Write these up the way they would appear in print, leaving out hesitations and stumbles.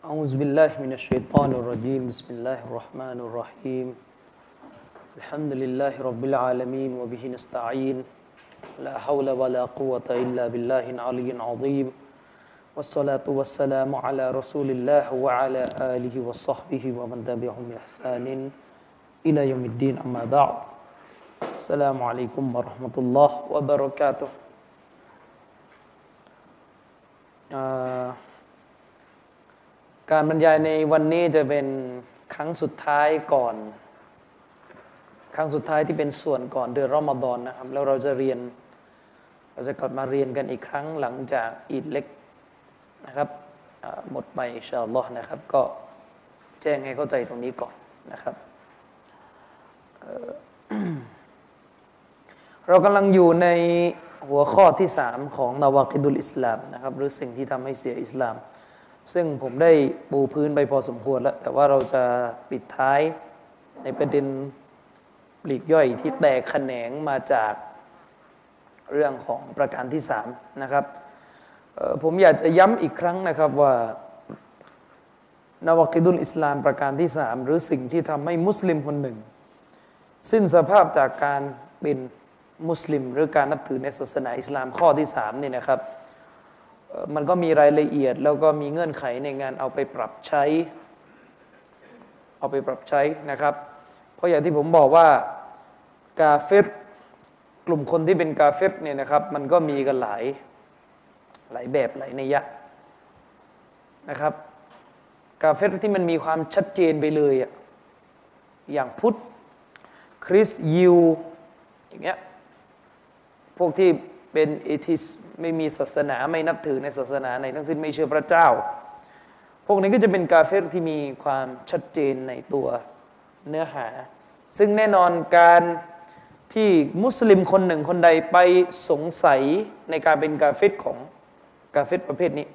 أعوذ بالله من الشيطان الرجيم بسم الله الرحمن الرحيم الحمد لله رب العالمين وبه نستعين لا حول ولا قوة إلا بالله العلي العظيم والصلاة والسلام على رسول الله وعلى آله وصحبه ومن تبعهم بإحسان إلى يوم الدين أما بعد السلام عليكم ورحمة الله وبركاتهการบรรยายในวันนี้จะเป็นครั้งสุดท้ายที่เป็นส่วนก่อนเดือนรอมฎอนนะครับแล้วเราจะกลับมาเรียนกันอีกครั้งหลังจากอีดเล็กนะครับหมดไปอินชาอัลลอฮ์นะครับก็แจ้งให้เข้าใจตรงนี้ก่อนนะครับเรากำลังอยู่ในหัวข้อที่3ของนาวากิดุลอิสลามนะครับหรือสิ่งที่ทำให้เสียอิสลามซึ่งผมได้ปูพื้นไปพอสมควรแล้วแต่ว่าเราจะปิดท้ายในประเด็นปลีกย่อยที่แตกแขนงมาจากเรื่องของประการที่3นะครับผมอยากจะย้ำอีกครั้งนะครับว่านาวากิดุลอิสลามประการที่3หรือสิ่งที่ทำให้มุสลิมคนหนึ่งสิ้นสภาพจากการเป็นมุสลิมหรือการนับถือในศาสนาอิสลามข้อที่3นี่นะครับมันก็มีรายละเอียดแล้วก็มีเงื่อนไขในงานเอาไปปรับใช้นะครับเพราะอย่างที่ผมบอกว่ากาเฟรกลุ่มคนที่เป็นกาเฟรเนี่ยนะครับมันก็มีกันหลายแบบหลายนัยยะนะครับกาเฟรที่มันมีความชัดเจนไปเลยอย่างพุทธคริสต์ยิวอย่างเงี้ยพวกที่เป็นเอทิสไม่มีศาสนาไม่นับถือในศาสนาไหนทั้งสิ้นไม่เชื่อพระเจ้าพวกนี้ก็จะเป็นกาเฟรที่มีความชัดเจนในตัวเนื้อหาซึ่งแน่นอนการที่มุสลิมคนหนึ่งคนใดไปสงสัยในการเป็นกาเฟรของกาเฟรประเภทนี้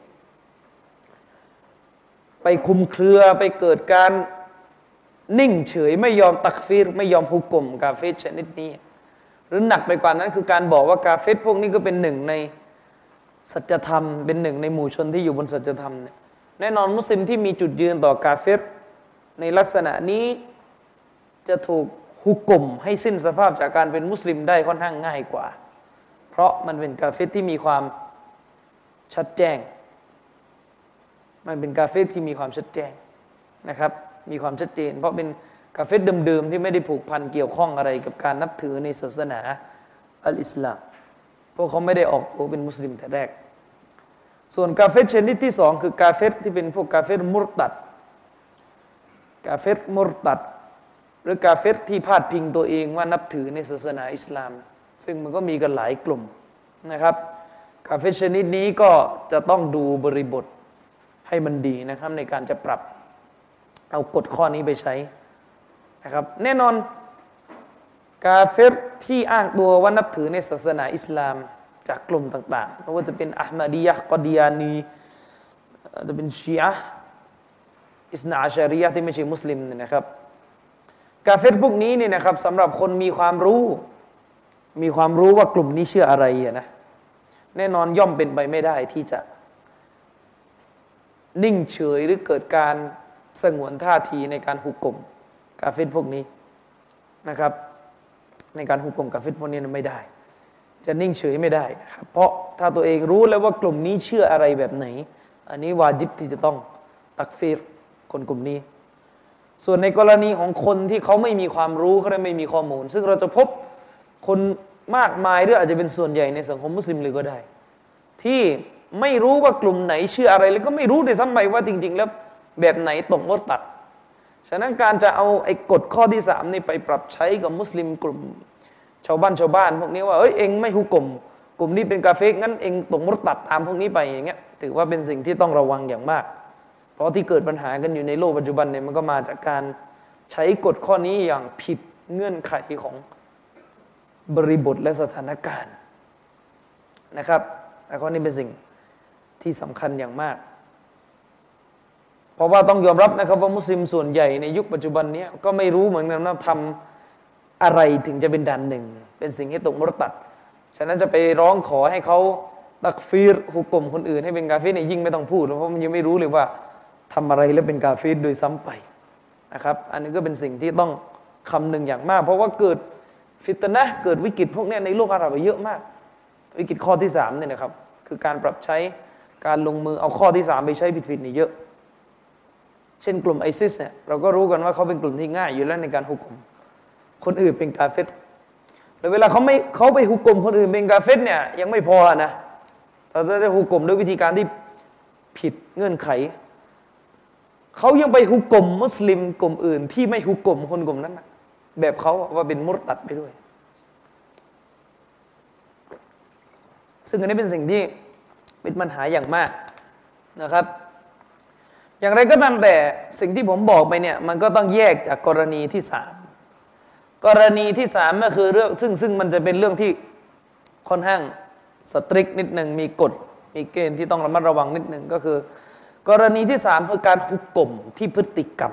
ไปคลุมเครือไปเกิดการนิ่งเฉยไม่ยอมตักฟีรไม่ยอมฮุกกลมกาเฟรชนิดนี้หรือหนักไปกว่านั้นคือการบอกว่ากาเฟรพวกนี้ก็เป็นหนึ่งในสัจธรรมเป็นหนึ่งในหมู่ชนที่อยู่บนสัจธรรมเนี่ยแน่นอนมุสลิมที่มีจุดยืนต่อกาเฟรในลักษณะนี้จะถูกฮุกกลมให้สิ้นสภาพจากการเป็นมุสลิมได้ค่อนข้างง่ายกว่าเพราะมันเป็นกาเฟรที่มีความชัดแจ้งมันเป็นกาเฟรที่มีความชัดแจ้งนะครับมีความชัดเจนเพราะเป็นกาเฟรเดิมๆที่ไม่ได้ผูกพันเกี่ยวข้องอะไรกับการนับถือในศาสนาอัลอิสลามพวกเขาไม่ได้ออกตัวเป็นมุสลิมแต่แรกส่วนกาเฟรชนิดที่2คือกาเฟรที่เป็นพวกกาเฟรมุรตัดหรือกาเฟรที่พาดพิงตัวเองว่านับถือในศาสนาอิสลามซึ่งมันก็มีกันหลายกลุ่มนะครับกาเฟรชนิดนี้ก็จะต้องดูบริบทให้มันดีนะครับในการจะปรับเอากฎข้อนี้ไปใช้นะครับแน่นอนกาเฟรที่อ้างตัวว่านับถือในศาสนาอิสลามจากกลุ่มต่างๆไม่ว่าจะเป็นอะห์มัดียะห์กอดียานีจะเป็นชีอะห์อิสนาอัชอะรียะห์ที่ไม่ใช่มุสลิมเนี่ยนะครับกาเฟรพวกนี้เนี่ยนะครับสำหรับคนมีความรู้ว่ากลุ่มนี้เชื่ออะไรนะแน่นอนย่อมเป็นไปไม่ได้ที่จะนิ่งเฉยหรือเกิดการสงวนท่าทีในการหุกกลมกาเฟรพวกนี้นะครับในการหุกกลมกาเฟรพวกนี้ไม่ได้จะนิ่งเฉยไม่ได้นะครับเพราะถ้าตัวเองรู้แล้วว่ากลุ่มนี้เชื่ออะไรแบบไหนอันนี้วาญิบที่จะต้องตักฟีรคนกลุ่มนี้ส่วนในกรณีของคนที่เขาไม่มีความรู้เขาไม่มีข้อมูลซึ่งเราจะพบคนมากมายหรืออาจจะเป็นส่วนใหญ่ในสังคมมุสลิมเลยก็ได้ที่ไม่รู้ว่ากลุ่มไหนเชื่ออะไรแล้วก็ไม่รู้ด้วยซ้ำไปว่าจริงๆแล้วแบบไหนตกมุรตัดฉะนั้นการจะเอาไอ้กฎข้อที่3นี่ไปปรับใช้กับมุสลิมกลุ่มชาวบ้านพวกนี้ว่าเองไม่ฮุกกลมกลุ่มนี้เป็นกาเฟรงั้นเองตกมุรตัดตามพวกนี้ไปอย่างเงี้ยถือว่าเป็นสิ่งที่ต้องระวังอย่างมากเพราะที่เกิดปัญหากันอยู่ในโลกปัจจุบันเนี่ยมันก็มาจากการใช้กฎข้อนี้อย่างผิดเงื่อนไขของบริบทและสถานการณ์นะครับและข้อนี้เป็นสิ่งที่สำคัญอย่างมากเพราะว่าต้องยอมรับนะครับว่ามุสลิมส่วนใหญ่ในยุคปัจจุบันนี้ก็ไม่รู้เหมือนกันว่าทำอะไรถึงจะเป็นด่านหนึ่งเป็นสิ่งที่ตกมุรตัดฉะนั้นจะไปร้องขอให้เขาตักฟีรฮุกกลมคนอื่นให้เป็นกาเฟรเนี่ยยิ่งไม่ต้องพูดเพราะมันยังไม่รู้เลยว่าทำอะไรแล้วเป็นกาเฟรโดยซ้ำไปนะครับอันนี้ก็เป็นสิ่งที่ต้องคำนึงอย่างมากเพราะว่าเกิดฟิตนะห์เกิดวิกฤตพวกนี้ในโลกอาหรับเยอะมากวิกฤตข้อที่3เนี่ยนะครับคือการปรับใช้การลงมือเอาข้อที่3ไปใช้ผิดๆนี่เยอะเช่นกลุ่มไอซิสเนี่ยเราก็รู้กันว่าเขาเป็นกลุ่มที่ง่ายอยู่แล้วในการฮุกมคนอื่นเป็นกาเฟรแล้วเวลาเขาไปฮุกมคนอื่นเป็นกาเฟรเนี่ยยังไม่พอนะถ้าจะได้ฮุกมด้วยวิธีการที่ผิดเงื่อนไขเขายังไปฮุกกลมมุสลิมกลุ่มอื่นที่ไม่ฮุกกลมคนกลุ่มนั้นนะแบบเขาว่าเป็นมุรตัดไปด้วยซึ่งอันนี้เป็นสิ่งที่เป็นปัญหาอย่างมากนะครับอย่างไรก็ตามแต่สิ่งที่ผมบอกไปเนี่ยมันก็ต้องแยกจากกรณีที่3กรณีที่3ก็คือเรื่องซึ่งมันจะเป็นเรื่องที่ค่อนข้างสตริกนิดนึงมีกฎมีเกณฑ์ที่ต้องระมัดระวังนิดนึงก็คือกรณีที่3คือการฮุกกลมที่พฤติกรรม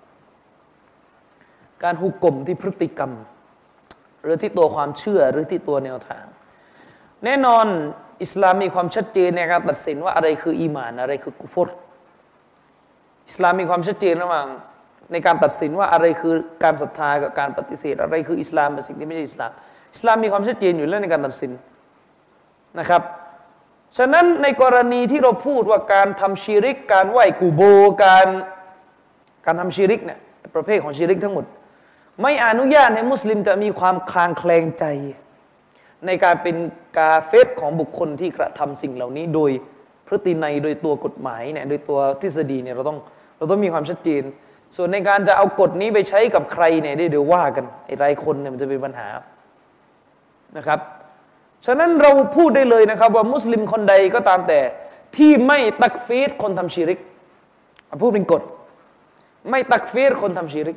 การฮุกกลมที่พฤติกรรมหรือที่ตัวความเชื่อหรือที่ตัวแนวทางแน่นอนอิสลามมีความชัดเจนในการตัดสินว่าอะไรคืออีหม่านอะไรคือกุฟรอิสลามมีความชัดเจนระหว่างในการตัดสินว่าอะไรคือการศรัทธากับการปฏิเสธอะไรคืออิสลามเป็นสิ่งที่ไม่ใช่อิสลามอิสลามมีความชัดเจนอยู่แล้วในการตัดสินนะครับฉะนั้นในกรณีที่เราพูดว่าการทำชิริกการไหว้กูโบการทำชิริกเนี่ยประเภทของชิริกทั้งหมดไม่อนุญาตให้มุสลิมจะมีความคลางแคลงใจในการเป็นกาเฟรของบุคคลที่กระทำสิ่งเหล่านี้โดยพฤตินัยโดยตัวกฎหมายเนี่ยโดยตัวทฤษฎีเนี่ยเราต้องมีความชัดเจนส่วนในการจะเอากฎนี้ไปใช้กับใครเนี่ยเดี๋ยวว่ากันไอ้รายคนเนี่ยมันจะเป็นปัญหานะครับฉะนั้นเราพูดได้เลยนะครับว่ามุสลิมคนใดก็ตามแต่ที่ไม่ตักฟีรคนทำชิริกพูดเป็นกฎไม่ตักฟีรคนทำชิริก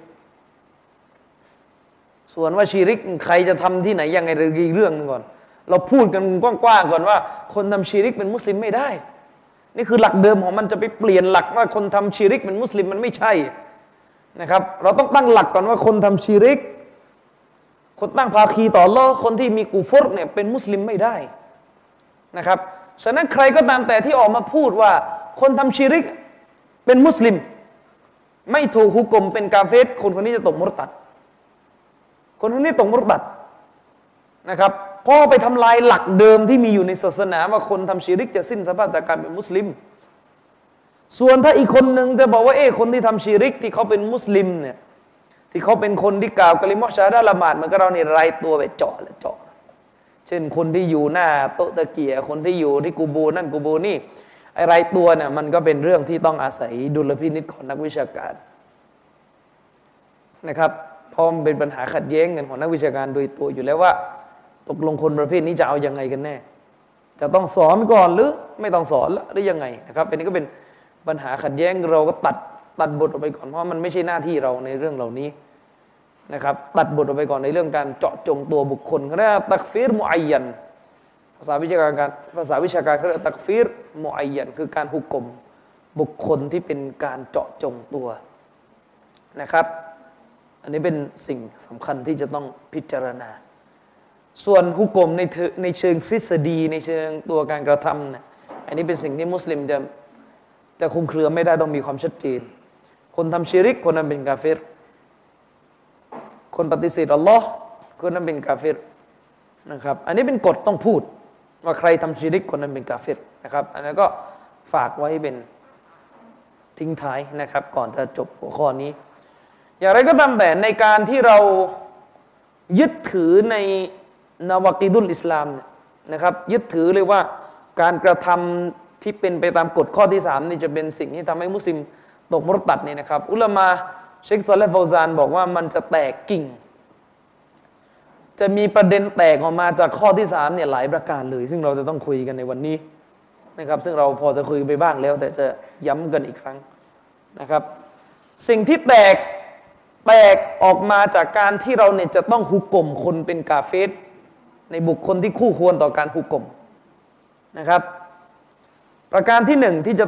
ส่วนว่าชิริกใครจะทำที่ไหนยังไงเรื่องนึงก่อนเราพูดกันกว้างๆก่อนว่าคนทำชิริกเป็นมุสลิมไม่ได้นี่คือหลักเดิมของมันจะไปเปลี่ยนหลักว่าคนทำชิริกเป็นมุสลิมมันไม่ใช่นะครับเราต้องตั้งหลักก่อนว่าคนทำชิริกคนตั้งภาคีต่ออัลเลาะห์คนที่มีกุฟรเนี่ยเป็นมุสลิมไม่ได้นะครับฉะนั้นใครก็ตามแต่ที่ออกมาพูดว่าคนทำชิริกเป็นมุสลิมไม่ถูกฮุกมเป็นกาเฟรคนนี้จะตกมุรตัดคนนี้ตกมุรตัดนะครับเพราะไปทำลายหลักเดิมที่มีอยู่ในศาสนาว่าคนทำชิริกจะสิ้นสภาพจากการเป็นมุสลิมส่วนถ้าอีกคนหนึ่งจะบอกว่าคนที่ทำชิริกที่เขาเป็นมุสลิมเนี่ยที่เขาเป็นคนที่กล่าวกะลิมะฮ์ชาฮาดะห์ละหมาดมันก็เราเนี่ยรายตัวไปเจาะเช่นคนที่อยู่หน้าโต๊ะตะเกียคนที่อยู่ที่กูโบนั่นกูโบนี่ไอ้รายตัวเนี่ยมันก็เป็นเรื่องที่ต้องอาศัยดุลพินิจของนักวิชาการนะครับเพราะมันเป็นปัญหาขัดแย้งกันของนักวิชาการโดยตัวอยู่แล้วว่าตกลงคนประเภทนี้จะเอายังไงกันแน่จะต้องสอนก่อนหรือไม่ต้องสอนหรือยังไงนะครับอันนี้ก็เป็นปัญหาขัดแย้งเราก็ตัดบทออกไปก่อนเพราะมันไม่ใช่หน้าที่เราในเรื่องเหล่านี้นะครับตัดบทออกไปก่อนในเรื่องการเจาะจงตัวบุคคลเขาเรียกตักฟีรมุอัยยันภาษาวิชาการเขาเรียกตักฟีรมุอัยยันคือการฮุกกลมบุคคลที่เป็นการเจาะจงตัวนะครับอันนี้เป็นสิ่งสำคัญที่จะต้องพิจารณาส่วนฮุกกลมในเชิงทฤษฎีในเชิงตัวการกระทำนะอันนี้เป็นสิ่งที่มุสลิมจะคลุมเครือไม่ได้ต้องมีความชัดเจนคนทำชิริกคนนั้นเป็นกาเฟรคนปฏิเสธอัลลอฮ์คนนั้นเป็นกาเฟรนะครับอันนี้เป็นกฎต้องพูดว่าใครทำชิริกคนนั้นเป็นกาเฟรนะครับอันนั้นก็ฝากไว้เป็นทิ้งท้ายนะครับก่อนจะจบหัวข้อนี้อย่างไรก็ตามแต่ในการที่เรายึดถือในนาวากิดุลอิสลามนะครับยึดถือเลยว่าการกระทำที่เป็นไปตามกฎข้อที่3นี่จะเป็นสิ่งที่ทำให้มุสลิมตกมุรตัดนี่นะครับอุลามะเชคซอเลห์ ฟาวซานบอกว่ามันจะแตกกิ่งจะมีประเด็นแตกออกมาจากข้อที่3เนี่ยหลายประการเลยซึ่งเราจะต้องคุยกันในวันนี้นะครับซึ่งเราพอจะคุยไปบ้างแล้วแต่จะย้ำกันอีกครั้งนะครับสิ่งที่แตกออกมาจากการที่เราเนี่ยจะต้องฮุกกลมคนเป็นกาเฟรในบุคคลที่คู่ควรต่อการฮุกกลมนะครับประการที่1ที่จะ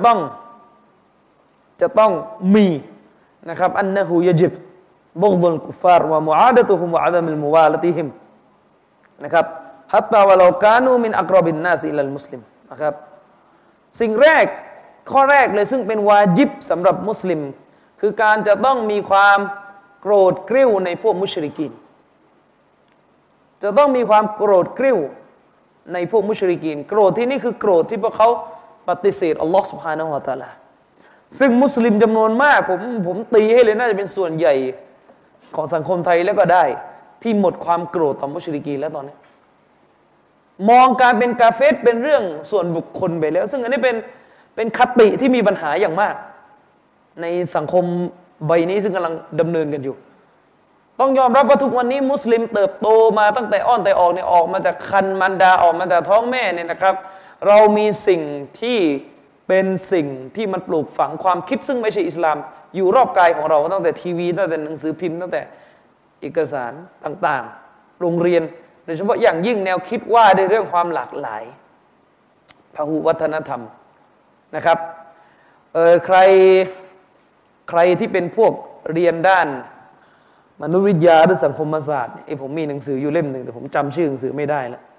ต้องมีนะครับอันนะฮูยะญิบบุฆฎุลกุฟฟาร์วะมุอาดะตุฮุมวะอะดัมุลมุวาละติฮิมนะครับฮัตตาวะลากานูมินอักรอบินนาสอิลัลมุสลิมนะครับสิ่งแรกข้อแรกเลยซึ่งเป็นวาญิบสำหรับมุสลิมคือการจะต้องมีความโกรธกริ้วในพวกมุชริกีนจะต้องมีความโกรธกริ้วในพวกมุชริกีนโกรธที่นี่คือโกรธที่พวกเขาปฏิเสธอัลลอฮ์ سبحانه และ تعالى ซึ่งมุสลิมจำนวนมากผมตีให้เลยน่าจะเป็นส่วนใหญ่ของสังคมไทยแล้วก็ได้ที่หมดความโกรธต่อมุชริกีนแล้วตอนนี้มองการเป็นกาเฟรเป็นเรื่องส่วนบุคคลไปแล้วซึ่งอันนี้เป็นคติที่มีปัญหาอย่างมากในสังคมใบนี้ซึ่งกำลังดำเนินกันอยู่ต้องยอมรับว่าทุกวันนี้มุสลิมเติบโตมาตั้งแต่อ้อนแต่ออกเนี่ยออกมาจากคันมารดาออกมาจากท้องแม่เนี่ยนะครับเรามีสิ่งที่เป็นสิ่งที่มันปลูกฝังความคิดซึ่งไม่ใช่อิสลามอยู่รอบกายของเราตั้งแต่ทีวีตั้งแต่หนังสือพิมพ์ตั้งแต่เอกสารต่างๆโรงเรียนโดยเฉพาะอย่างยิ่งแนวคิดว่าในเรื่องความหลากหลายพหุวัฒนธรรมนะครับใครที่เป็นพวกเรียนด้านมนุษยวิทยาหรือสังคมศาสตร์ผมมีหนังสืออยู่เล่มหนึ่งแต่ผมจำชื่อหนังสือไม่ได้แล้ว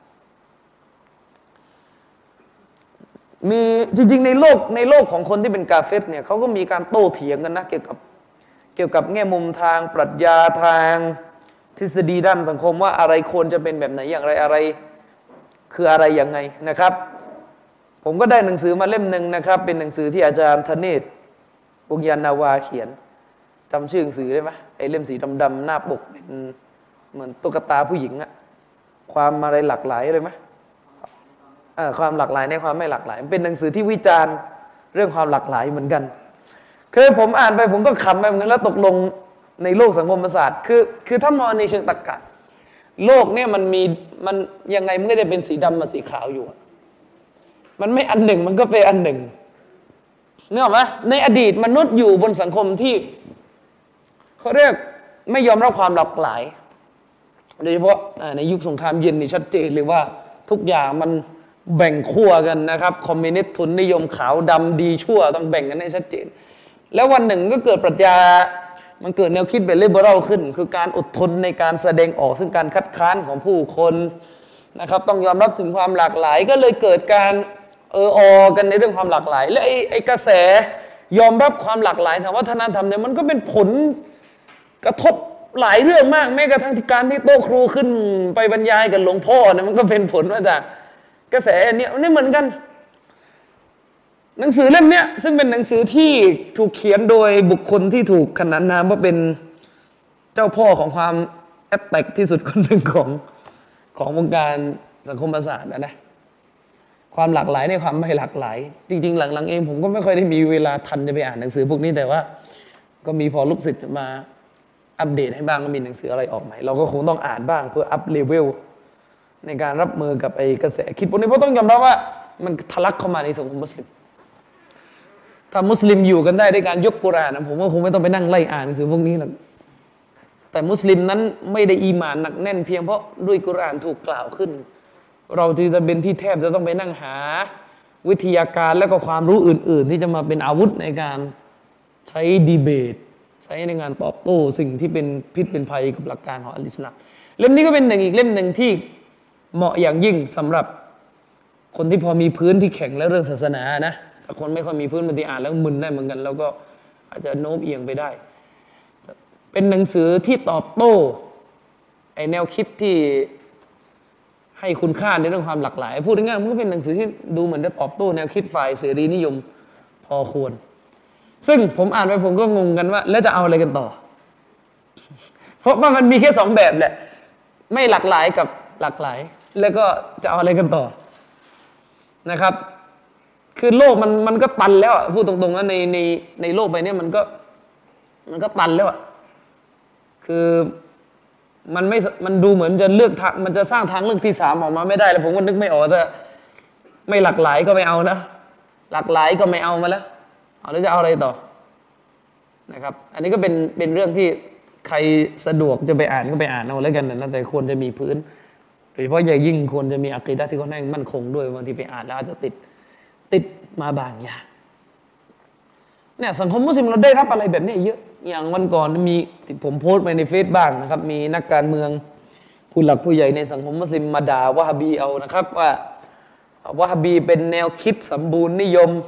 มีจริงๆในโลกของคนที่เป็นกาเฟรเนี่ยเขาก็มีการโต้เถียงกันนะเกี่ยวกับแง่มุมทางปรัชญาทางทฤษฎีด้านสังคมว่าอะไรควรจะเป็นแบบไหนอย่างไรอะไรคืออะไรยังไงนะครับผมก็ได้หนังสือมาเล่มหนึ่งนะครับเป็นหนังสือที่อาจารย์ธเนศวงศ์ยานนาวาเขียนจำชื่อหนังสือได้ไหมไอ้เล่มสีดำๆหน้าปกเป็นเหมือนตุ๊กตาผู้หญิงอะความอะไรหลากหลายเลยไหมความหลากหลายในความไม่หลากหลายเป็นหนังสือที่วิจารณ์เรื่องความหลากหลายเหมือนกันคือผมอ่านไปผมก็ขำไปเหมือนกันแล้วตกลงในโลกสังคมศาสตร์คือถ้ามองในเชิงตรรกะโลกเนี่ยมันยังไงมันก็จะเป็นสีดำมาสีขาวอยู่มันไม่อันหนึ่งมันก็เป็นอันหนึ่งนึกออกไหมในอดีตมนุษย์อยู่บนสังคมที่เขาเรียกไม่ยอมรับความหลากหลายโดยเฉพาะในยุคสงครามเย็นนี่ชัดเจนเลยว่าทุกอย่างมันแบ่งขั้วกันนะครับคอมมิวนิสต์ทุนนิยมขาวดำดีชั่วต้องแบ่งกันให้ชัดเจนแล้ววันหนึ่งก็เกิดปรัชญามันเกิดแนวคิดแบบลิเบอรัลขึ้นคือการอดทนในการแสดงออกซึ่งการคัดค้านของผู้คนนะครับต้องยอมรับถึงความหลากหลายก็เลยเกิดการกันในเรื่องความหลากหลายและไอ้กระแสยอมรับความหลากหลายทางวัฒนธรรมเนี่ยมันก็เป็นผลกระทบหลายเรื่องมากแม้กระทั่งการที่โต๊ะครูขึ้นไปบรรยายกับหลวงพ่อเนี่ยมันก็เป็นผลมาจากกระแสเนี่ยนี่เหมือนกันหนังสือเล่มนี้ซึ่งเป็นหนังสือที่ถูกเขียนโดยบุคคลที่ถูกขนานนามว่าเป็นเจ้าพ่อของความแอปแตกที่สุดคนหนึ่งของวงการสังคมศาสตร์นะความหลากหลายในความไม่หลากหลายจริงๆหลังๆเองผมก็ไม่ค่อยได้มีเวลาทันจะไปอ่านหนังสือพวกนี้แต่ว่าก็มีพอลูกศิษย์มาอัปเดตให้บ้างก็มีหนังสืออะไรออกใหม่เราก็คงต้องอ่านบ้างเพื่ออัพเลเวลในการรับมือกับไอ้กระแสคิดพวกนี้เพราะต้องยอมรับว่ามันทะลักเข้ามาในสังคมมุสลิมถ้ามุสลิมอยู่กันได้ด้วยการยกกุรอานนะผมว่าคงไม่ต้องไปนั่งไล่อ่านหนังสือพวกนี้หรอกแต่มุสลิมนั้นไม่ได้อีหม่านหนักแน่นเพียงเพราะด้วยกุรอานถูกกล่าวขึ้นเราจึงจะเป็นที่แทบจะต้องไปนั่งหาวิทยาการและก็ความรู้อื่นๆที่จะมาเป็นอาวุธในการใช้ดีเบตใช้ในงานตอบโต้สิ่งที่เป็นพิษเป็นภัยกับหลักการของอัลอิสลามเล่มนี้ก็เป็นอีกเล่มหนึ่งที่เหมาะอย่างยิ่งสำหรับคนที่พอมีพื้นที่แข็งและเรื่องศาสนานะถ้าคนไม่ค่อยมีพื้นบางทีอ่านแล้วมึนได้เหมือนกันแล้วก็อาจจะโน้มเอียงไปได้เป็นหนังสือที่ตอบโต้ไอแนวคิดที่ให้คุณค่าในเรื่องความหลากหลายพูดง่ายๆมันก็เป็นหนังสือที่ดูเหมือนจะตอบโต้แนวคิดฝ่ายเสรีนิยมพอควรซึ่งผมอ่านไปผมก็งงกันว่าแล้วจะเอาอะไรกันต่อเพราะว่ามันมีแค่สองแบบแหละไม่หลากหลายกับหลากหลายแล้วก็จะเอาอะไรกันต่อนะครับคือโลกมันก็ตันแล้วอ่ะพูดตรงๆว่าในโลกใบนี้มันก็ตันแล้วอ่ะคือมันดูเหมือนจะเลือกทางมันจะสร้างทางเลือกที่สามออกมาไม่ได้แล้วผมก็นึกไม่ออกแต่ไม่หลากหลายก็ไม่เอานะหลากหลายก็ไม่เอามาแล้วเอาแล้วจะเอาอะไรต่อนะครับอันนี้ก็เป็นเรื่องที่ใครสะดวกจะไปอ่านก็ไปอ่านเอาแล้วกันนะแต่ควรจะมีพื้นโดยเฉพาะอย่างยิ่งควรจะมีอะกีดะห์ที่ค่อนข้างมั่นคงด้วยบางทีไปอ่านแล้วอาจจะติดมาบางอย่างเนี่ยสังคมมุสลิมเราได้รับอะไรแบบนี้เยอะอย่างวันก่อนมีผมโพสต์ไปในเฟซบ้างนะครับมีนักการเมืองผู้หลักผู้ใหญ่ในสังคมมุสลิมมาด่าวะฮาบีเอานะครับว่าวะฮาบีเป็นแนวคิดสมบูรณ์นิยม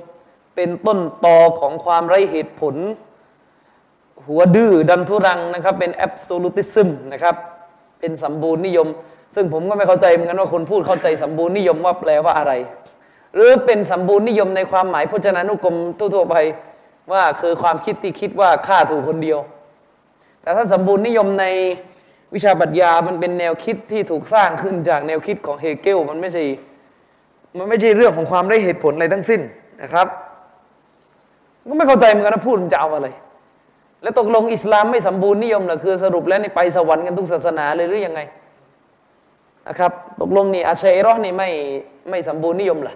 เป็นต้นตอของความไร้เหตุผลหัวดื้อดันทุรังนะครับเป็นแอบโซลูติซึมนะครับเป็นสัมบูรณ์นิยมซึ่งผมก็ไม่เข้าใจเหมือนกันว่าคนพูดเข้าใจสัมบูรณ์นิยมว่าแปลว่าอะไรหรือเป็นสัมบูรณ์นิยมในความหมายพจนานุกรมทั่วๆไปว่าคือความคิดที่คิดว่าข้าถูกคนเดียวแต่ถ้าสัมบูรณ์นิยมในวิชาปรัชญามันเป็นแนวคิดที่ถูกสร้างขึ้นจากแนวคิดของเฮเกลมันไม่ใช่เรื่องของความไร้เหตุผลอะไรทั้งสิ้นนะครับก็ไม่เข้าใจเหมือนกันนะพูดมันจะเอาอะไรแล้วตกลงอิสลามไม่สมบูรณ์นิยมเหรอคือสรุปแล้วนี่ไปสวรรค์กันทุกศาสนาเลยหรือยังไงนะครับตกลงนี่อัชอะอิเราะห์นี่ไม่สมบูรณ์นิยมเหรอ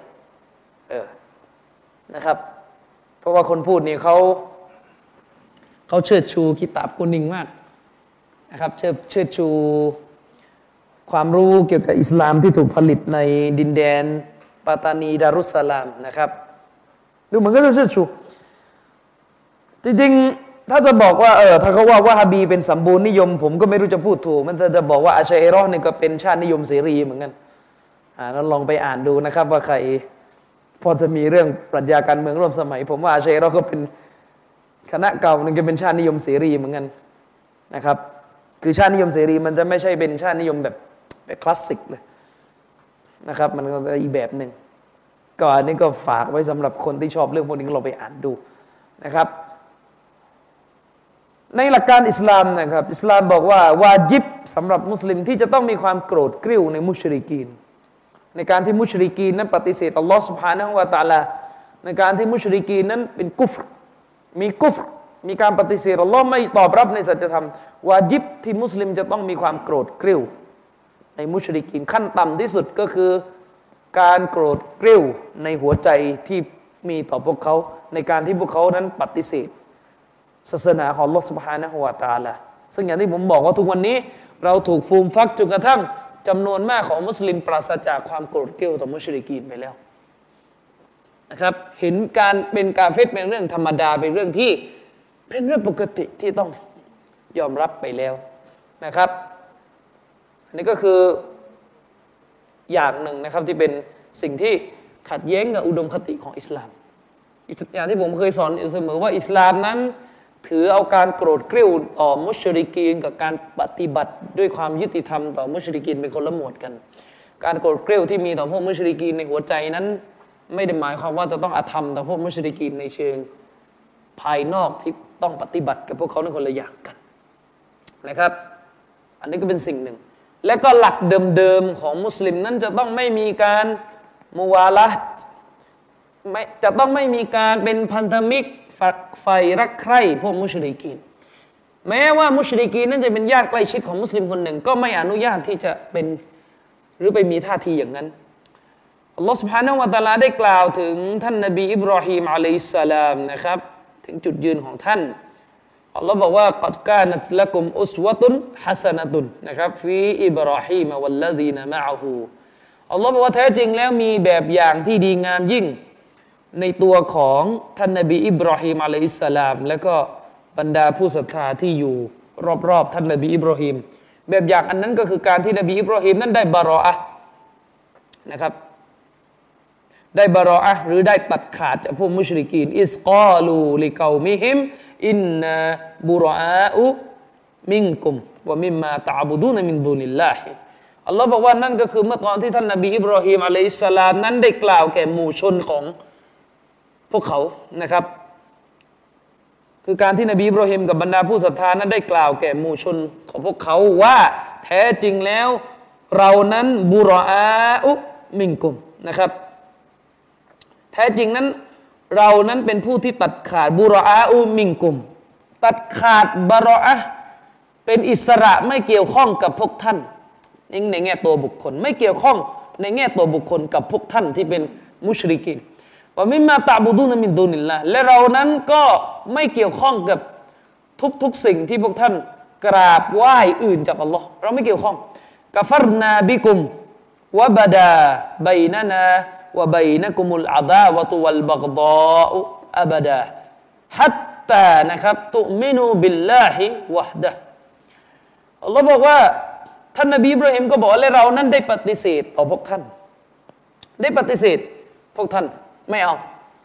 นะครับเพราะว่าคนพูดนี่เขาเชิดชูกิตาบกุนิงมากนะครับเชิดชูความรู้เกี่ยวกับอิสลามที่ถูกผลิตในดินแดนปาตานีดารุสสลามนะครับดูเหมือนก็จะเชิดชูจริงๆถ้าจะบอกว่าถ้าเขาว่าวะฮาบีเป็นสมบูรณ์นิยมผมก็ไม่รู้จะพูดถูกมันจะบอกว่าอัชอะอิเราะห์นี่ก็เป็นชาตินิยมเสรีเหมือนกันนั้นลองไปอ่านดูนะครับว่าใครพอจะมีเรื่องปรัชญาการเมืองร่วมสมัยผมว่าอัชอะอิเราะห์ก็เป็นคณะเก่านึงก็เป็นชาตินิยมเสรีเหมือนกันนะครับคือชาตินิยมเสรีมันจะไม่ใช่เป็นชาตินิยมแบบคลาสสิกเลยนะครับมันก็อีกแบบหนึ่งก็อันนี้ก็ฝากไว้สำหรับคนที่ชอบเรื่องพวกนี้เราไปอ่านดูนะครับในหลักการอิสลามนะครับอิสลามบอกว่าวาญิบสำหรับมุสลิมที่จะต้องมีความโกรธกริ้วในมุชริกีนในการที่มุชริกีนนั้นปฏิเสธอัลลอฮฺซุบฮานะฮูวะตะอาลาในการที่มุชริกีนนั้นเป็นกุฟรมีการปฏิเสธอัลลอฮ์ไม่ตอบรับในสัจธรรมวาญิบที่มุสลิมจะต้องมีความโกรธกริ้วในมุชริกีนขั้นต่ำที่สุดก็คือการโกรธกริ้วในหัวใจที่มีต่อพวกเขาในการที่พวกเขานั้นปฏิเสธศาสนาของอัลลอฮ์ سبحانه และ تعالى ซึ่งอย่างที่ผมบอกว่าทุกวันนี้เราถูกฟูมฟักจนกระทั่งจำนวนมากของมุสลิมปราศจากความโกรธเกรี้ยวต่อมุชริกีนไปแล้วนะครับเห็นการเป็นกาเฟรเป็นเรื่องธรรมดาเป็นเรื่องที่เป็นเรื่องปกติที่ต้องยอมรับไปแล้วนะครับอันนี้ก็คืออย่างหนึ่งนะครับที่เป็นสิ่งที่ขัดแย้งกับอุดมคติของอิสลามอย่างที่ผมเคยสอนอยู่เสมอว่าอิสลามนั้นถือเอาการโกรธเกรี้ยวต่อมุชริกีนกับการปฏิบัติด้วยความยุติธรรมต่อมุชริกีนเป็นคนละหมวดกันการโกรธเกรี้ยวที่มีต่อพวกมุชริกีนในหัวใจนั้นไม่ได้หมายความว่าจะต้องอาธรรมต่อพวกมุชริกีนในเชิงภายนอกที่ต้องปฏิบัติกับพวกเขาในคนละอย่างกันนะครับอันนี้ก็เป็นสิ่งหนึ่งและก็หลักเดิมๆของมุสลิมนั้นจะต้องไม่มีการมุวาละห์จะต้องไม่มีการเป็นพันธมิตรฝักใฝ่รักใคร่พวกมุชริกีนแม้ว่ามุชริกีนนั้นจะเป็นญาติใกล้ชิดของมุสลิมคนหนึ่งก็ไม่อนุญาตที่จะเป็นหรือไปมีท่าทีอย่างนั้นอัลลอฮฺ سبحانه และ تعالى ได้กล่าวถึงท่านนบีอิบราฮิมอะลัยฮิสสลามนะครับถึงจุดยืนของท่านอัลลอฮฺบอกว่ากัดกานัตละกุมอุสวะตุนฮะซะนะตุนนะครับฟีอิบราฮิมวัลลซีนะมะอะฮูอัลลอฮฺบอกว่าแท้จริงแล้วมีแบบอย่างที่ดีงามยิ่งในตัวของท่านนบีอิบราฮิมอะลัยฮิสสลามและก็บรรดาผู้ศรัทธาที่อยู่รอบๆท่านนบีอิบราฮิมแบบอย่างอันนั้นก็คือการที่นบีอิบราฮิมนั้นได้บารออะห์นะครับได้บารออะห์หรือได้ตัดขาดจากพวกมุชริกีนอิสกาลูลิกอมิฮิมอินนาบุรอาอุมินกุมวะมิมมาตะอ์บุดูนมินดูนิลลาฮิอัลลอฮ์บอกว่านั่นก็คือเมื่อตอนที่ท่านนบีอิบราฮิมอะลัยฮิสสลามนั้นได้กล่าวแก่หมู่ชนของพวกเขานะครับคือการที่นบีอิบราฮิมกับบรรดาผู้ศรัทธานั้นได้กล่าวแก่หมู่ชนของพวกเขาว่าแท้จริงแล้วเรานั้นบุรอาอุมินกุมนะครับแท้จริงนั้นเรานั้นเป็นผู้ที่ตัดขาดบุรอาอุมินกุมตัดขาดบารออะห์เป็นอิสระไม่เกี่ยวข้องกับพวกท่านในแง่ตัวบุคคลไม่เกี่ยวข้องในแง่ตัวบุคคลกับพวกท่านที่เป็นมุชริกีนว่ามิมมาตะบูดูนมินดูนิลลาห์และเรานั้นก็ไม่เกี่ยวข้องกับทุกสิ่งที่พวกท่านกราบไหว้อื่นจากอัลลอฮ์เราไม่เกี่ยวข้องกะฟัรนาบิกุมวะบะดาบัยนะนาวะบัยนะกุมุลอะดาวะตุวัลบักฎออะบะดาฮัตตานะครับตุมินูบิลลาฮิวะฮดะฮ์อัลลอฮ์บอกว่าท่านนบีอิบราฮิมก็บอกและเรานั้นได้ปฏิเสธต่อพวกท่านได้ปฏิเสธพวกท่านไม่เอา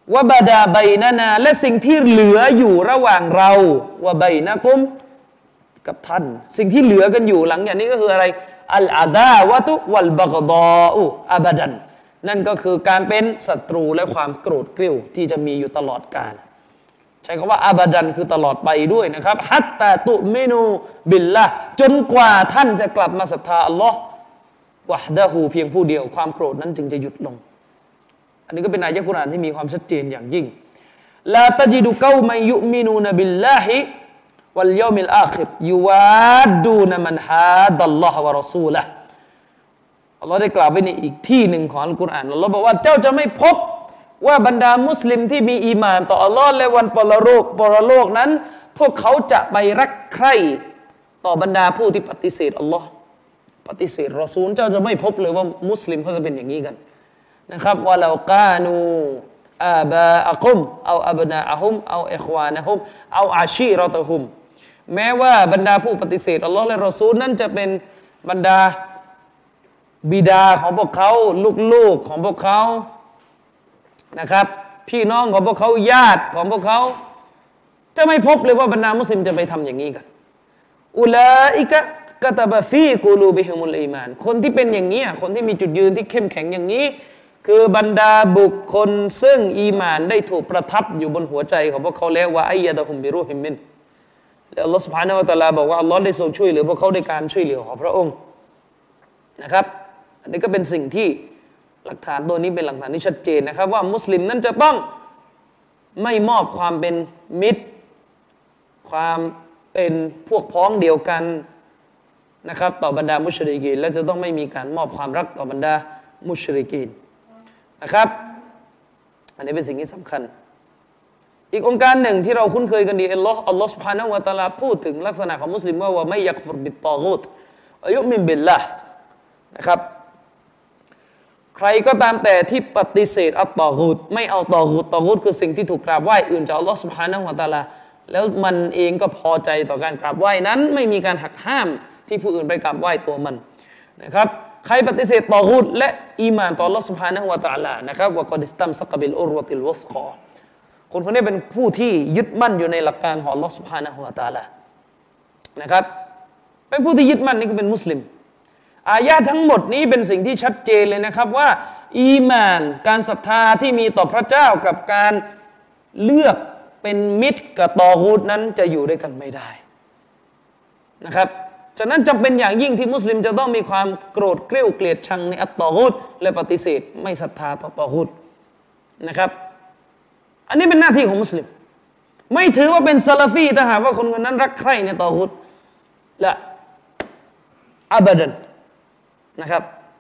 วะบะดาบัยนะนาและสิ่งที่เหลืออยู่ระหว่างเราวะบัยนะกุมกับท่านสิ่งที่เหลือกันอยู่หลังจากนี้ก็คืออะไรอัลอาดาวะตุวัลบักฎออุอะบะดันนั่นก็คือการเป็นศัตรูและความโกรธเกรี้ยวที่จะมีอยู่ตลอดกาลใช้คำว่าอะบะดันคือตลอดไปด้วยนะครับฮัตตาตุมินูบิลละจนกว่าท่านจะกลับมาศรัทธาอัลลอฮ์วะฮ์ดะฮูเพียงผู้เดียวความโกรธนั้นจึงจะหยุดลงอันนี้ก็เป็นอายะห์กุรอานที่มีความชัดเจนอย่างยิ่งลาตะจิดุกอมัยยุมินูนบิลลาฮิวัลยอมิลอาคิรยุวาดดูนมันฮาดัลลอฮ์วะรอซูละห์อัลลอฮ์ได้กล่าวไว้ในอีกที่หนึ่งของอัลกุรอานอัลลอฮ์บอกว่าเจ้าจะไม่พบว่าบรรดามุสลิมที่มีอีหม่านต่ออัลลอฮ์และวันปรโลกนั้นพวกเขาจะไปรักใคร่ต่อบรรดาผู้ที่ปฏิเสธอัลลอฮ์ปฏิเสธรอซูลเจ้าจะไม่พบเลยว่ามุสลิมเขาจะเป็นอย่างนี้กันนะครับว่าเรากานูอาบาอักุมเอาอับนาอะฮุมเอาอิควานะฮุมเอาอาชีรอตะฮุมแม้ว่าบรรดาผู้ปฏิเสธอัลลอฮ์และรอซูลนั้นจะเป็นบรรดาบิดาของพวกเขาลูกๆของพวกเขานะครับพี่น้องของพวกเขาญาติของพวกเขาจะไม่พบเลยว่าบรรดามุสลิมจะไปทำอย่างนี้กันอุลาอิกะกะตะบะฟีกูลูบิฮิมุลอีมานคนที่เป็นอย่างนี้คนที่มีจุดยืนที่เข้มแข็งอย่างนี้คือบรรดาบุคคลซึ่งอีหม่านได้ถูกประทับอยู่บนหัวใจของพวกเขาแล้วว่าอัยยะดะฮุมบิรูฮิมมินแล้วอัลลอฮฺซุบฮานะฮูวะตะอาลาบอกว่าอัลลอฮ์ได้ทรงช่วยเหลือพวกเขาด้วยการช่วยเหลือของพระองค์นะครับอันนี้ก็เป็นสิ่งที่หลักฐานตัวนี้เป็นหลักฐานที่ชัดเจนนะครับว่ามุสลิมนั้นจะต้องไม่มอบความเป็นมิตรความเป็นพวกพ้องเดียวกันนะครับต่อบรรดามุชริกีนและจะต้องไม่มีการมอบความรักต่อบรรดามุชริกีนนะครับอันนี้เป็นสิ่งที่สำคัญอีกองค์การหนึ่งที่เราคุ้นเคยกันดีอัลลอฮ์ซุบฮานะฮูวะตะอาลาพูดถึงลักษณะของมุสลิมว่าไม่ยักฟุรบิตตอกูตวะยุมินบิลลาห์นะครับใครก็ตามแต่ที่ปฏิเสธอัตตอกูตไม่เอาตอกูตคือสิ่งที่ถูกกราบไหว้อื่นจากอัลลอฮ์ซุบฮานะฮูวะตะอาลาแล้วมันเองก็พอใจต่อการกราบไหว้นั้นไม่มีการหักห้ามที่ผู้อื่นไปกราบไหว้ตัวมันนะครับใครปฏิเสธตอกูตและอีหม่านต่ออัลลอฮ์ซุบฮานะฮูวะตะอาลานะครับวะกอดิสตัมซักบิลอุรวะติลวัสกอคนคนนี้เป็นผู้ที่ยึดมั่นอยู่ในหลักการของอัลลอฮ์ซุบฮานะฮูวะตะอาลานะครับเป็นผู้ที่ยึดมั่นนี่ก็เป็นมุสลิมอายะทั้งหมดนี้เป็นสิ่งที่ชัดเจนเลยนะครับว่าอีหม่านการศรัทธาที่มีต่อพระเจ้ากับการเลือกเป็นมิตรกับตอกูตนั้นจะอยู่ด้วยกันไม่ได้นะครับฉะนั้นจำเป็นอย่างยิ่งที่มุสลิมจะต้องมีความโกรธเกรี้ยวเกลียดชังในอัตตอกูตและปฏิเสธไม่ศรัทธาต่อตอกูตนะครับอันนี้เป็นหน้าที่ของมุสลิมไม่ถือว่าเป็นซาลาฟีถ้าหากว่าคนคนนั้นรักใคร่ในตอกูตละอับดันนะครับ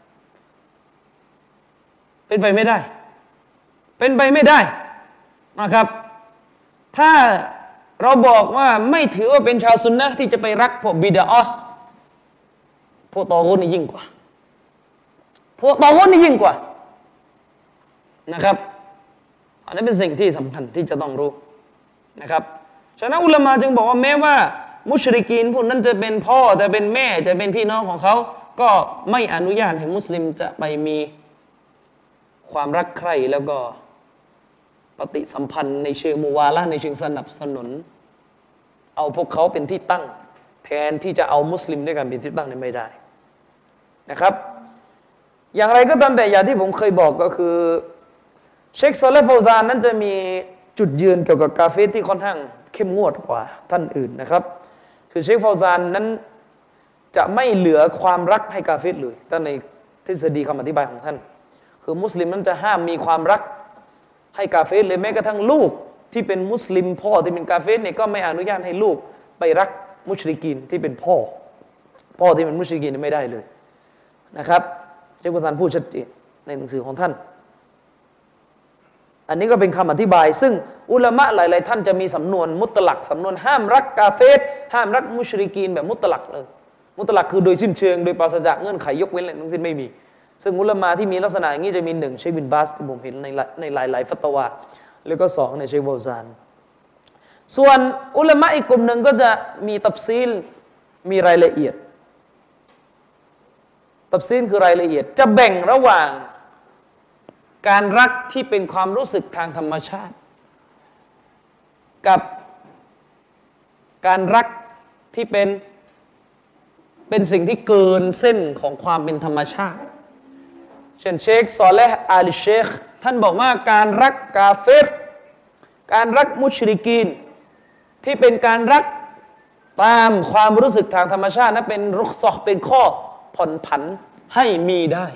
เป็นไปไม่ได้เป็นไปไม่ได้นะครับถ้าเราบอกว่าไม่ถือว่าเป็นชาวซุนนะห์ที่จะไปรักพวกบิดอะห์พวกตอกูตนี่ยิ่งกว่าพวกตอกูตนี่ยิ่งกว่านะครับอันนี้เป็นสิ่งที่สำคัญที่จะต้องรู้นะครับฉะนั้นอุลามะจึงบอกว่าแม้ว่ามุชริกีนพวกนั้นจะเป็นพ่อจะเป็นแม่จะเป็นพี่น้องของเขาก็ไม่อนุญาตให้มุสลิมจะไปมีความรักใคร่แล้วก็ปฏิสัมพันธ์ในเชิงมุวาละในเชิงสนับสนุนเอาพวกเขาเป็นที่ตั้งแทนที่จะเอามุสลิมด้วยกันเป็นที่ตั้งนี่ไม่ได้นะครับอย่างไรก็ตามแต่อย่างที่ผมเคยบอกก็คือเชคซอเลห์ฟาวซานนั้นจะมีจุดยืนเกี่ยวกับกาเฟรที่ค่อนข้างเข้มงวดกว่าท่านอื่นนะครับคือเชคฟาวซานนั้นจะไม่เหลือความรักให้กาเฟรเลยท่านในทฤษฎีคำอธิบายของท่านคือมุสลิมนั้นจะห้ามมีความรักให้กาเฟรเลยแม้กระทั่งลูกที่เป็นมุสลิมพ่อที่เป็นกาเฟรเนี่ยก็ไม่อนุญาตให้ลูกไปรักมุชริกีนที่เป็นพ่อที่เป็นมุชริกีนไม่ได้เลยนะครับเชคฟาวซานพูดชัดเจนในหนังสือของท่านอันนี้ก็เป็นคำอธิบายซึ่งอุลามะหลายๆท่านจะมีสำนวนมุตลักสำนวนห้ามรักกาเฟรห้ามรักมุชริกีนแบบมุตลักเลยมุตลักคือโดยสิ้นเชิงโดยปราศจากเงื่อนไขยกเว้นอะไรทั้งสิ้นไม่มีซึ่งอุลามะที่มีลักษณะอย่างนี้จะมีหนึ่งเชคบินบาสที่ผมเห็นในหลายๆฟัตวาแล้วก็สองในเชคฟาวซานส่วนอุลามะอีกกลุ่มหนึ่งก็จะมีตัฟซีลมีรายละเอียดตัฟซีลคือรายละเอียดจะแบ่งระหว่างการรักที่เป็นความรู้สึกทางธรรมชาติกับการรักที่เป็นสิ่งที่เกินเส้นของความเป็นธรรมชาติเช่นเชคซอเลห์อาลีเชคท่านบอกว่าการรักกาเฟรการรักมุชริกีนที่เป็นการรักตามความรู้สึกทางธรรมชาตินั้นเป็นรุกซอเป็นข้อผ่อนผันให้มีได้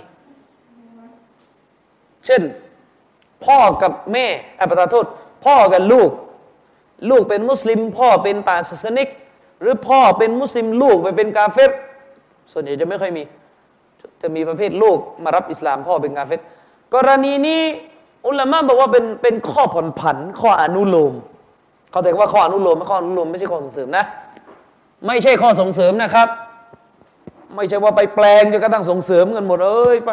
เช่นพ่อกับแม่ประทานโทษพ่อกับลูกเป็นมุสลิมพ่อเป็นป่าศาสนิกหรือพ่อเป็นมุสลิมลูกไปเป็นกาเฟรส่วนใหญ่จะไม่ค่อยมีจะมีประเภทลูกมารับอิสลามพ่อเป็นกาเฟรกรณีนี้อุลามะบอกว่าเป็นข้อผ่อนผันข้ออนุโลมเขาแต่ว่าข้ออนุโลมไม่ใช่ข้อส่งเสริมนะไม่ใช่ข้อส่งเสริมนะครับไม่ใช่ว่าไปแปลงจนกระทั่งส่งเสริมกันหมดไป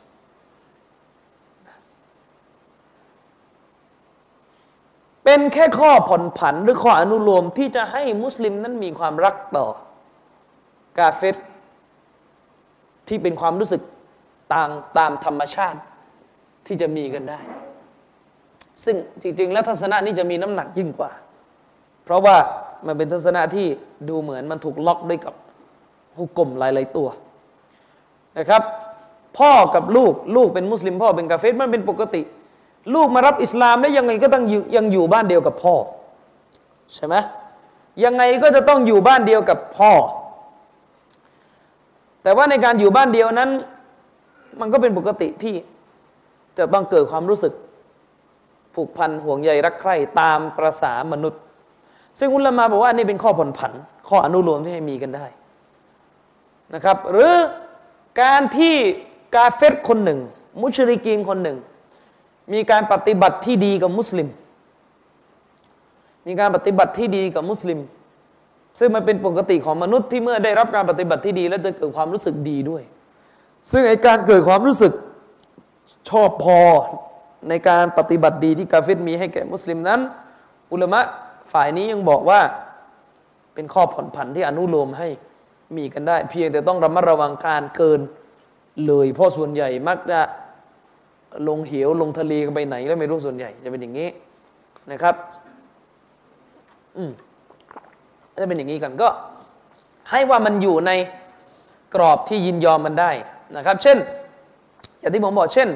เป็นแค่ข้อผ่อนผันหรือข้ออนุโลมที่จะให้มุสลิมนั้นมีความรักต่อกาเฟรที่เป็นความรู้สึกตามธรรมชาติที่จะมีกันได้ซึ่งจริงๆแล้วทัศนะนี้จะมีน้ำหนักยิ่งกว่าเพราะว่ามันเป็นทัศนะที่ดูเหมือนมันถูกล็อกด้วยกับฮุกกลมหลายๆตัวนะครับพ่อกับลูกเป็นมุสลิมพ่อเป็นกาเฟรมันเป็นปกติลูกมารับอิสลามได้ยังไงก็ต้องยังอยู่บ้านเดียวกับพ่อใช่ไหมยังไงก็จะต้องอยู่บ้านเดียวกับพ่อแต่ว่าในการอยู่บ้านเดียวนั้นมันก็เป็นปกติที่จะต้องเกิดความรู้สึกผูกพันห่วงใยรักใคร่ตามประสามนุษย์ซึ่งอุลามะบอกว่านี่เป็นข้อผ่อนผันข้ออนุโลมที่ให้มีกันได้นะครับหรือการที่กาเฟรคนหนึ่งมุชริกีนคนหนึ่งมีการปฏิบัติที่ดีกับมุสลิมมีการปฏิบัติที่ดีกับมุสลิมซึ่งมันเป็นปกติของมนุษย์ที่เมื่อได้รับการปฏิบัติที่ดีแล้วจะเกิดความรู้สึกดีด้วยซึ่งไอ้การเกิดความรู้สึกชอบพอในการปฏิบัติดีที่กาเฟรมีให้แก่มุสลิมนั้นอุลามะฝ่ายนี้ยังบอกว่าเป็นข้อผ่อนผันที่อนุโลมให้มีกันได้เพียงแต่ต้องระมัดระวังการเกินเลยเพราะส่วนใหญ่มักจะลงเหวลงทะเลกันไปไหนแล้วไม่รู้ส่วนใหญ่จะเป็นอย่างนี้นะครับถ้าเป็นอย่างนี้กันก็ให้ว่ามันอยู่ในกรอบที่ยินยอมมันได้นะครับเช่นอย่างที่ผมบอกเช่น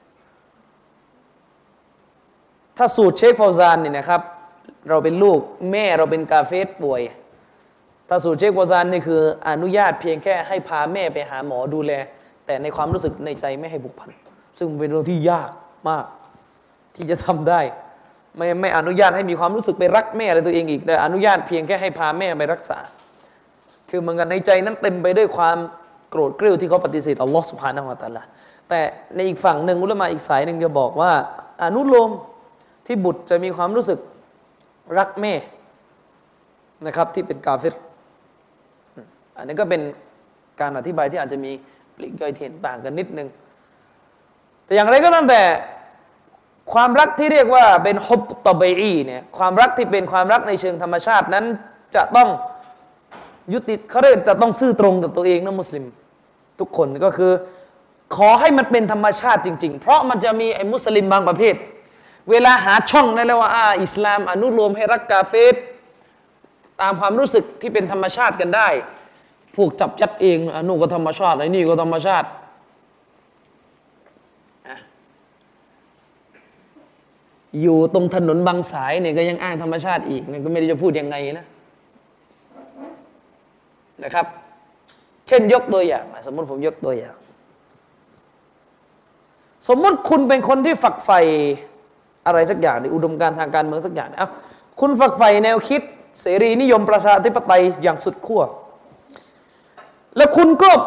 ถ้าสูตรเชคฟาวซานเนี่ยนะครับเราเป็นลูกแม่เราเป็นกาเฟรป่วยถ้าสูตรเชคฟาวซานนี่คืออนุญาตเพียงแค่ให้พาแม่ไปหาหมอดูแลแต่ในความรู้สึกในใจไม่ให้ผูกพันซึ่งเป็นเรื่องที่ยากมากที่จะทำได้ไม่อนุญาตให้มีความรู้สึกไปรักแม่อะไรตัวเองอีกแต่อนุญาตเพียงแค่ให้พาแม่ไปรักษาคือเหมือนกันในใจนั้นเต็มไปด้วยความโกรธเกรี้ยวที่เขาปฏิเสธอัลลอฮฺซุบฮานะฮูวะตะอาลาแต่ในอีกฝั่งหนึ่งอุลามะอีกสายหนึ่งจะบอกว่าอนุโลมที่บุตรจะมีความรู้สึกรักแม่นะครับที่เป็นกาเฟรอันนี้ก็เป็นการอธิบายที่อาจจะมีปลีกย่อยที่เห็นต่างกันนิดนึงแต่อย่างไรก็ตามแต่ความรักที่เรียกว่าเป็นฮุบตอบีอีเนี่ยความรักที่เป็นความรักในเชิงธรรมชาตินั้นจะต้องยุติเขาเรียกจะต้องซื่อตรงกับตัวเองนะมุสลิมทุกคนก็คือขอให้มันเป็นธรรมชาติจริงๆเพราะมันจะมีไอ้มุสลิมบางประเภทเวลาหาช่องได้แล้วว่าอิสลามอนุโลมให้รักกาเฟรตามความรู้สึกที่เป็นธรรมชาติกันได้พวกจับยัดเองนู่นก็ธรรมชาติไอ้นี่ก็ธรรมชาติอยู่ตรงถนนบางสายเนี่ยก็ยังอ้างธรรมชาติอีกเนี่ยก็ไม่ได้จะพูดยังไงนะครับเช่นยกตัวอย่างสมมติผมยกตัวอย่างสมมติคุณเป็นคนที่ฝักใฝ่อะไรสักอย่างในอุดมการณ์ทางการเมืองสักอย่างคุณฝักใฝ่แนวคิดเสรีนิยมประชาธิปไตยอย่างสุดขั้วแล้วคุณ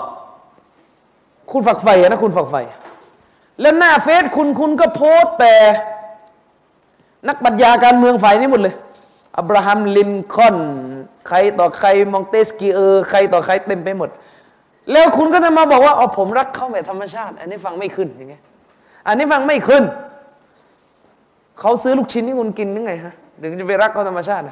ฝักใฝ่นะคุณฝักใฝ่แล้วหน้าเฟซคุณก็โพสต์แต่นักปรัชญาการเมืองฝ่ายนี้หมดเลยอับราฮัมลินคอล์นใครต่อใครมองเตสกีใครต่อใครเต็มไปหมดแล้วคุณก็จะมาบอกว่าผมรักเขาแบบธรรมชาติอันนี้ฟังไม่ขึ้นอย่างเงี้ยอันนี้ฟังไม่ขึ้นเขาซื้อลูกชิ้นที่คุณกินยังไงฮะถึงจะไปรักเขาธรรมชาติ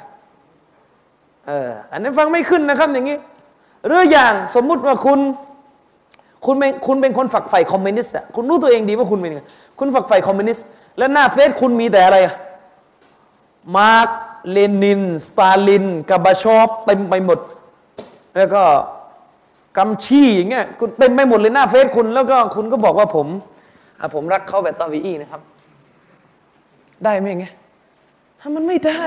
อันนี้ฟังไม่ขึ้นนะครับอย่างงี้หรืออย่างสมมุติว่าคุณเป็นคนฝักใฝ่คอมมิวนิสต์อะคุณรู้ตัวเองดีว่าคุณเป็นยังไงคุณฝักใฝ่คอมมิวนิสต์แล้วหน้าเฟซคุณมีแต่อะไรอะมาร์กเลนินสตาลินกาบาชอฟเต็มไปหมดแล้วก็กัมชีอย่างเงี้ยคุณเต็มไปหมดเลยหน้าเฟซคุณแล้วก็คุณก็บอกว่าผมรักเขาแบบตอบีอีนะครับได้ไหมอย่างเงี้ยมันไม่ได้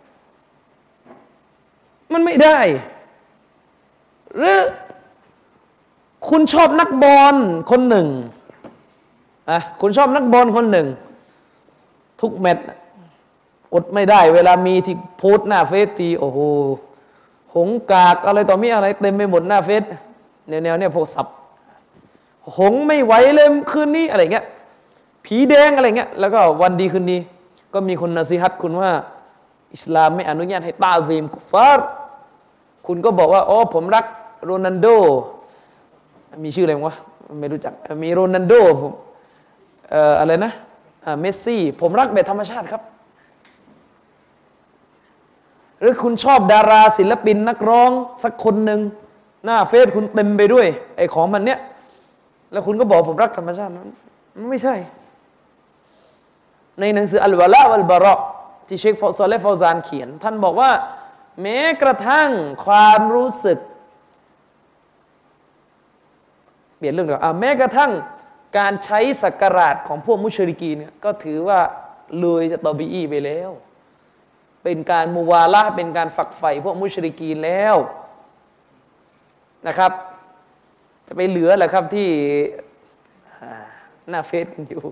หรือคุณชอบนักบอลคนหนึ่งคุณชอบนักบอลคนหนึ่งทุกแมตช์อดไม่ได้เวลามีที่โพสต์หน้าเฟซทีโอ้โหหงกากอะไรต่อมีอะไรเต็มไปหมดหน้าเฟซแนวเนี่ยพวกสับหงไม่ไหวเลยคืนนี้อะไรเงี้ยผีแดงอะไรเงี้ยแล้วก็วันดีคืนดีก็มีคนนะซีฮัตคุณว่าอิสลามไม่อนุญาตให้ตาซีมกุฟาร์คุณก็บอกว่าอ๋อผมรักโรนัลโดมีชื่ออะไรวะไม่รู้จักมีโรนัลโดผมอะไรนะเมสซี่ผมรักแบบธรรมชาติครับหรือคุณชอบดาราศิลปินนักร้องสักคนหนึ่งหน้าเฟซคุณเต็มไปด้วยไอ้ของมันเนี้ยแล้วคุณก็บอกผมรักธรรมชาติมันไม่ใช่ในหนังสืออัลวะลาวัลบะเราะห์ที่เชคซอเลห์ฟาวซานเขียนท่านบอกว่าแม้กระทั่งความรู้สึกเปลี่ยนเรื่องดีกว่าแม้กระทั่งการใช้สักการะของพวกมุชริกีเนี่ยก็ถือว่าเลยจะตอบีอีไปแล้วเป็นการมุวาละห์เป็นการฝักใฝ่พวกมุชริกีแล้วนะครับจะไปเหลือเหรอครับที่หน้าเฟซกันอยู่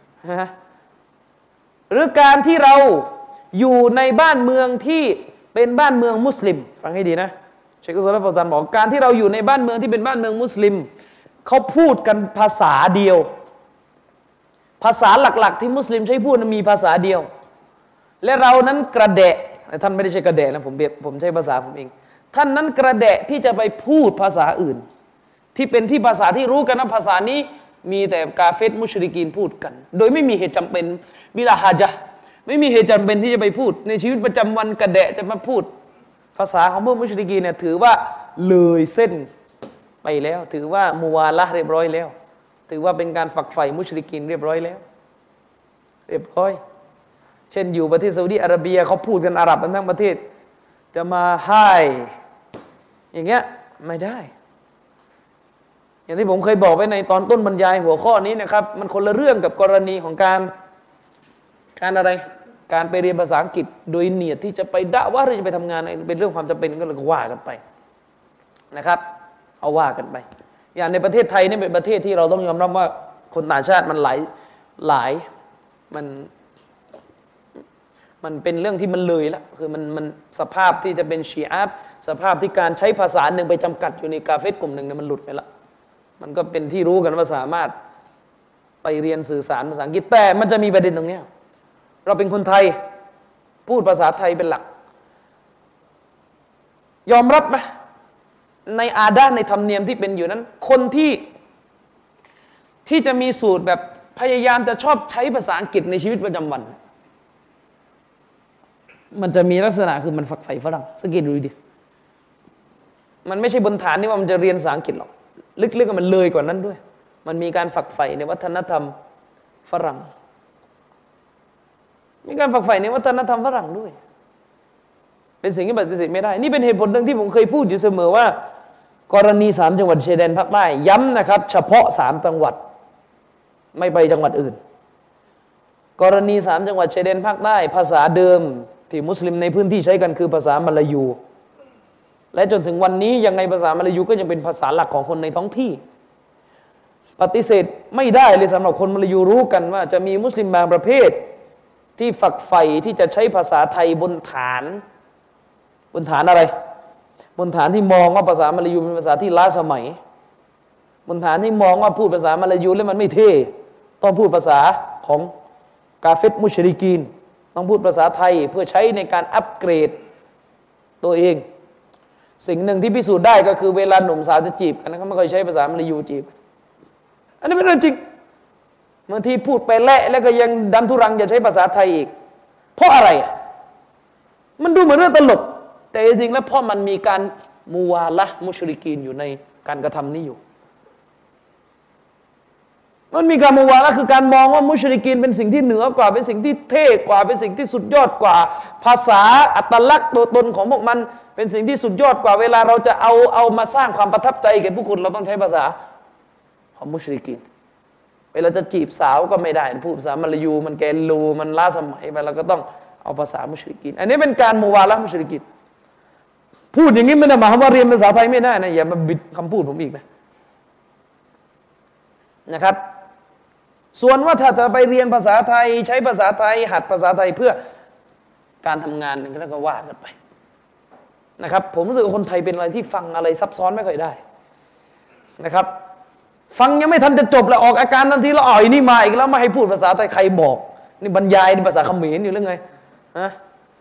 หรือการที่เราอยู่ในบ้านเมืองที่เป็นบ้านเมืองมุสลิมฟังให้ดีนะเชคซอเลห์ฟาวซานบอกการที่เราอยู่ในบ้านเมืองที่เป็นบ้านเมืองมุสลิมเขาพูดกันภาษาเดียวภาษาหลักๆที่มุสลิมใช้พูดมีภาษาเดียวและเรานั้นกระเดะท่านไม่ได้ใช้กระเดะนะผมใช้ภาษาผมเองท่านนั้นกระเดะที่จะไปพูดภาษาอื่นที่เป็นที่ภาษาที่รู้กันนะภาษานี้มีแต่กาเฟรมุชริกีนพูดกันโดยไม่มีเหตุจำเป็นบิลาฮาจะไม่มีเหตุจำเป็นที่จะไปพูดในชีวิตประจำวันกระเดะจะมาพูดภาษาของพวกมุชริกีนเนี่ยถือว่าเลยเส้นไปแล้วถือว่ามุวาละห์เรียบร้อยแล้วถือว่าเป็นการฝักใฝ่มุชริกีนเรียบร้อยแล้วเรียบร้อยเช่นอยู่ประเทศซาอุดิอาระเบียเขาพูดกันอาหรับกันทั้งประเทศจะมาให้อย่างเงี้ยไม่ได้อย่างที่ผมเคยบอกไว้ในตอนต้นบรรยายหัวข้อนี้นะครับมันคนละเรื่องกับกรณีของการอะไรการไปเรียนภาษาอังกฤษโดยเนียดที่จะไปดะว่าหรือจะไปทำงานเป็นเรื่องความจำเป็นก็เลยว่ากันไปนะครับเอาว่ากันไปอย่างในประเทศไทยนี่เป็นประเทศที่เราต้องยอมรับว่าคนต่างชาติมันหลายมันเป็นเรื่องที่มันเลยละคือมันสภาพที่จะเป็นชีอะห์สภาพที่การใช้ภาษาหนึ่งไปจำกัดอยู่ในกาเฟรกลุ่มหนึ่งเนี่ยมันหลุดไปละมันก็เป็นที่รู้กันว่าสามารถไปเรียนสื่อสารภาษาอังกฤษแต่มันจะมีประเด็นตรงนี้เราเป็นคนไทยพูดภาษาไทยเป็นหลักยอมรับไหมในอาดาในธรรมเนียมที่เป็นอยู่นั้นคนที่จะมีสูตรแบบพยายามจะชอบใช้ภาษาอังกฤษในชีวิตประจำวันมันจะมีลักษณะคือมันฝักใฝ่ฝรั่งสังเกตดูดิมันไม่ใช่บนฐานที่ว่ามันจะเรียนภาษาอังกฤษหรอกลึกๆมันเลยกว่านั้นด้วยมันมีการฝักใฝ่ในวัฒนธรรมฝรั่งมีการฝักใฝ่ในวัฒนธรรมฝรั่งด้วยเป็นสิ่งที่ปฏิเสธไม่ได้นี่เป็นเหตุผลหนึ่งที่ผมเคยพูดอยู่เสมอว่ากรณี3จังหวัดชายแดนภาคใต้ย้ำนะครับเฉพาะ3จังหวัดไม่ไปจังหวัดอื่นกรณี3จังหวัดชายแดนภาคใต้ภาษาเดิมที่มุสลิมในพื้นที่ใช้กันคือภาษามลายูและจนถึงวันนี้ยังไงภาษามลายูก็ยังเป็นภาษาหลักของคนในท้องที่ปฏิเสธไม่ได้เลยสำหรับคนมลายูรู้กันว่าจะมีมุสลิมบางประเภทที่ฝักใฝ่ที่จะใช้ภาษาไทยบนฐานอะไรบนฐานที่มองว่าภาษามลายูเป็นภาษาที่ล้าสมัยบนฐานที่มองว่าพูดภาษามลายูแล้วมันไม่เท่ต้องพูดภาษาของกาเฟรมุชริกีนต้องพูดภาษาไทยเพื่อใช้ในการอัปเกรดตัวเองสิ่งหนึ่งที่พิสูจน์ได้ก็คือเวลาหนุ่มสาวจะจีบกันเขาไม่เคยใช้ภาษามลายูจีบอันนี้เป็นเรื่องจริงบางทีพูดไปแล้วก็ยังดันทุรังจะใช้ภาษาไทยอีกเพราะอะไรมันดูเหมือนเรื่องตลกแต่จริงๆแล้วเพราะมันมีการมุวาละห์มุชริกีนอยู่ในการกระทำนี้อยู่มันมีการมุวาละคือการมองว่ามุชริกีนเป็นสิ่งที่เหนือกว่าเป็นสิ่งที่เท่กว่าเป็นสิ่งที่สุดยอดกว่าภาษาอัตลักษณ์ตัวตนของพวกมันเป็นสิ่งที่สุดยอดกว่าเวลาเราจะเอามาสร้างความประทับใจแก่ผู้คนเราต้องใช้ภาษาของมุชริกีนเวลาจะจีบสาวก็ไม่ได้พูดภาษามลายูมันแกนลูมันล้าสมัยไปเราก็ต้องเอาภาษามุชริกีนอันนี้เป็นการมุวาละมุชริกีนพูดอย่างนี้ไม่ได้หมายความว่าเรียนภาษาไทยไม่ได้นะอย่ามาบิดคำพูดผมอีกนะครับส่วนว่าถ้าจะไปเรียนภาษาไทยใช้ภาษาไทยหัดภาษาไทยเพื่อการทำงานนึงแล้วก็ว่ากันไปนะครับผมรู้สึกว่าคนไทยเป็นอะไรที่ฟังอะไรซับซ้อนไม่ค่อยได้นะครับฟังยังไม่ทันจะจบแล้วออกอาการทันทีแล้วอ่อยนี่มาอีกแล้วไม่ให้พูดภาษาไทยใครบอกนี่บรรยายในภาษาเขมรอยู่เรื่องไงฮะ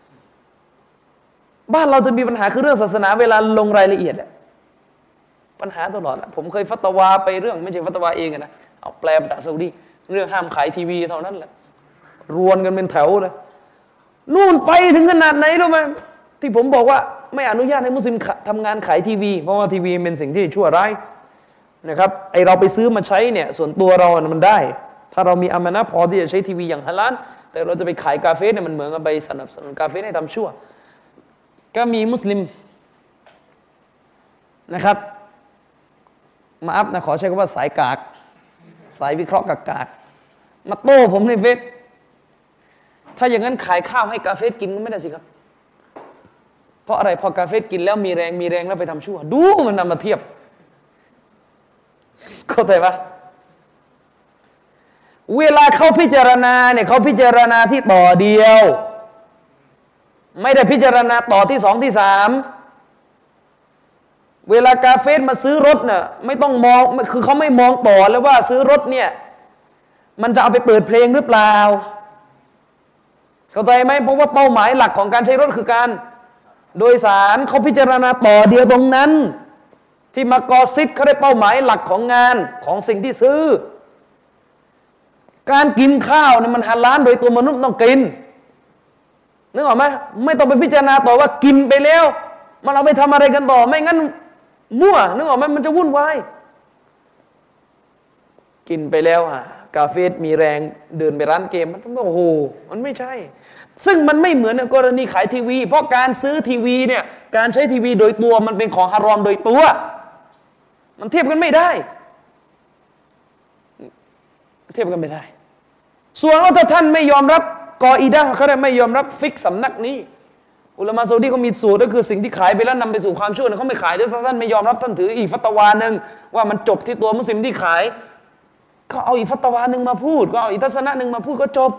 บ้านเราจะมีปัญหาคือเรื่องศาสนาเวลาลงรายละเอียดปัญหาตลอดผมเคยฟัตวาไปเรื่องไม่ใช่ฟัตวาเองนะเอาแปลมาจากซาอุดีเรื่องห้ามขายทีวีเท่านั้นแหละรวนกันเป็นแถวเลยนู่นไปถึงขนาดไหนรู้ไหมที่ผมบอกว่าไม่อนุญาตให้มุสลิมทำงานขายทีวีเพราะว่าทีวีเป็นสิ่งที่ชั่วร้ายนะครับไอเราไปซื้อมาใช้เนี่ยส่วนตัวเรามันได้ถ้าเรามีอามานะห์พอที่จะใช้ทีวีอย่างฮาลาลแต่เราจะไปขายกาเฟสเนี่ยมันเหมือนกับไปสนับสนุนกาเฟสให้ทำชั่วก็มีมุสลิมนะครับมาอัพนะขอใช้คำว่าสายกากสายวิเคราะห์กากมาโต้ผมในเฟซถ้าอย่างนั้นขายข้าวให้กาเฟสกินก็ไม่ได้สิครับเพราะอะไรพอกาเฟสกินแล้วมีแรงแล้วไปทำชั่วดูมันนำมาเทียบเข้าใจปะเวลาเขาพิจารณาเนี่ยเขาพิจารณาที่ต่อเดียวไม่ได้พิจารณาต่อที่สองที่สามเวลากาเฟสมาซื้อรถเนี่ยไม่ต้องมองคือเขาไม่มองต่อแล้วว่าซื้อรถเนี่ยมันจะเอาไปเปิดเพลงหรือเปล่าเข้าใจไหมเพราะว่าเป้าหมายหลักของการใช้รถคือการโดยสารเขาพิจารณาต่อเดียวตรงนั้นที่มากอซิดเขาได้เป้าหมายหลักของงานของสิ่งที่ซื้อการกินข้าวเนี่ยมันฮาลาลโดยตัวมนุษย์ต้องกินนึกออกไหมไม่ต้องไปพิจารณาต่อว่ากินไปแล้วมันเอาไปทำอะไรกันต่อไม่งั้นมั่วนึกออกไหมมันจะวุ่นวายกินไปแล้วกาเฟสมีแรงเดินไปร้านเกมมันโอ้โหมันไม่ใช่ซึ่งมันไม่เหมือนกรณีขายทีวีเพราะการซื้อทีวีเนี่ยการใช้ทีวีโดยตัวมันเป็นของฮารอมโดยตัวมันเทียบกันไม่ได้เทียบกันไม่ได้ส่วนว่าถ้าท่านไม่ยอมรับกออิดะห์เขาได้ไม่ยอมรับฟิกสำนักนี้อุลามะซาอุดีเขามีสูตรก็คือสิ่งที่ขายไปแล้วนำไปสู่ความชั่วเขาไม่ขายด้วยถ้าท่านไม่ยอมรับท่านถืออีกฟัตวาหนึ่งว่ามันจบที่ตัวมุสลิมที่ขายก็เอาอีกฟัตวาหนึ่งมาพูดก็เอาอีกทัศนะหนึ่งมาพูดก็จบ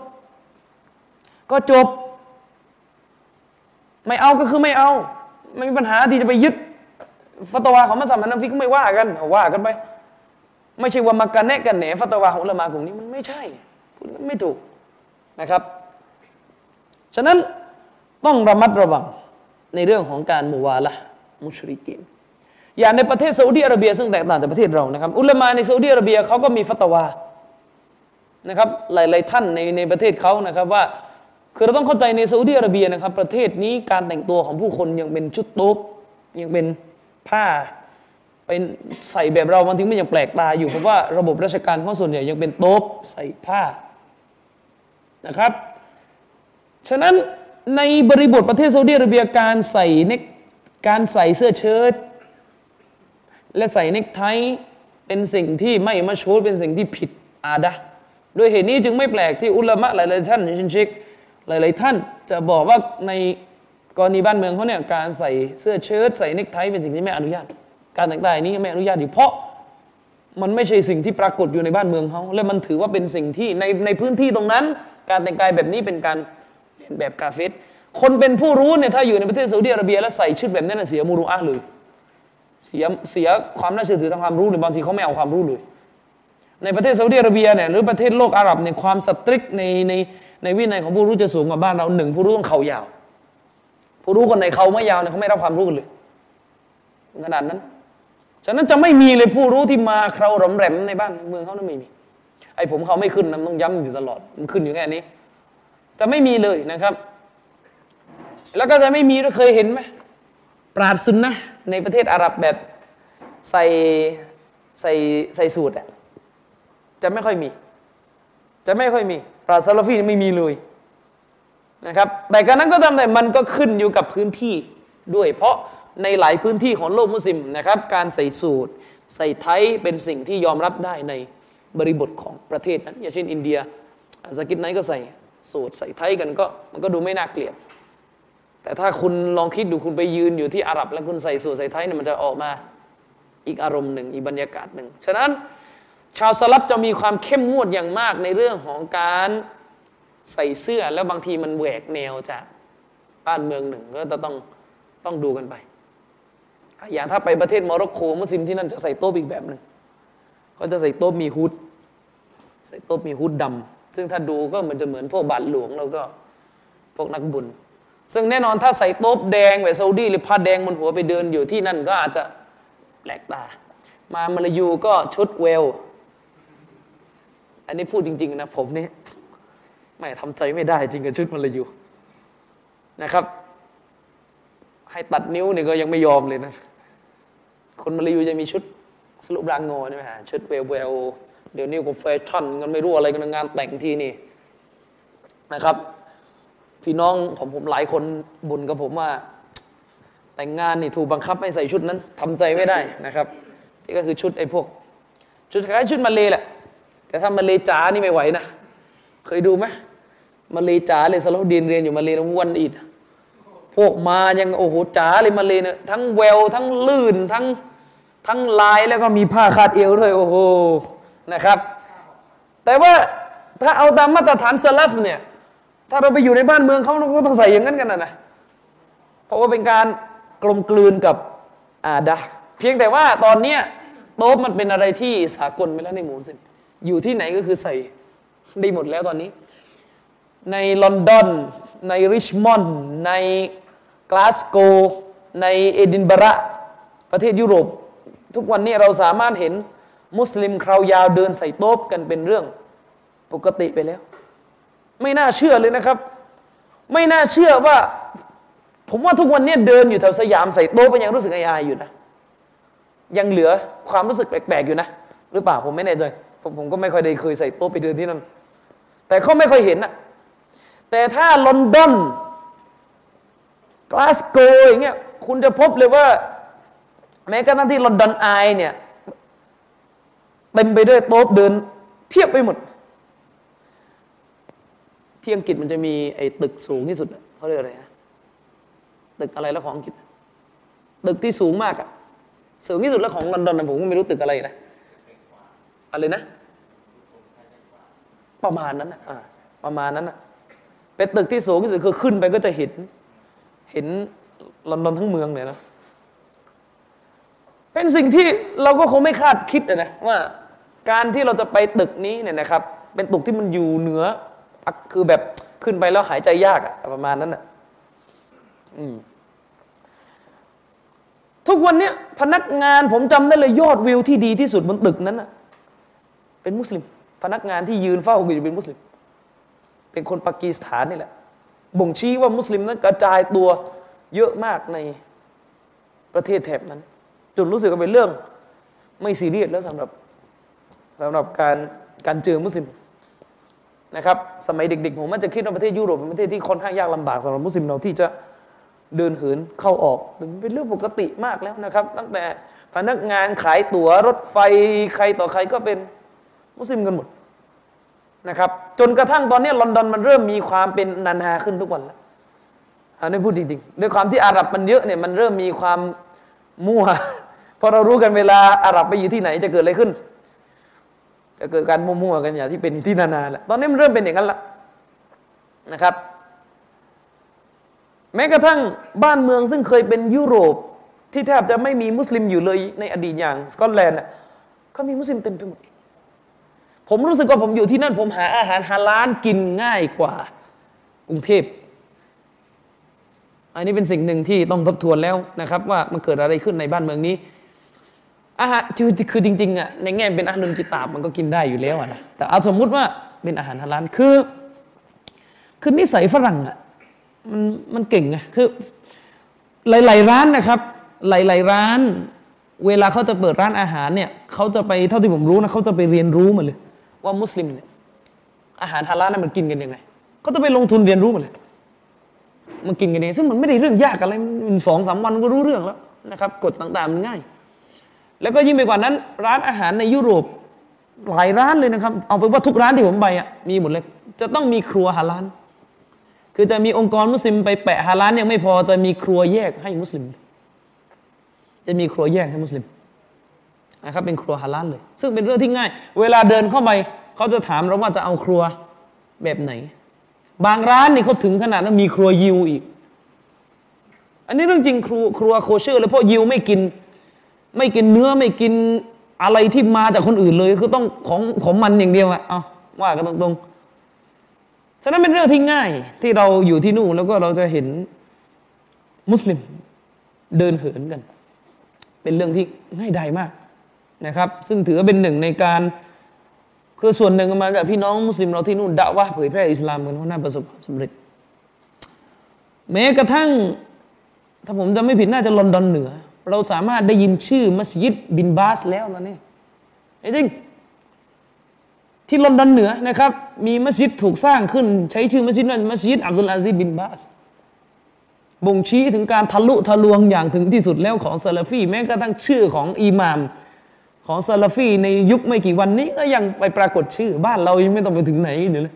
ไม่เอาก็คือไม่เอาไม่มีปัญหาที่จะไปยึดฟัตวาของมัซฮับฮานาฟิก็ไม่ว่ากันไปไม่ใช่ว่ามากันแนะกันแหนฟัตวาของอุลามะกลุ่มนี้มันไม่ใช่พูดไม่ถูกนะครับฉะนั้นต้องระมัดระวังในเรื่องของการมุวาละมุชริกีนอย่างในประเทศซาอุดิอาระเบียซึ่งแตกต่างจากประเทศเรานะครับอุลามะในซาอุดิอาระเบียเขาก็มีฟัตวานะครับหลายๆท่านในประเทศเขานะครับว่าคือเราต้องเข้าใจในซาอุดิอาระเบียนะครับประเทศนี้การแต่งตัวของผู้คนยังเป็นชุดโต๊บยังเป็นผ้าเป็นใส่แบบเราบางทีมันยังแปลกตาอยู่เพราะว่าระบบราชการของส่วนใหญ่ยังเป็นโต๊บใส่ผ้านะครับฉะนั้นในบริบทประเทศซาอุดิอาระเบียการใส่เสื้อเชิ้ตและใส่เนคไทเป็นสิ่งที่ไม่มัชฮูรเป็นสิ่งที่ผิดอาดะห์โดยเหตุนี้จึงไม่แปลกที่อุลามะหลายๆท่านเช่นเชคหลายๆท่านจะบอกว่าในกรณีบ้านเมืองเขาเนี่ยการใส่เสื้อเชิ้ตใส่เนคไทเป็นสิ่งที่ไม่อนุญาตการแต่งกายนี้ไม่อนุญาตอยู่เพราะมันไม่ใช่สิ่งที่ปรากฏอยู่ในบ้านเมืองเขาและมันถือว่าเป็นสิ่งที่ในพื้นที่ตรงนั้นการแต่งกายแบบนี้เป็นการเลียนแบบกาเฟรคนเป็นผู้รู้เนี่ยถ้าอยู่ในประเทศซาอุดิอาระเบียแล้วใส่ชุดแบบนั้นเสียมูรุอะห์เลยเสียความน่าเชื่อถือทางความรู้เลยบางทีเขาไม่เอาความรู้เลยในประเทศซาอุดิอาระเบียเนี่ยหรือประเทศโลกอาหรับเนี่ยความสตริกในวินัยของผู้รู้จะสูงกว่าบ้านเราหนึ่งผู้รู้ต้องเข่ายาวผู้รู้คนไหนเข่าไม่ยาวเนี่ยเขาไม่รับความรู้กันเลยขนาดนั้นฉะนั้นจะไม่มีเลยผู้รู้ที่มาเคราร่ำแรมในบ้านเมืองเขานั้นไม่มีไอ้ผมเขาไม่ขึ้นนะต้องย้ำอยู่ตลอดมันขึ้นอยู่แค่นี้แต่ไม่มีเลยนะครับแล้วก็จะไม่มีเราเคยเห็นไหมปราชญ์ซุนนะห์ในประเทศอาหรับแบบใส่สูทจะจะไม่ค่อยมีปราชญ์ซาลาฟีไม่มีเลยนะครับแต่การนั้นก็ตามแต่มันก็ขึ้นอยู่กับพื้นที่ด้วยเพราะในหลายพื้นที่ของโลกมุสลิมนะครับการใส่สูทใส่ไทเป็นสิ่งที่ยอมรับได้ในบริบทของประเทศนั้นอย่างเช่นอินเดียสกิทไนท์ก็ใส่สูทใส่ไทกันก็มันก็ดูไม่น่าเกลียดแต่ถ้าคุณลองคิดดูคุณไปยืนอยู่ที่อาหรับแล้วคุณใส่สูทใส่ไทเนี่ยมันจะออกมาอีกอารมณ์หนึ่งอีกบรรยากาศหนึ่งฉะนั้นชาวสลับจะมีความเข้มงวดอย่างมากในเรื่องของการใส่เสื้อแล้วบางทีมันแหวกแนวจากบ้านเมืองหนึ่งก็จะต้องดูกันไปอย่างถ้าไปประเทศโมร็อกโกมุสลิมที่นั่นจะใส่โต๊ะอีกแบบหนึ่งก็จะใส่โต๊ะมีฮุดใส่โต๊ะมีฮุดดำซึ่งถ้าดูก็มันจะเหมือนพวกบาทหลวงแล้วก็พวกนักบุญซึ่งแน่นอนถ้าใส่โต๊ะแดงแบบซาอุดีหรือผ้าแดงบนหัวไปเดินอยู่ที่นั่นก็อาจจะแปลกตามาลายูก็ชุดเวลอันนี้พูดจริงๆนะผมนี่ไม่ทำใจไม่ได้จริงกับชุดมาลายูนะครับให้ตัดนิ้วนี่ก็ยังไม่ยอมเลยนะคนมาลายูจะมีชุดสรุปรางงอใช่ไหมฮะชุดเวลเดี๋ยวนี้ก็แฟชั่นกันไม่รู้อะไรกันงานแต่งทีนี่นะครับพี่น้องของผมหลายคนบ่นกับผมว่าแต่งงานนี่ถูกบังคับให้ใส่ชุดนั้นทำใจไม่ได้นะครับที่ก็คือชุดไอ้พวกชุดคล้ายชุดมาเลแหละแต่ถ้ามาเลจ๋านี่ไม่ไหวนะเคยดูไหมมาเลจ๋าเลยซาลาดีนเรียนอยู่มาเลนะวันอีดพวกมายังโอ้โหจ๋าเลยมาเลเนี่ยทั้งแววทั้งลื่นทั้งลายแล้วก็มีผ้าคาดเอวด้วยโอ้โหนะครับแต่ว่าถ้าเอาตามมาตรฐานสลัฟเนี่ยถ้าเราไปอยู่ในบ้านเมืองเขาก็ต้องใส่อย่างนั้นกันนะเพราะว่าเป็นการกลมกลืนกับอาดะเพียงแต่ว่าตอนเนี้ยโต๊ะมันเป็นอะไรที่สากลไปแล้วในหมู่มุสลิมอยู่ที่ไหนก็คือใส่ได้หมดแล้วตอนนี้ในลอนดอนในริชมอนด์ในกลาสโกว์ในเอดินบะระประเทศยุโรปทุกวันนี้เราสามารถเห็นมุสลิมคราวยาวเดินใส่โต๊ะกันเป็นเรื่องปกติไปแล้วไม่น่าเชื่อเลยนะครับไม่น่าเชื่อว่าผมว่าทุกวันนี้เดินอยู่แถวสยามใส่โต๊ะไปยังรู้สึกอายๆอยู่นะยังเหลือความรู้สึกแปลกๆอยู่นะหรือเปล่าผมไม่แน่ใจผมก็ไม่ค่อยได้เคยใส่โต๊ะไปเดินที่นั่นแต่เขาไม่ค่อยเห็นนะแต่ถ้าลอนดอนกลาสโกว์อย่างเงี้ยคุณจะพบเลยว่าแม้กระทั่งที่ลอนดอนไอเนี่ยเต็มไปด้วยโต๊ะเดินเพียบไปหมดที่อังกฤษมันจะมีไอ้ตึกสูงที่สุดเขาเรียกอะไรนะตึกอะไรแล้วของอังกฤษตึกที่สูงมากอะสูงที่สุดแล้วของลอนดอนนะผมก็ไม่รู้ตึกอะไรนะอะไรนะประมาณนั้นนะประมาณนั้นนะเป็นตึกที่สูงที่สุดคือขึ้นไปก็จะเห็นลอนดอนทั้งเมืองเลยนะเป็นสิ่งที่เราก็คงไม่คาดคิดนะว่าการที่เราจะไปตึกนี้เนี่ยนะครับเป็นตึกที่มันอยู่เหนือคือแบบขึ้นไปแล้วหายใจยากอะประมาณนั้นอะทุกวันเนี้ยพนักงานผมจำได้เลยยอดวิวที่ดีที่สุดบนตึกนั้นอะเป็นมุสลิมพนักงานที่ยืนเฝ้าอยู่เป็นมุสลิมเป็นคนปากีสถานนี่แหละบ่งชี้ว่ามุสลิมนั้นกระจายตัวเยอะมากในประเทศแถบนั้นจนรู้สึกว่าเป็นเรื่องไม่ซีเรียสแล้วสำหรับการเจอมุสลิมนะครับสมัยเด็กๆผมมันจะคิดว่าประเทศยุโรปเป็นประเทศที่ค่อนข้างยากลำบากสำหรับมุสลิมเราที่จะเดินเหินเข้าออกเป็นเรื่องปกติมากแล้วนะครับตั้งแต่พนักงานขายตั๋วรถไฟใครต่อใครก็เป็นมุสลิมกันหมดนะครับจนกระทั่งตอนนี้ลอนดอนมันเริ่มมีความเป็นนานาขึ้นทุกวันแล้วอันนี้พูดจริงๆด้วยความที่อาหรับมันเยอะเนี่ยมันเริ่มมีความมั่วเพราะเรารู้กันเวลาอาหรับไปอยู่ที่ไหนจะเกิดอะไรขึ้นจะเกิดการมั่วๆกันอย่างที่เป็นที่นานาแหละตอนนี้มันเริ่มเป็นอย่างนั้นละนะครับแม้กระทั่งบ้านเมืองซึ่งเคยเป็นยุโรปที่แทบจะไม่มีมุสลิมอยู่เลยในอดีตอย่างสกอตแลนด์ก็มีมุสลิมเต็มไปหมดผมรู้สึกว่าผมอยู่ที่นั่นผมหาอาหารฮาลาลกินง่ายกว่ากรุงเทพอันนี้เป็นสิ่งหนึ่งที่ต้องทบทวนแล้วนะครับว่ามันเกิดอะไรขึ้นในบ้านเมืองนี้อาหารคือจริงๆอ่ะในแง่เป็นอาหารกิตาบมันก็กินได้อยู่แล้วนะแต่เอาสมมุติว่าเป็นอาหารฮาลาลคือนิสัยฝรั่งอ่ะมันเก่งไงคือหลายๆร้านนะครับหลายๆร้านเวลาเขาจะเปิดร้านอาหารเนี่ยเขาจะไปเท่าที่ผมรู้นะเขาจะไปเรียนรู้มาเลยว่ามุสลิมเนี่ยอาหารฮาลาลนั้นมันกินกันยังไงเขาต้องไปลงทุนเรียนรู้มาเลยมันกินกันเองซึ่งมันไม่ได้เรื่องยากอะไรมัน2-3 วันก็รู้เรื่องแล้วนะครับกฎต่างๆมันง่ายแล้วก็ยิ่งไปกว่านั้นร้านอาหารในยุโรปหลายร้านเลยนะครับเอาไปว่าทุกร้านที่ผมไปมีหมดเลยจะต้องมีครัวฮาลาลคือจะมีองค์กรมุสลิมไปแปะฮาลาลยังไม่พอจะมีครัวแยกให้มุสลิมจะมีครัวแยกให้มุสลิมนะครับเป็นครัวฮาลาลเลยซึ่งเป็นเรื่องที่ง่ายเวลาเดินเข้าไปเขาจะถามเราว่าจะเอาครัวแบบไหนบางร้านนี่เขาถึงขนาดนั้นมีครัวยิวอีกอันนี้เรื่องจริงครัวโคเชอร์เลยเพราะยิวไม่กินเนื้อไม่กินอะไรที่มาจากคนอื่นเลยคือต้องของมันอย่างเดียวเอาว่ากันตรงๆฉะนั้นเป็นเรื่องที่ง่ายที่เราอยู่ที่นู่นแล้วก็เราจะเห็นมุสลิมเดินเหินกันเป็นเรื่องที่ง่ายดายมากนะครับซึ่งถือว่าเป็นหนึ่งในการคือส่วนหนึ่งมาจากพี่น้องมุสลิมเราที่นู่นดะวะห์เผยแพร่อิสลามกันเพราะน่าประสบความสำเร็จแม้กระทั่งถ้าผมจำไม่ผิดน่าจะลอนดอนเหนือเราสามารถได้ยินชื่อมัสยิดบินบาสแล้วตอนนี้จริงที่ลอนดอนเหนือนะครับมีมัสยิดถูกสร้างขึ้นใช้ชื่อมัสยิดนั้นมัสยิดอับดุลอาซิซบินบาสบ่งชี้ถึงการทะลุทะลวงอย่างถึงที่สุดแล้วของซาลาฟีแม้กระทั่งชื่อของอิหม่ามของซาลาฟีในยุคไม่กี่วันนี้ก็ยังไปปรากฏชื่อบ้านเรายังไม่ต้องไปถึงไหนเลย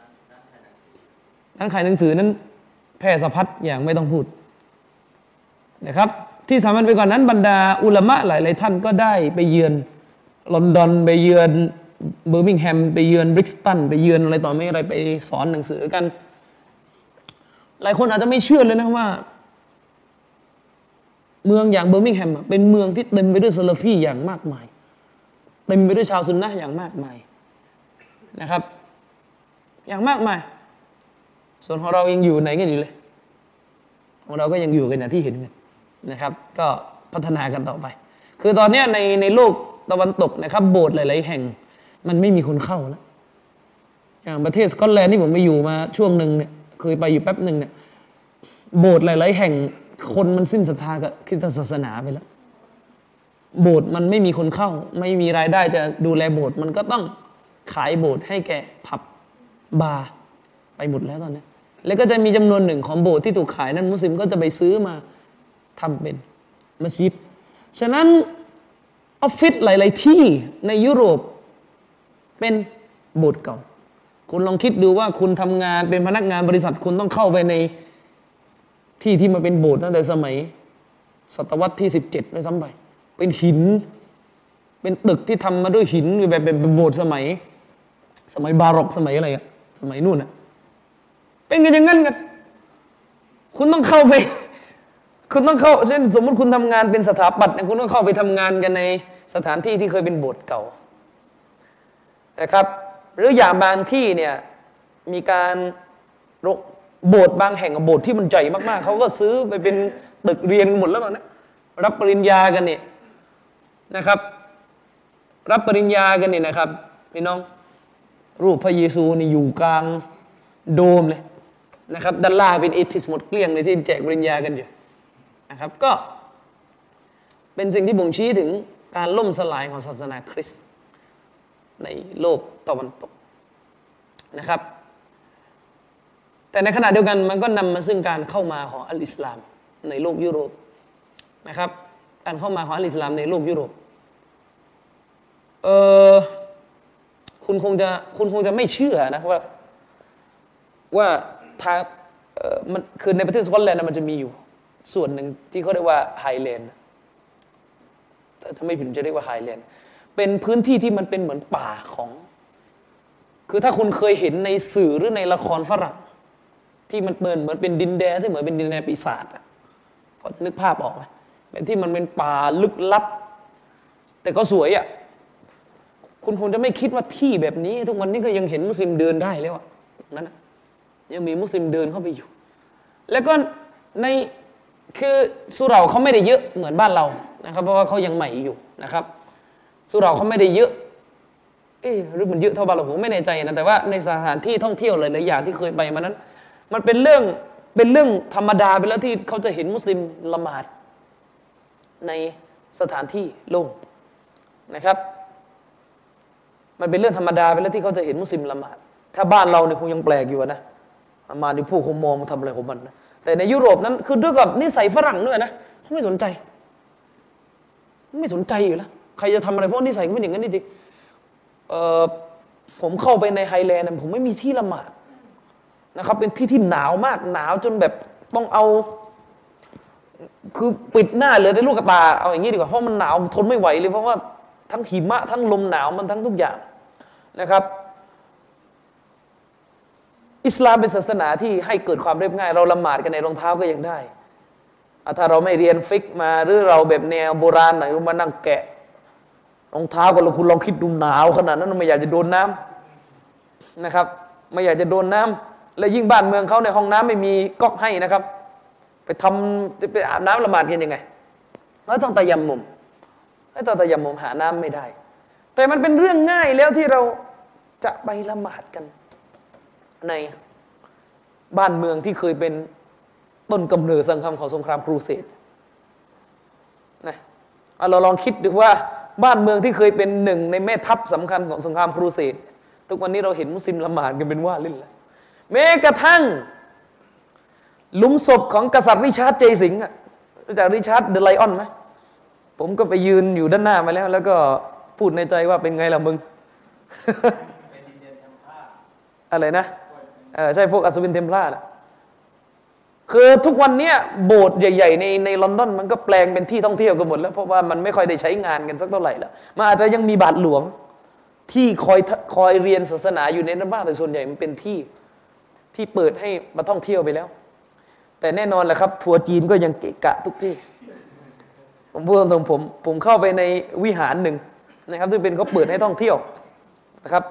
ร้านขายหนังสือนั้นแพร่สะพัดอย่างไม่ต้องพูดนะครับที่สำคัญไปกว่านั้นบรรดาอุลามะหลายๆท่านก็ได้ไปเยือนลอนดอนไปเยือนเบอร์มิงแฮมไปเยือนบริกสตันไปเยือนอะไรต่อไม่อะไรไปสอนหนังสือกันหลายคนอาจจะไม่เชื่อเลยนะว่าเมืองอย่างเบอร์มิงแฮมเป็นเมืองที่เต็มไปด้วยซาลาฟีอย่างมากมายเต็มไปด้วยชาวซุนนะห์อย่างมากมายนะครับอย่างมากมายส่วนของเรายังอยู่ไหนกันอยู่เลยของเราก็ยังอยู่กันอย่างที่เห็นกันนะครับก็พัฒนากันต่อไปคือตอนนี้ในโลกตะวันตกนะครับโบสถ์หลายๆแห่งมันไม่มีคนเข้าแล้วอย่างประเทศสกอตแลนด์ที่ผมไปอยู่มาช่วงหนึ่งเนี่ยเคยไปอยู่แป๊บหนึ่งเนี่ยโบสถ์หลายๆแห่งคนมันสิ้นศรัทธากับคริสตศาสนาไปแล้วโบสถ์มันไม่มีคนเข้าไม่มีรายได้จะดูแลโบสถ์มันก็ต้องขายโบสถ์ให้แก่ผับบาร์ไปหมดแล้วตอนนี้แล้วก็จะมีจำนวนหนึ่งของโบสถ์ที่ถูกขายนั้นมุสลิมก็จะไปซื้อมาทำเป็นมัสยิดฉะนั้นออฟฟิศหลายๆที่ในยุโรปเป็นโบสถ์เก่าคุณลองคิดดูว่าคุณทำงานเป็นพนักงานบริษัทคุณต้องเข้าไปในที่มันเป็นโบสถ์ตั้งแต่สมัยศตวรรษที่17ด้วยซ้ำไปเป็นหินเป็นตึกที่ทำมาด้วยหินแบบเป็นโบสถ์สมัยบาร็อกสมัยอะไรสมัยนู่นเป็นกันอย่างนั้นกันคุณต้องเข้าเช่นสมมติคุณทำงานเป็นสถาปัตย์คุณต้องเข้าไปทำงานกันในสถานที่ที่เคยเป็นโบสถ์เก่านะครับหรืออย่างบางที่เนี่ยมีการโบสถ์บางแห่งโบสถ์ที่มันใหญ่มากๆเขาก็ซื้อไปเป็นตึกเรียนหมดแล้วตอนนี้รับปริญญากันเนี่ยนะครับรับปริญญากันเนี่ยนะครับพี่น้องรูปพระเยซูนี่อยู่กลางโดมเลยนะครับด้านล่างเป็นเอทิสหมดเกลี้ยงเลยที่แจกปริญญากันอยู่นะครับก็เป็นสิ่งที่บ่งชี้ถึงการล่มสลายของศาสนาคริสต์ในโลกตะวันตกนะครับแต่ในขณะเดียวกันมันก็นำมาซึ่งการเข้ามาของอัลอิสลามในโลกยุโรปนะครับการเข้ามาของอัลอิสลามในโลกยุโรปคุณคงจะไม่เชื่อนะว่าทางมันคือในประเทศสกอตแลนด์มันจะมีอยู่ส่วนหนึ่งที่เขาเรียกว่าไฮแลนด์ถ้าไม่ผิดจะเรียกว่าไฮแลนด์เป็นพื้นที่ที่มันเป็นเหมือนป่าของคือถ้าคุณเคยเห็นในสื่อหรือในละครฝรั่งที่มันเหมือนเป็นดินแดนที่เหมือนเป็นดินแดนปีศาจพอจะนึกภาพออกไหมเป็นที่มันเป็นป่าลึกลับแต่ก็สวยคุณคงจะไม่คิดว่าที่แบบนี้ทุกวันนี้ก็ยังเห็นมุสลิมเดินได้แล้วนั้นยังมีมุสลิมเดินเข้าไปอยู่แล้วก็ในคือสุเหร่าเขาไม่ได้เยอะเหมือนบ้านเรานะครับเพราะว่าเขายังใหม่อยู่นะครับสุเหร่าเขาไม่ได้เยอะหรือมันเยอะเท่าบ้านเราผมไม่แน่ใจนะแต่ว่าในสถานที่ท่องเที่ยวหลายๆอย่างที่เคยไปมานั้นมันเป็นเรื่องธรรมดาไปแล้วที่เขาจะเห็นมุสลิมละหมาดในสถานที่โล่งนะครับมันเป็นเรื่องธรรมดาไปแล้วที่เขาจะเห็นมุสลิมละหมาดถ้าบ้านเราเนี่ยคงยังแปลกอยู่นะละหมาดที่ผู้คงมองมาทำอะไรของมันนะแต่ในยุโรปนั้นคือด้วยกับนิสัยฝรั่งด้วยนะเขาไม่สนใจอยู่แล้วใครจะทำอะไรเพราะนิสัยเขาเป็นอย่างนั้นจริงผมเข้าไปในไฮแลนด์ผมไม่มีที่ละหมาดนะครับเป็นที่ที่หนาวมากหนาวจนแบบต้องเอาคือปิดหน้าเหลือแต่ลูกตาเอาอย่างนี้ดีกว่าเพราะมันหนาวทนไม่ไหวเลยเพราะว่าทั้งหิมะทั้งลมหนาวมันทั้งทุกอย่างนะครับอิสลามเป็นศาสนาที่ให้เกิดความเรียบง่ายเราละหมาดกันในรองเท้าก็ยังได้ถ้าเราไม่เรียนฟิกมาหรือเราแบบแนวโบราณหน่อยมานั่งแกะรองเท้ากันแล้วคุณลองคิดดูหนาวขนาดนั้นไม่อยากจะโดนน้ำนะครับไม่อยากจะโดนน้ำและยิ่งบ้านเมืองเขาในห้องน้ำไม่มีก๊อกให้นะครับจะไปอาบน้ำละหมาดกันยังไงแล้วต้องตะยำมุมหาน้ำไม่ได้แต่มันเป็นเรื่องง่ายแล้วที่เราจะไปละหมาดกันในบ้านเมืองที่เคยเป็นต้นกำเนิดสังคมของสงครามครูเสดนะเราลองคิดดูว่าบ้านเมืองที่เคยเป็นหนึ่งในแม่ทัพสำคัญของสงครามครูเสดทุกวันนี้เราเห็นมุสลิมละหมาดกันเป็นว่าเล่นแล้วแม้กระทั่งหลุมศพของกษัตริย์ริชาร์ดเจสิงห์รู้จักริชาร์ดเดอะไลออนไหมผมก็ไปยืนอยู่ด้านหน้ามาแล้วก็พูดในใจว่าเป็นไงล่ะมึง อะไรนะใช่พวกอัศวินเทมพลาร์นะคือทุกวันนี้โบสถ์ใหญ่ๆในลอนดอนมันก็แปลงเป็นที่ท่องเที่ยวกันหมดแล้วเพราะว่ามันไม่ค่อยได้ใช้งานกันสักเท่าไหร่แล้วมันอาจจะยังมีบาทหลวงที่คอยเรียนศาสนาอยู่ในนั้นบ้างแต่ส่วนใหญ่มันเป็นที่เปิดให้มาท่องเที่ยวไปแล้วแต่แน่นอนแหละครับทัวร์จีนก็ยังเกะกะทุกที่ผมพูดตรงผมเข้าไปในวิหารหนึ่งนะครับซึ่งเป็นเขาเปิดให้ท่องเที่ยวนะครับ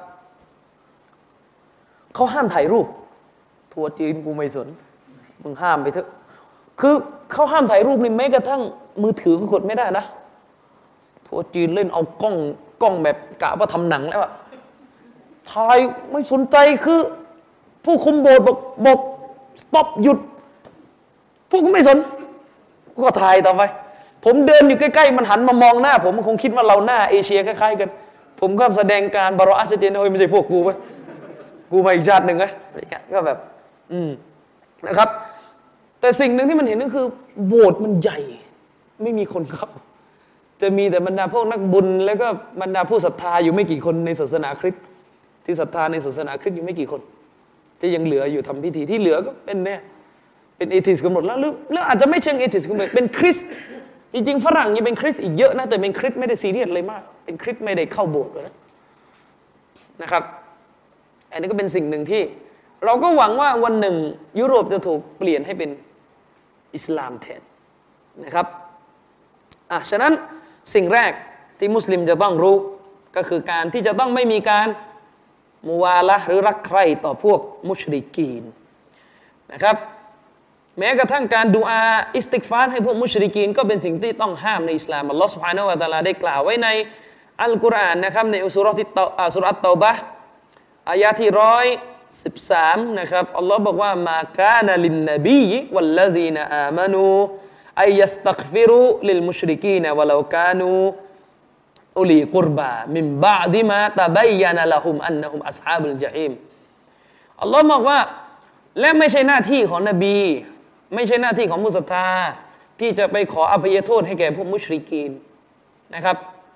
เขาห้ามถ่ายรูปทัวร์จีนกูไม่สนมึงห้ามไปเถอะคือเขาห้ามถ่ายรูปนี่แม้กระทั่งมือถือก็กดไม่ได้นะทัวร์จีนเล่นเอากล้องแบบกะว่าทำหนังแล้วอะถ่ายไม่สนใจคือผู้คุมโบสถ์บอกสต็อปหยุดพวกกูไม่สนก็ถ่ายต่อไปผมเดินอยู่ใกล้ๆมันหันมามองหน้าผมมันคงคิดว่าเราหน้าเอเชียคล้ายๆกันผมก็แสดงการบารออะห์ชัดเจนโอ้ยไม่ใช่พวกกูเว้ยกูมาอีกชาติหนึ่งไงก็แบบนะครับแต่สิ่งหนึ่งที่มันเห็นก็คือโบสถ์มันใหญ่ไม่มีคนเข้าจะมีแต่บรรดาพวกนักบุญแล้วก็บรรดาผู้ศรัทธาอยู่ไม่กี่คนในศาสนาคริสต์ที่ศรัทธาในศาสนาคริสต์อยู่ไม่กี่คนที่ยังเหลืออยู่ทำพิธีที่เหลือก็เป็นเนี่ยเป็นเอทิสกันหมดแล้วหรืออาจจะไม่เชิงเอทิสกันหมดเป็นคริสต์จริงๆฝรั่งยังเป็นคริสต์อีกเยอะนะแต่เป็นคริสต์ไม่ได้ซีเรียสเลยมากเป็นคริสต์ไม่ได้เข้าโบสถ์เลยนะครับอันนี้ก็เป็นสิ่งหนึ่งที่เราก็หวังว่าวันหนึ่งยุโรปจะถูกเปลี่ยนให้เป็นอิสลามแทนนะครับฉะนั้นสิ่งแรกที่มุสลิมจะต้องรู้ก็คือการที่จะต้องไม่มีการมุวาละหรือรักใคร่ต่อพวกมุชริกีนนะครับแม้กระทั่งการดูอาอิสติกฟารให้พวกมุชริกีนก็เป็นสิ่งที่ต้องห้ามในอิสลามอัลลอฮฺซุบฮานะฮูวะตะอาลาได้กล่าวไว้ในอัลกุรอานนะครับในสุเราะห์เตาบะห์อายะที่113นะครับอัลลอฮ์บอกว่ามาคานะลินนบีวัลลซีนอามานูอัยยัสตัฆฟิรุลิลมุชริกีนวะลากานูอุลีกุรบามินบะอ์ดิมาตะบัยยะนะละฮุมอันนะฮุมอัศฮาบุลญะฮีมอัลลอฮ์บอกว่าและไม่ใช่หน้าที่ของนบีไม่ใช่หน้าที่ของผู้ศรัทธาที่จะไปขออภัยโทษให้แก่พวกมุชริกีนนะครับ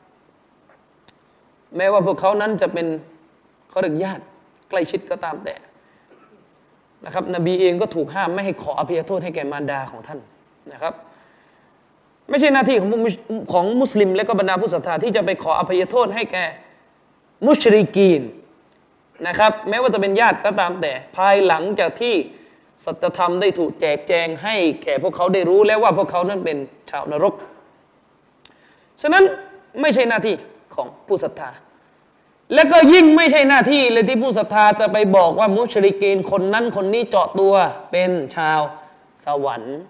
แม้ว่าพวกเขานั้นจะเป็นเขาเรียกญาติใกล้ชิดก็ตามแต่นะครับนบีเองก็ถูกห้ามไม่ให้ขออภัยโทษให้แก่มารดาของท่านนะครับไม่ใช่หน้าที่ของมุสลิมและก็บรรดาผู้ศรัทธาที่จะไปขออภัยโทษให้แก่มุชริกีนนะครับแม้ว่าจะเป็นญาติก็ตามแต่ภายหลังจากที่สัจธรรมได้ถูกแจกแจงให้แก่พวกเขาได้รู้แล้วว่าพวกเขานั้นเป็นชาวนรกฉะนั้นไม่ใช่หน้าที่ของผู้ศรัทธาและก็ยิ่งไม่ใช่หน้าที่เลยที่ผู้ศรัทธาจะไปบอกว่ามุชริกีนคนนั้นคนนี้เจาะตัวเป็นชาวสวรรค์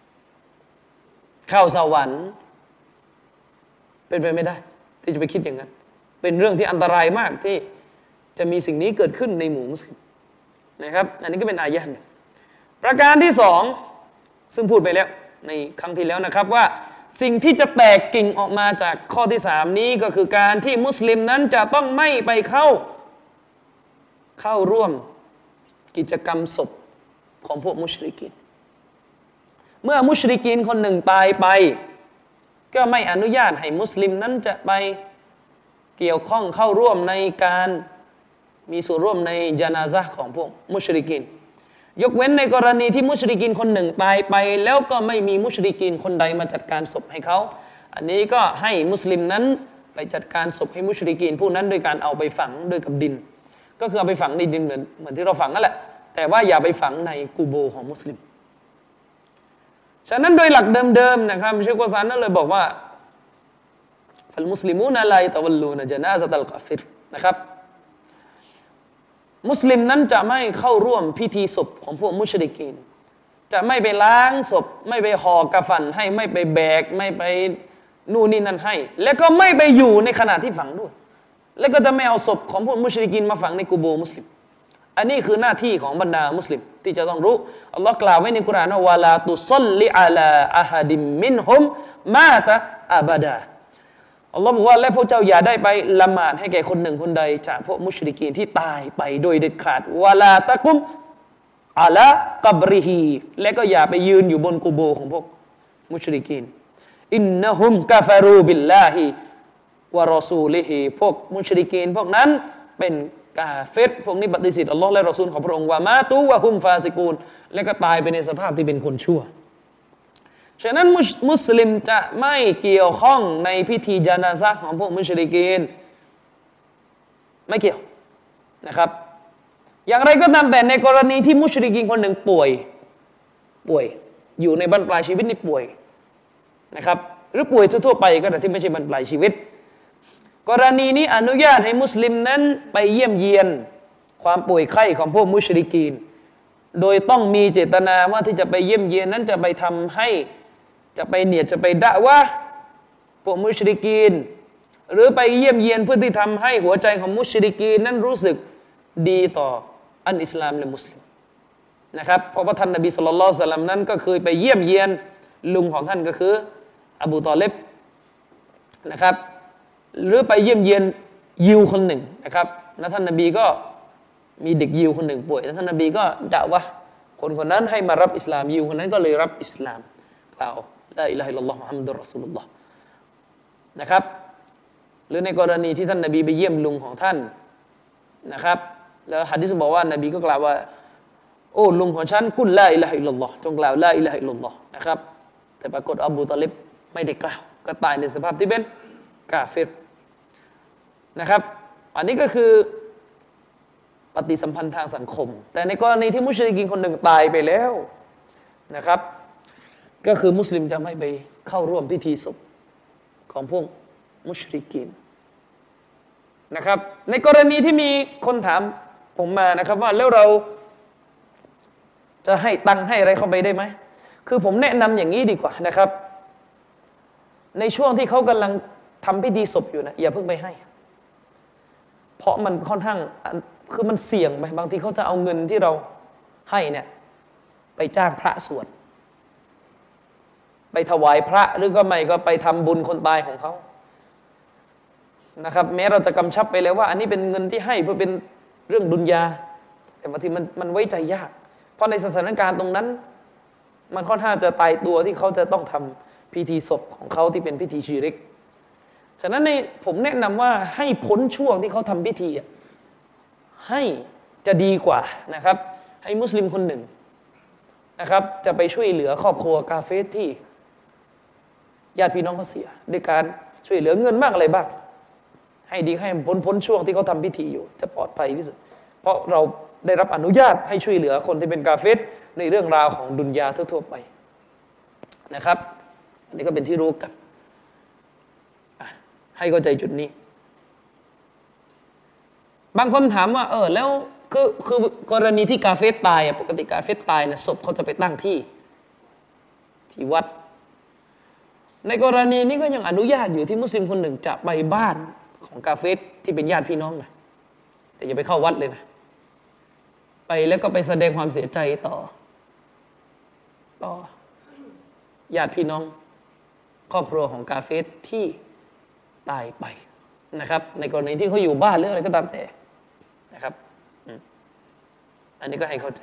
เข้าสวรรค์เป็นไปไม่ได้ที่จะไปคิดอย่างนั้นเป็นเรื่องที่อันตรายมากที่จะมีสิ่งนี้เกิดขึ้นในหมู่มุสลิมนะครับอันนี้ก็เป็นอายะห์หนึ่งประการที่สองซึ่งพูดไปแล้วในครั้งที่แล้วนะครับว่าสิ่งที่จะแตกกิ่งออกมาจากข้อที่สามนี้ก็คือการที่มุสลิมนั้นจะต้องไม่ไปเข้าร่วมกิจกรรมศพของพวกมุชริกีนเมื่อมุชริกีนคนหนึ่งตายไปก็ไม่อนุญาตให้มุสลิมนั้นจะไปเกี่ยวข้องเข้าร่วมในการมีส่วนร่วมในญานาซะห์ของพวกมุชริกีนยกเว้นในกรณีที่มุชริกีนคนหนึ่งตายไปแล้วก็ไม่มีมุชริกีนคนใดมาจัดการศพให้เขาอันนี้ก็ให้มุสลิมนั้นไปจัดการศพให้มุชริกีนผู้นั้นโดยการเอาไปฝังด้วยกับดินก็คือเอาไปฝังในดินเหมือนที่เราฝังนั่นแหละแต่ว่าอย่าไปฝังในกูโบของมุสลิมฉะนั้นโดยหลักเดิมๆนะครับเชคอัลซานนั่นเลยบอกว่าฟัลมุสลิมูนลายัตวัลลูนญะนาซะตัลกาฟิรนะครับมุสลิมนั้นจะไม่เข้าร่วมพิธีศพของพวกมุชริกีนจะไม่ไปล้างศพไม่ไปห่อกะฟันให้ไม่ไปแบกไม่ไปนู่นนี่นั่นให้แล้วก็ไม่ไปอยู่ในขณะที่ฝังด้วยแล้วก็จะไม่เอาศพของพวกมุชริกีนมาฝังในกูโบมุสลิมอันนี้คือหน้าที่ของบรรดามุสลิมที่จะต้องรู้อัลลอฮ์กล่าวไว้ในกุรอานว่าวะลาตุศ็อลลิอะลาอะฮัดิมมินฮุมมาตะอะบะดาอัลลอฮ์บอกว่าและพวกเจ้าอย่าได้ไปละหมาดให้แก่คนหนึ่งคนใดจากพวกมุชริกีนที่ตายไปโดยเด็ดขาดวะลาตะกุมอะลากับริฮีและก็อย่าไปยืนอยู่บนกูโบของพวกมุชริกีนอินนะฮุมกะฟารูบิลลาฮิวะรอซูลิฮิพวกมุชริกีนพวกนั้นเป็นกาเฟรพวกนี้ปฏิเสธอัลลอฮ์และรอซูลของพระองค์ว่ามาตูวะฮุมฟาซิกูนและก็ตายไปในสภาพที่เป็นคนชั่วฉะนั้นมุสลิมจะไม่เกี่ยวข้องในพิธีญานาซะห์ของพวกมุชริกีนไม่เกี่ยวนะครับอย่างไรก็ตามแต่ในกรณีที่มุชริกีนคนหนึ่งป่วยอยู่ในบรรปลายชีวิตนี่ป่วยนะครับหรือป่วยทั่วๆไปก็ได้ที่ไม่ใช่บรรปลายชีวิตกรณีนี้อนุญาตให้มุสลิมนั้นไปเยี่ยมเยียนความป่วยไข้ของพวกมุชริกีนโดยต้องมีเจตนาว่าที่จะไปเยี่ยมเยียนนั้นจะไปทำให้จะไปเนียดจะไปดะวะพวกมุชริกีนหรือไปเยี่ยมเยียนเพื่อที่ทำให้หัวใจของมุชริกีนนั้นรู้สึกดีต่ออันอิสลามและมุสลิมนะครับเพราะว่าท่านนบีศ็อลลัลลอฮุอะลัยฮิวะซัลลัมนั้นก็เคยไปเยี่ยมเยียนลุงของท่านก็คืออบูตอลิบนะครับหรือไปเยี่ยมเยียนยิวคนหนึ่งนะครับแล้วท่านนบีก็มีเด็กยิวคนหนึ่งป่วยแล้วท่านนบีก็ดะวะคนคนนั้นให้มารับอิสลามยิวคนนั้นก็เลยรับอิสลามกล่าวลาอิลาฮะอิลลัลลอฮุมุฮัมมัดุรรอซูลุลลอฮ์นะครับหรือในกรณีที่ท่านนบีไปเยี่ยมลุงของท่านนะครับแล้วหะดีษบอกว่านบีก็กล่าวว่าโอ้ลุงของฉันกุลลาอิลาฮะอิลลัลลอฮ์จงกล่าวลาอิลาฮะอิลลัลลอฮ์นะครับแต่ปรากฏอบูตอลิบไม่ได้กล่าวก็ตายในสภาพที่เป็นกาเฟรนะครับอันนี้ก็คือปฏิสัมพันธ์ทางสังคมแต่ในกรณีที่มุชริกีนคนหนึ่งตายไปแล้วนะครับก็คือมุสลิมจะไม่ไปเข้าร่วมพิธีศพของพวกมุชริกีนนะครับในกรณีที่มีคนถามผมมานะครับว่าแล้วเราจะให้ตังค์ให้อะไรเข้าไปได้ไหมคือผมแนะนำอย่างนี้ดีกว่านะครับในช่วงที่เขากำลังทำพิธีศพอยู่นะอย่าเพิ่งไปให้เพราะมันค่อนข้างคือมันเสี่ยงไปบางทีเขาจะเอาเงินที่เราให้เนี่ยไปจ้างพระสวดไปถวายพระหรือก็ไม่ก็ไปทำบุญคนตายของเขานะครับแม้เราจะกำชับไปแล้วว่าอันนี้เป็นเงินที่ให้เพื่อเป็นเรื่องดุนยาแต่บางทีมันไว้ใจยากเพราะในสถานการณ์ตรงนั้นมันค่อนข้างจะตายตัวที่เขาจะต้องทำพิธีศพของเขาที่เป็นพิธีชีริกฉะนั้นผมแนะนำว่าให้พ้นช่วงที่เขาทำพิธีให้จะดีกว่านะครับให้มุสลิมคนหนึ่งนะครับจะไปช่วยเหลือครอบครัวกาเฟรที่ญาติพี่น้องเขาเสียด้วยการช่วยเหลือเงินบ้างอะไรบ้างให้ดีให้พ้นช่วงที่เขาทำพิธีอยู่จะปลอดภัยที่สุดเพราะเราได้รับอนุญาตให้ช่วยเหลือคนที่เป็นกาเฟรในเรื่องราวของดุนยาทั่วๆไปนะครับอันนี้ก็เป็นที่รู้กันให้เข้าใจจุดนี้บางคนถามว่าแล้วคือกรณีที่กาเฟรตายปกติกาเฟรตายเนี่ยศพเขาจะไปตั้งที่วัดในกรณีนี้ก็ยังอนุญาตอยู่ที่มุสลิมคนหนึ่งจะไปบ้านของกาเฟรที่เป็นญาติพี่น้องนะแต่อย่าไปเข้าวัดเลยนะไปแล้วก็ไปแสดงความเสียใจต่อญาติพี่น้องครอบครัวของกาเฟรที่ตายไปนะครับในกรณีที่เขาอยู่บ้านหรืออะไรก็ตามแต่นะครับอันนี้ก็ให้เข้าใจ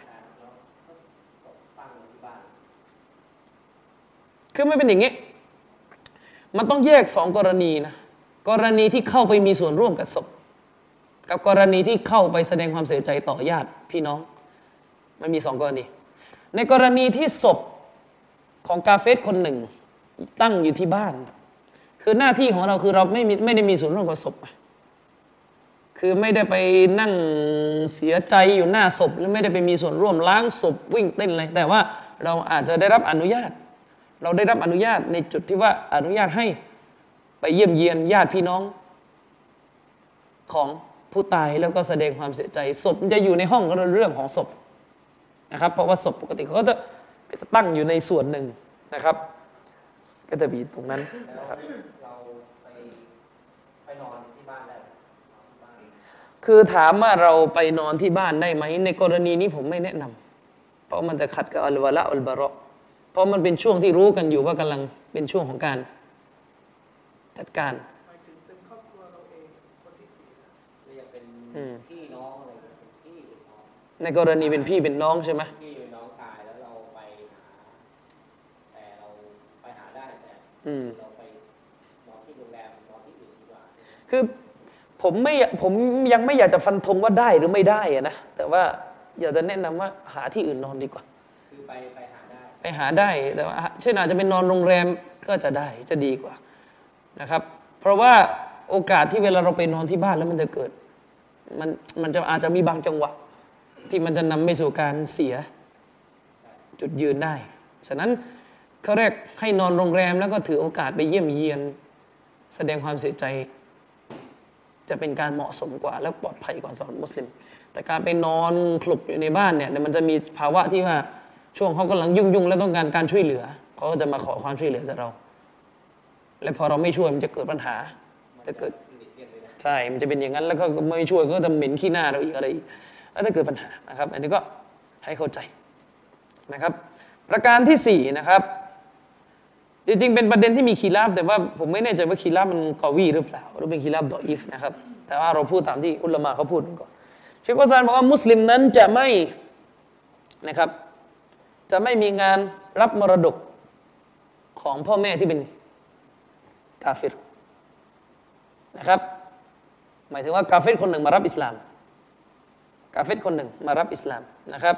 คือไม่เป็นอย่างนี้มันต้องแยกสองกรณีนะกรณีที่เข้าไปมีส่วนร่วมกับศพกับกรณีที่เข้าไปแสดงความเสียใจต่อญาติพี่น้องมันมีสองกรณีในกรณีที่ศพของกาเฟรคนหนึ่งตั้งอยู่ที่บ้านคือหน้าที่ของเราคือเราไม่ได้มีส่วนร่วมกับศพคือไม่ได้ไปนั่งเสียใจอยู่หน้าศพหรือไม่ได้ไปมีส่วนร่วมล้างศพวิ่งเต้นอะไรแต่ว่าเราอาจจะได้รับอนุญาตเราได้รับอนุญาตในจุดที่ว่าอนุญาตให้ไปเยี่ยมเยียนญาติพี่น้องของผู้ตายแล้วก็แสดงความเสียใจศพจะอยู่ในห้องก็เรื่องของศพนะครับเพราะว่าศพปกติเขาก็จะตั้งอยู่ในส่วนหนึ่งนะครับก็จะมีตรงนั้นนะครับเราไปนอนที่บ้านได้คือถามว่าเราไปนอนที่บ้านได้ไหมในกรณีนี้ผมไม่แนะนำเพราะมันจะขัดกับอัลวะละอัลบะเราะห์เพราะมันเป็นช่วงที่รู้กันอยู่ว่ากำลังเป็นช่วงของการจัดการเป็นครอบครัวเราเองคนที่เสียหรือเป็นพี่น้องอะไรเป็นพี่เป็นน้องในกรณีเป็นพี่เป็นน้องใช่ไหมพี่เป็นน้องตายแล้วเราไปหาแต่เราไปหาได้แต่เราไปนอนที่โรงแรมนอนที่อื่นดีกว่าคือผมยังไม่อยากจะฟันธงว่าได้หรือไม่ได้อะนะแต่ว่าอยากจะแนะนำว่าหาที่อื่นนอนดีกว่าคือไปหาได้แต่ว่าเช่นอาจจะเป็นนอนโรงแรมก็จะได้จะดีกว่านะครับเพราะว่าโอกาสที่เวลาเราไปนอนที่บ้านแล้วมันจะเกิดมันจะอาจจะมีบางจังหวะที่มันจะนำไปสู่การเสียจุดยืนได้ฉะนั้นเขาเรียกให้นอนโรงแรมแล้วก็ถือโอกาสไปเยี่ยมเยียนแสดงความเสียใจจะเป็นการเหมาะสมกว่าและปลอดภัยกว่าสำหรับมุสลิมแต่การไปนอนคลุกอยู่ในบ้านเนี่ยมันจะมีภาวะที่ว่าช่วงเขากำลังยุ่งและต้องการช่วยเหลือเขาก็จะมาขอความช่วยเหลือจากเราและพอเราไม่ช่วยมันจะเกิดปัญหาจะเกิดใช่มันจะเป็นอย่างนั้นแล้วก็ไม่ช่วยก็จะเหม็นขี้หน้าเราอีกอะไรอีกแล้วจะเกิดปัญหานะครับอันนี้ก็ให้เข้าใจนะครับประการที่4นะครับจริงๆเป็นประเด็นที่มีคีราฟแต่ว่าผมไม่แน่ใจว่าคีราฟมันกอวีหรือเปล่าหรือเป็นคีราฟดออีฟนะครับแต่ว่าเราพูดตามที่อุลามะเขาพูดก่อนเชค วะซานบอกว่ามุสลิมนั้นจะไม่นะครับจะไม่มีงานรับมรดกของพ่อแม่ที่เป็นกาเฟรนะครับหมายถึงว่ากาเฟรคนหนึ่งมารับอิสลามกาเฟรคนหนึ่งมารับอิสลามนะครับ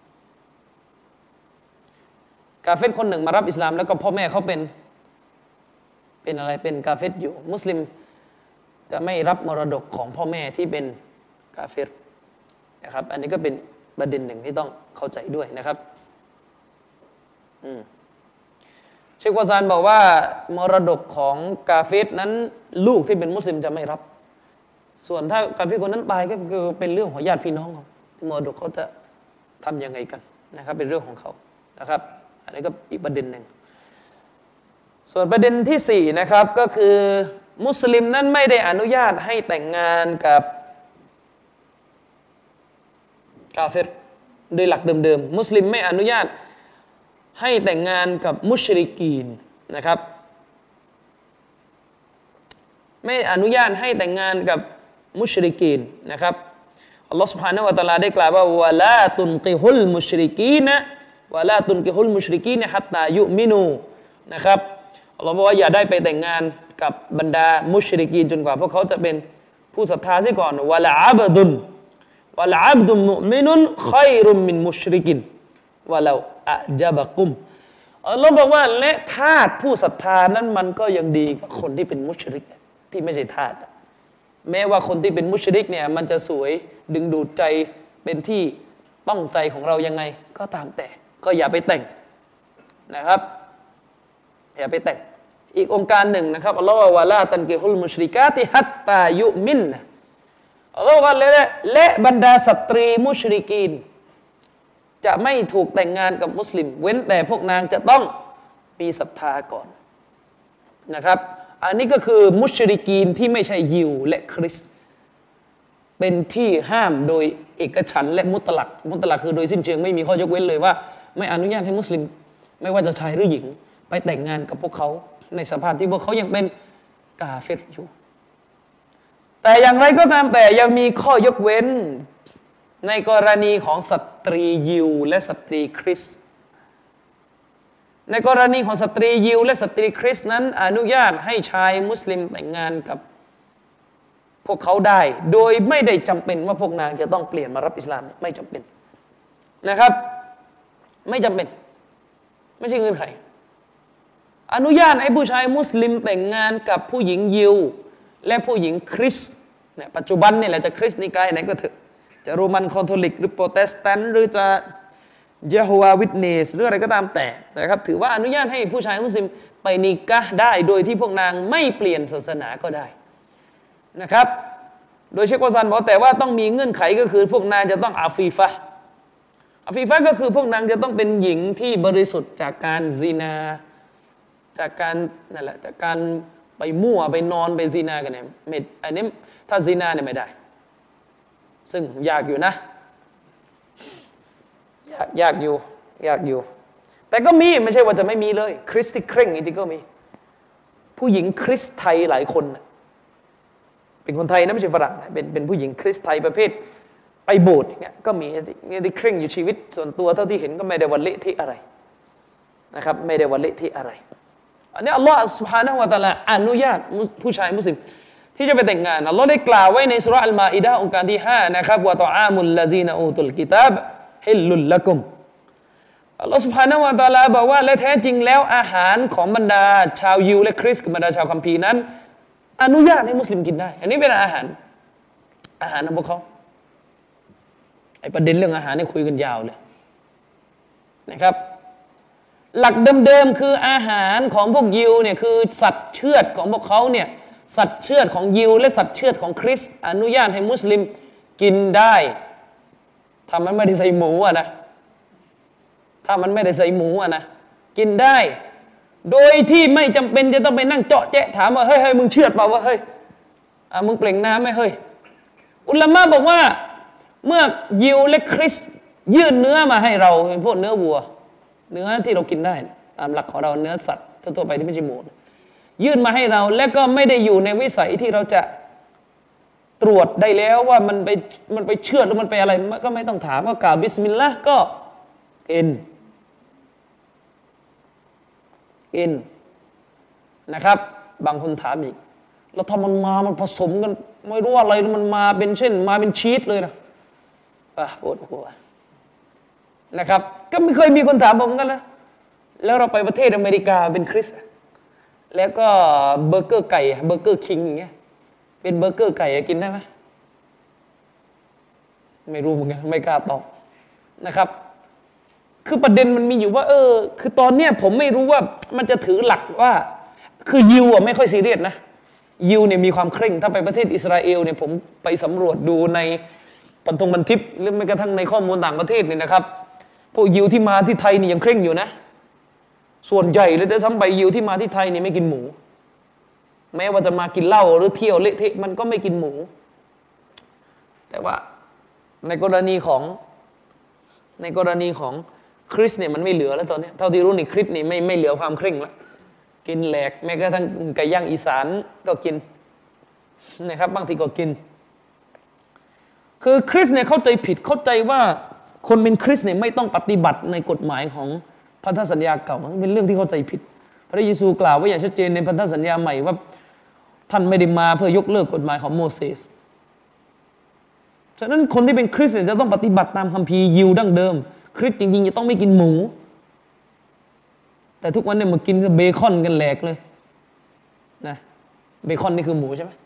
กาเฟรคนหนึ่งมารับอิสลามแล้วก็พ่อแม่เขาเป็นอะไรเป็นกาเฟรอยู่มุสลิมจะไม่รับมรดกของพ่อแม่ที่เป็นกาเฟรนะครับอันนี้ก็เป็นประเด็นหนึ่งที่ต้องเข้าใจด้วยนะครับเชค วะซานบอกว่ามรดกของกาเฟรนั้นลูกที่เป็นมุสลิมจะไม่รับส่วนถ้ากาเฟรคนนั้นตายก็คือเป็นเรื่องของญาติพี่น้องเขามรดกเขาจะทำยังไงกันนะครับเป็นเรื่องของเขานะครับอันนี้ก็อีกประเด็นหนึ่งส่วนประเด็นที่4นะครับก็คือมุสลิมนั้นไม่ได้อนุญาตให้แต่งงานกับกาเฟรโดยหลักเดิมๆมุสลิมไม่อนุญาตให้แต่งงานกับมุชริกีนนะครับไม่อนุญาตให้แต่งงานกับมุชริกีนนะครับอัลลอฮฺ سبحانه และ تعالى ได้กล่าวว่าวะลาตุนกิฮุลมุชริกีนวะลาตุนกิฮุลมุชริกีนฮัตตายุมินูนะครับอัลลอฮฺบอกว่าอย่าได้ไปแต่งงานกับบรรดามุชริกีนจนกว่าพวกเขาจะเป็นผู้ศรัทธาเสียก่อนวะลาอับดุนมุมินุนค็อยรุมมินมุชริกินวะลาอะจาบะกุมอัลลอฮฺบอกว่าและทาสผู้ศรัทธานั้นมันก็ยังดีกว่าคนที่เป็นมุชริกที่ไม่ใช่ทาสแม้ว่าคนที่เป็นมุชริกเนี่ยมันจะสวยดึงดูดใจเป็นที่ต้องใจของเรายังไงก็ตามแต่ก็อย่าไปแต่งนะครับอย่าไปแต่งอีกองค์การหนึ่งนะครับอัลลอฮฺวะลาตันกิฮุลมุชริกาติฮัตตายุมินอัลลอฮฺว่าและบรรดาสตรีมุชริกีนจะไม่ถูกแต่งงานกับมุสลิมเว้นแต่พวกนางจะต้องมีศรัทธาก่อนนะครับอันนี้ก็คือมุชริกีนที่ไม่ใช่ยิวและคริสต์เป็นที่ห้ามโดยเอกฉันท์และมุตลักคือโดยสิ้นเชิงไม่มีข้อยกเว้นเลยว่าไม่อนุญาตให้มุสลิมไม่ว่าจะชายหรือหญิงไปแต่งงานกับพวกเขาในสภาพที่พวกเขายังเป็นกาเฟรอยู่แต่อย่างไรก็ตามแต่ยังมีข้อยกเว้นในกรณีของสตรียิวและสตรีคริสต์ในกรณีของสตรียิวและสตรีคริสต์นั้นอนุญาตให้ชายมุสลิมแต่งงานกับพวกเขาได้โดยไม่ได้จำเป็นว่าพวกนางจะต้องเปลี่ยนมารับอิสลามไม่จำเป็นนะครับไม่จำเป็นไม่ใช่เงื่อนไขอนุญาตให้ผู้ชายมุสลิมแต่งงานกับผู้หญิงยิวและผู้หญิงคริสต์เนี่ยปัจจุบันนี่แหละจะคริสต์นิกายไหนก็เถอะจะโรมันคาทอลิกหรือโปรเตสแตนต์หรือจะเยโฮวาห์วิทเนสหรืออะไรก็ตามแต่นะครับถือว่าอนุญาตให้ผู้ชายมุสลิมไปนิกะห์ได้โดยที่พวกนางไม่เปลี่ยนศาสนาก็ได้นะครับโดยเชคโกซันบอกแต่ว่าต้องมีเงื่อนไขก็คือพวกนางจะต้องอาฟีฟะก็คือพวกนางจะต้องเป็นหญิงที่บริสุทธิ์จากการซินาจากการนั่นแหละจากการไปมั่วไปนอนไปซินากันเนี่ยอันนี้ถ้าซินาเนี่ยไม่ได้ซึ่งยากอยู่นะยากอยู่แต่ก็มีไม่ใช่ว่าจะไม่มีเลยคริสติเคร่งจริงๆก็มีผู้หญิงคริสไทยหลายคนเป็นคนไทยนะไม่ใช่ฝรั่งเป็นผู้หญิงคริสไทยประเภทไปโบสถ์อย่างเงี้ยก็มีที่เคร่งอยู่ชีวิตส่วนตัวเท่าที่เห็นก็ไม่ได้วันเละที่อะไรนะครับไม่ได้วันเละที่อะไรอันนี้อัลลอฮฺซุบฮานะฮูวะตะอาลาอนุญาตผู้ชายมุสลิมที่จะไปแต่งงานอัลลอฮ์ได้กล่าวไว้ในสุเราะห์อัลมาอิดะห์องค์การที่5นะครับวะตออามุลลซีนอูตุลกิตาบฮิลลุลละกุมอัลลอฮ์ซุบฮานะฮูวะตะอาลาบอกว่าและแท้จริงแล้วอาหารของบรรดาชาวยิวและคริสต์กับบรรดาชาวคัมภีร์นั้นอนุญาตให้มุสลิมกินได้อันนี้เป็นอาหารของพวกเขาไอ้ประเด็นเรื่องอาหารนี่คุยกันยาวเลยนะครับหลักเดิมๆคืออาหารของพวกยิวเนี่ยคือสัตว์เชือดของพวกเขาเนี่ยสัตว์เชือดของยิวและสัตว์เชือดของคริสต์อนุญาตให้มุสลิมกินได้ถ้ามันไม่ได้ใส่หมูนะถ้ามันไม่ได้ใส่หมูนะกินได้โดยที่ไม่จำเป็นจะต้องไปนั่งเจาะแจ๊ะถามว่าเฮ้ยมึงเชือดเปล่าวะเฮ้ยมึงเปล่งน้ำไหมเฮ้ยอุลามะบอกว่าเมื่อยิวและคริสต์ยื่นเนื้อมาให้เราเป็นพวกเนื้อวัวเนื้อที่เรากินได้ตามหลักของเราเนื้อสัตว์ทั่วไปที่ไม่ใช่หมูยื่นมาให้เราและก็ไม่ได้อยู่ในวิสัยที่เราจะตรวจได้แล้วว่ามันไปเชือดหรือมันไปอะไรก็ไม่ต้องถามก็กล่าวบิสมิลลาห์ก็กินนะครับบางคนถามอีกแล้วถ้ามันผสมกันไม่รู้อะไรมันมาเป็นเช่นมาเป็นชีสเลยนะปวดหัวนะครับก็ไม่เคยมีคนถามผมกันนะแล้วเราไปประเทศอเมริกาเป็นคริสต์แล้วก็เบอร์เกอร์ไก่เบอร์เกอร์คิงอย่างเงี้ยเป็นเบอร์เกอร์ไก่กินได้ไหมไม่รู้เหมือนกันไม่กล้าตอบนะครับคือประเด็นมันมีอยู่ว่าคือตอนเนี้ยผมไม่รู้ว่ามันจะถือหลักว่าคือยิวไม่ค่อยซีเรียสนะยิวเนี่ยมีความเคร่งถ้าไปประเทศอิสราเอลเนี่ยผมไปสำรวจดูในบันทิปหรือแม้กระทั่งในข้อมูลต่างประเทศนี่นะครับพวกยิวที่มาที่ไทยนี่ยังเคร่งอยู่นะส่วนใหญ่เลยด้วยซ้ำไปยิวที่มาที่ไทยนี่ไม่กินหมูแม้ว่าจะมากินเหล้าหรือเที่ยวเละเทะมันก็ไม่กินหมูแต่ว่าในกรณีของคริสเนี่ยมันไม่เหลือแล้วตอนนี้เท่าที่รู้นี่คริสนี่ไม่เหลือความเคร่งแล้วกินแหลกแม้กระทั่งไก่ย่างอีสานก็กินนะครับบางทีก็กินคือคริสเนี่ยเข้าใจผิดเข้าใจว่าคนเป็นคริสเนี่ยไม่ต้องปฏิบัติในกฎหมายของพันธสัญญาเก่ามันเป็นเรื่องที่เข้าใจผิดพระเยซูกล่าวไว้อย่างชัดเจนในพันธสัญญาใหม่ว่าท่านไม่ได้มาเพื่อยกเลิกกฎหมายของโมเสสฉะนั้นคนที่เป็นคริสเนี่ยจะต้องปฏิบัติตามคัมภีร์ยิวดั้งเดิมคริสจริงๆจะต้องไม่กินหมูแต่ทุกวันเนี่ยมากินเบคอนกันแหลกเลยนะเบคอนนี่คือหมูใช่ไหม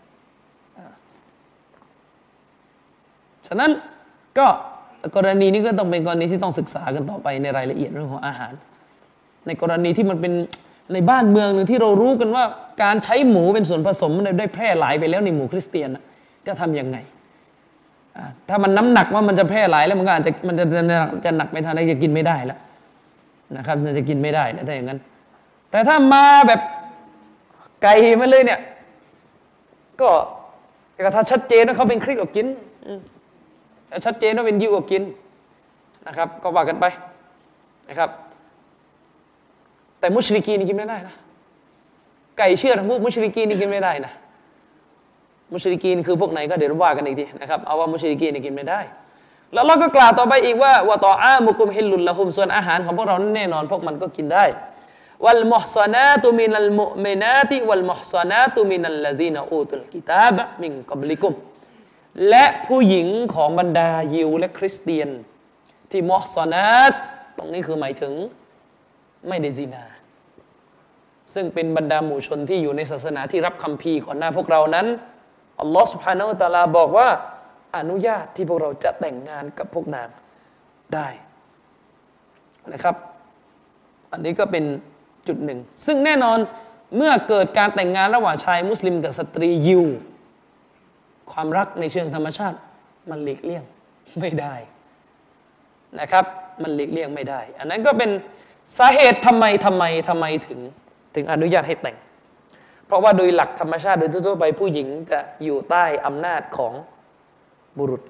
ฉะนั้นก็กรณีนี้ก็ต้องเป็นกรณีที่ต้องศึกษากันต่อไปในรายละเอียดเรื่องของอาหารในกรณีที่มันเป็นในบ้านเมืองหนึ่งที่เรารู้กันว่าการใช้หมูเป็นส่วนผสมมันได้แพร่หลายไปแล้วในหมู่คริสเตียนจะทำยังไงถ้ามันน้ำหนักว่ามันจะแพร่หลายแล้วมันก็อาจจะจะหนักไปทางไหนจะกินไม่ได้แล้วนะครับจะกินไม่ได้นะถ้าอย่างนั้นแต่ถ้ามาแบบไก่มาเลยเนี่ยก็ถ้าชัดเจนว่าเขาเป็นคริสต์ก็กินชัดเจนว่าเป็นยิวก็กินนะครับก็ว่ากันไปนะครับแต่มุชริกีนนี่กินไม่ได้นะไก่เชื่อดของพวกมุชริกีนนี่กินไม่ได้นะมุชริกีนคือพวกไหนก็เดี๋ยวว่ากันอีกทีนะครับเอาว่ามุชริกีนนี่กินไม่ได้แล้วเราก็กล่าวต่อไปอีกว่าวะตออามุกุมฮิลลุลละฮุมส่วนอาหารของพวกเราแน่นอนพวกมันก็กินได้วัลมุฮซานาตุมินัลมุอ์มินาติวัลมุฮซานาตุมินัลลซีนาอูตุลกิตาบะมินกับลิกุมและผู้หญิงของบรรดายิวและคริสเตียนที่มุฮซานาตตรงนี้คือหมายถึงไม่ได้ซินาซึ่งเป็นบรรดาหมู่ชนที่อยู่ในศาสนาที่รับคัมภีร์ก่อนหน้าพวกเรานั้นอัลลอฮฺ سبحانه และ تعالى บอกว่าอนุญาตที่พวกเราจะแต่งงานกับพวกนางได้นะครับอันนี้ก็เป็นจุดหนึ่งซึ่งแน่นอนเมื่อเกิดการแต่งงานระหว่างชายมุสลิมกับสตรียิวความรักในเชิงธรรมชาติมันหลีกเลี่ยงไม่ได้นะครับมันหลีกเลี่ยงไม่ได้อันนั้นก็เป็นสาเหตุทำไมถึงอนุญาตให้แต่งเพราะว่าโดยหลักธรรมชาติโดยทั่วไปผู้หญิงจะอยู่ใต้อำนาจของบุรุษ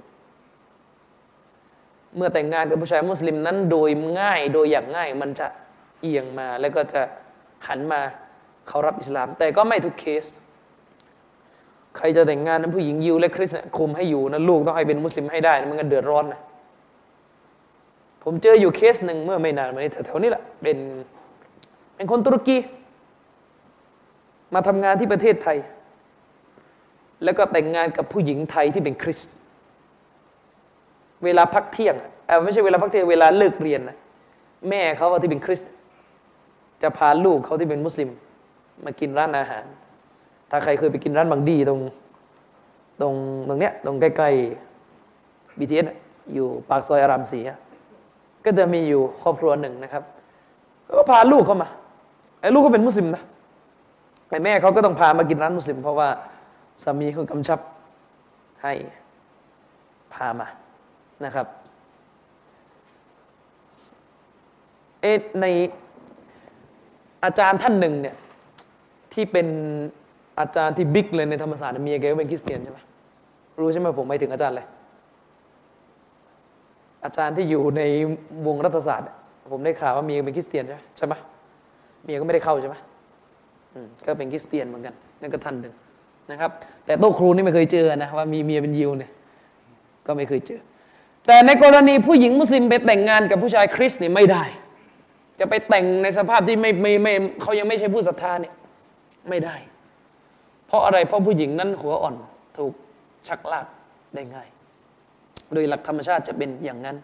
เมื่อแต่งงานกับผู้ชายมุสลิมนั้นโดยอย่างง่ายมันจะเอียงมาแล้วก็จะหันมาเขารับอิสลามแต่ก็ไม่ทุกเคสใครจะแต่งงานนั้นผู้หญิงยิวและคริสต์คุมให้อยู่นะลูกต้องให้เป็นมุสลิมให้ได้มันก็เดือดร้อนนะผมเจออยู่เคสหนึ่งเมื่อไม่นานมานี้แถวๆนี้แหละเป็นคนตุรกีมาทำงานที่ประเทศไทยแล้วก็แต่งงานกับผู้หญิงไทยที่เป็นคริสต์เวลาพักเที่ยงไม่ใช่เวลาพักเที่ยงเวลาเลิกเรียนนะแม่เขาที่เป็นคริสต์จะพาลูกเขาที่เป็นมุสลิมมากินร้านอาหารถ้าใครเคยไปกินร้านบางดีตรงเนี้ยตรงใกล้ๆ BTS อยู่ปากซอยอารามศรีก็จะมีอยู่ครอบครัวหนึ่งนะครับก็พาลูกเขามาไอ้ลูกก็เป็นมุสลิมนะไอ้แม่เขาก็ต้องพามากินร้านมุสลิมเพราะว่าสามีเขากำชับให้พามานะครับในอาจารย์ท่านหนึ่งเนี่ยที่เป็นอาจารย์ที่บิ๊กเลยในธรรมศาสตร์เมียแกก็เป็นคริสเตียนใช่ไหมรู้ใช่ไหมผมหมายถึงอาจารย์อะไรอาจารย์ที่อยู่ในวงรัฐศาสตร์ผมได้ข่าวว่าเมียเป็นคริสเตียนใช่ไหมเมียก็ไม่ได้เข้าใช่ไหมก็เป็นคริสเตียนเหมือนกันนั่นก็ท่านหนึ่งนะครับแต่โต๊ะครูนี่ไม่เคยเจอนะว่ามีเมียเป็นยิวเนี่ยก็ไม่เคยเจอแต่ในกรณีผู้หญิงมุสลิมไปแต่งงานกับผู้ชายคริสต์นี่ไม่ได้จะไปแต่งในสภาพที่ไม่เขายังไม่ใช่ผู้ศรัทธาเนี่ยไม่ได้เพราะอะไรเพราะผู้หญิงนั้นหัวอ่อนถูกชักลากได้ง่ายโดยหลักธรรมชาติจะเป็นอย่างนั้น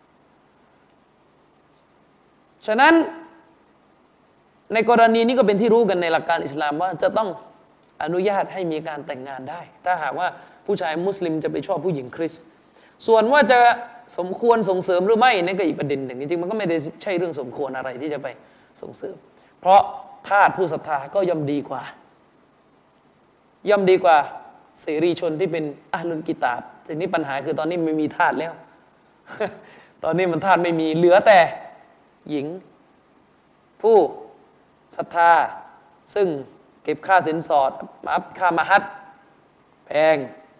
ฉะนั้นในกรณีนี้ก็เป็นที่รู้กันในหลักการอิสลามว่าจะต้องอนุญาตให้มีการแต่งงานได้ถ้าหากว่าผู้ชายมุสลิมจะไปชอบผู้หญิงคริสต์ส่วนว่าจะสมควรส่งเสริมหรือไม่นั่นก็อีกประเด็นหนึ่งจริงๆมันก็ไม่ได้ใช่เรื่องสมควรอะไรที่จะไปส่งเสริมเพราะทาสผู้ศรัทธาก็ย่อมดีกว่าเสรีชนที่เป็นอะห์ลุลกิตาบทีนี้ปัญหาคือตอนนี้ไม่มีทาสแล้ว ตอนนี้มันทาสไม่มีเหลือแต่หญิงผู้ศรัทธาซึ่งเก็บค่าสินสอดค่ามหัตแพง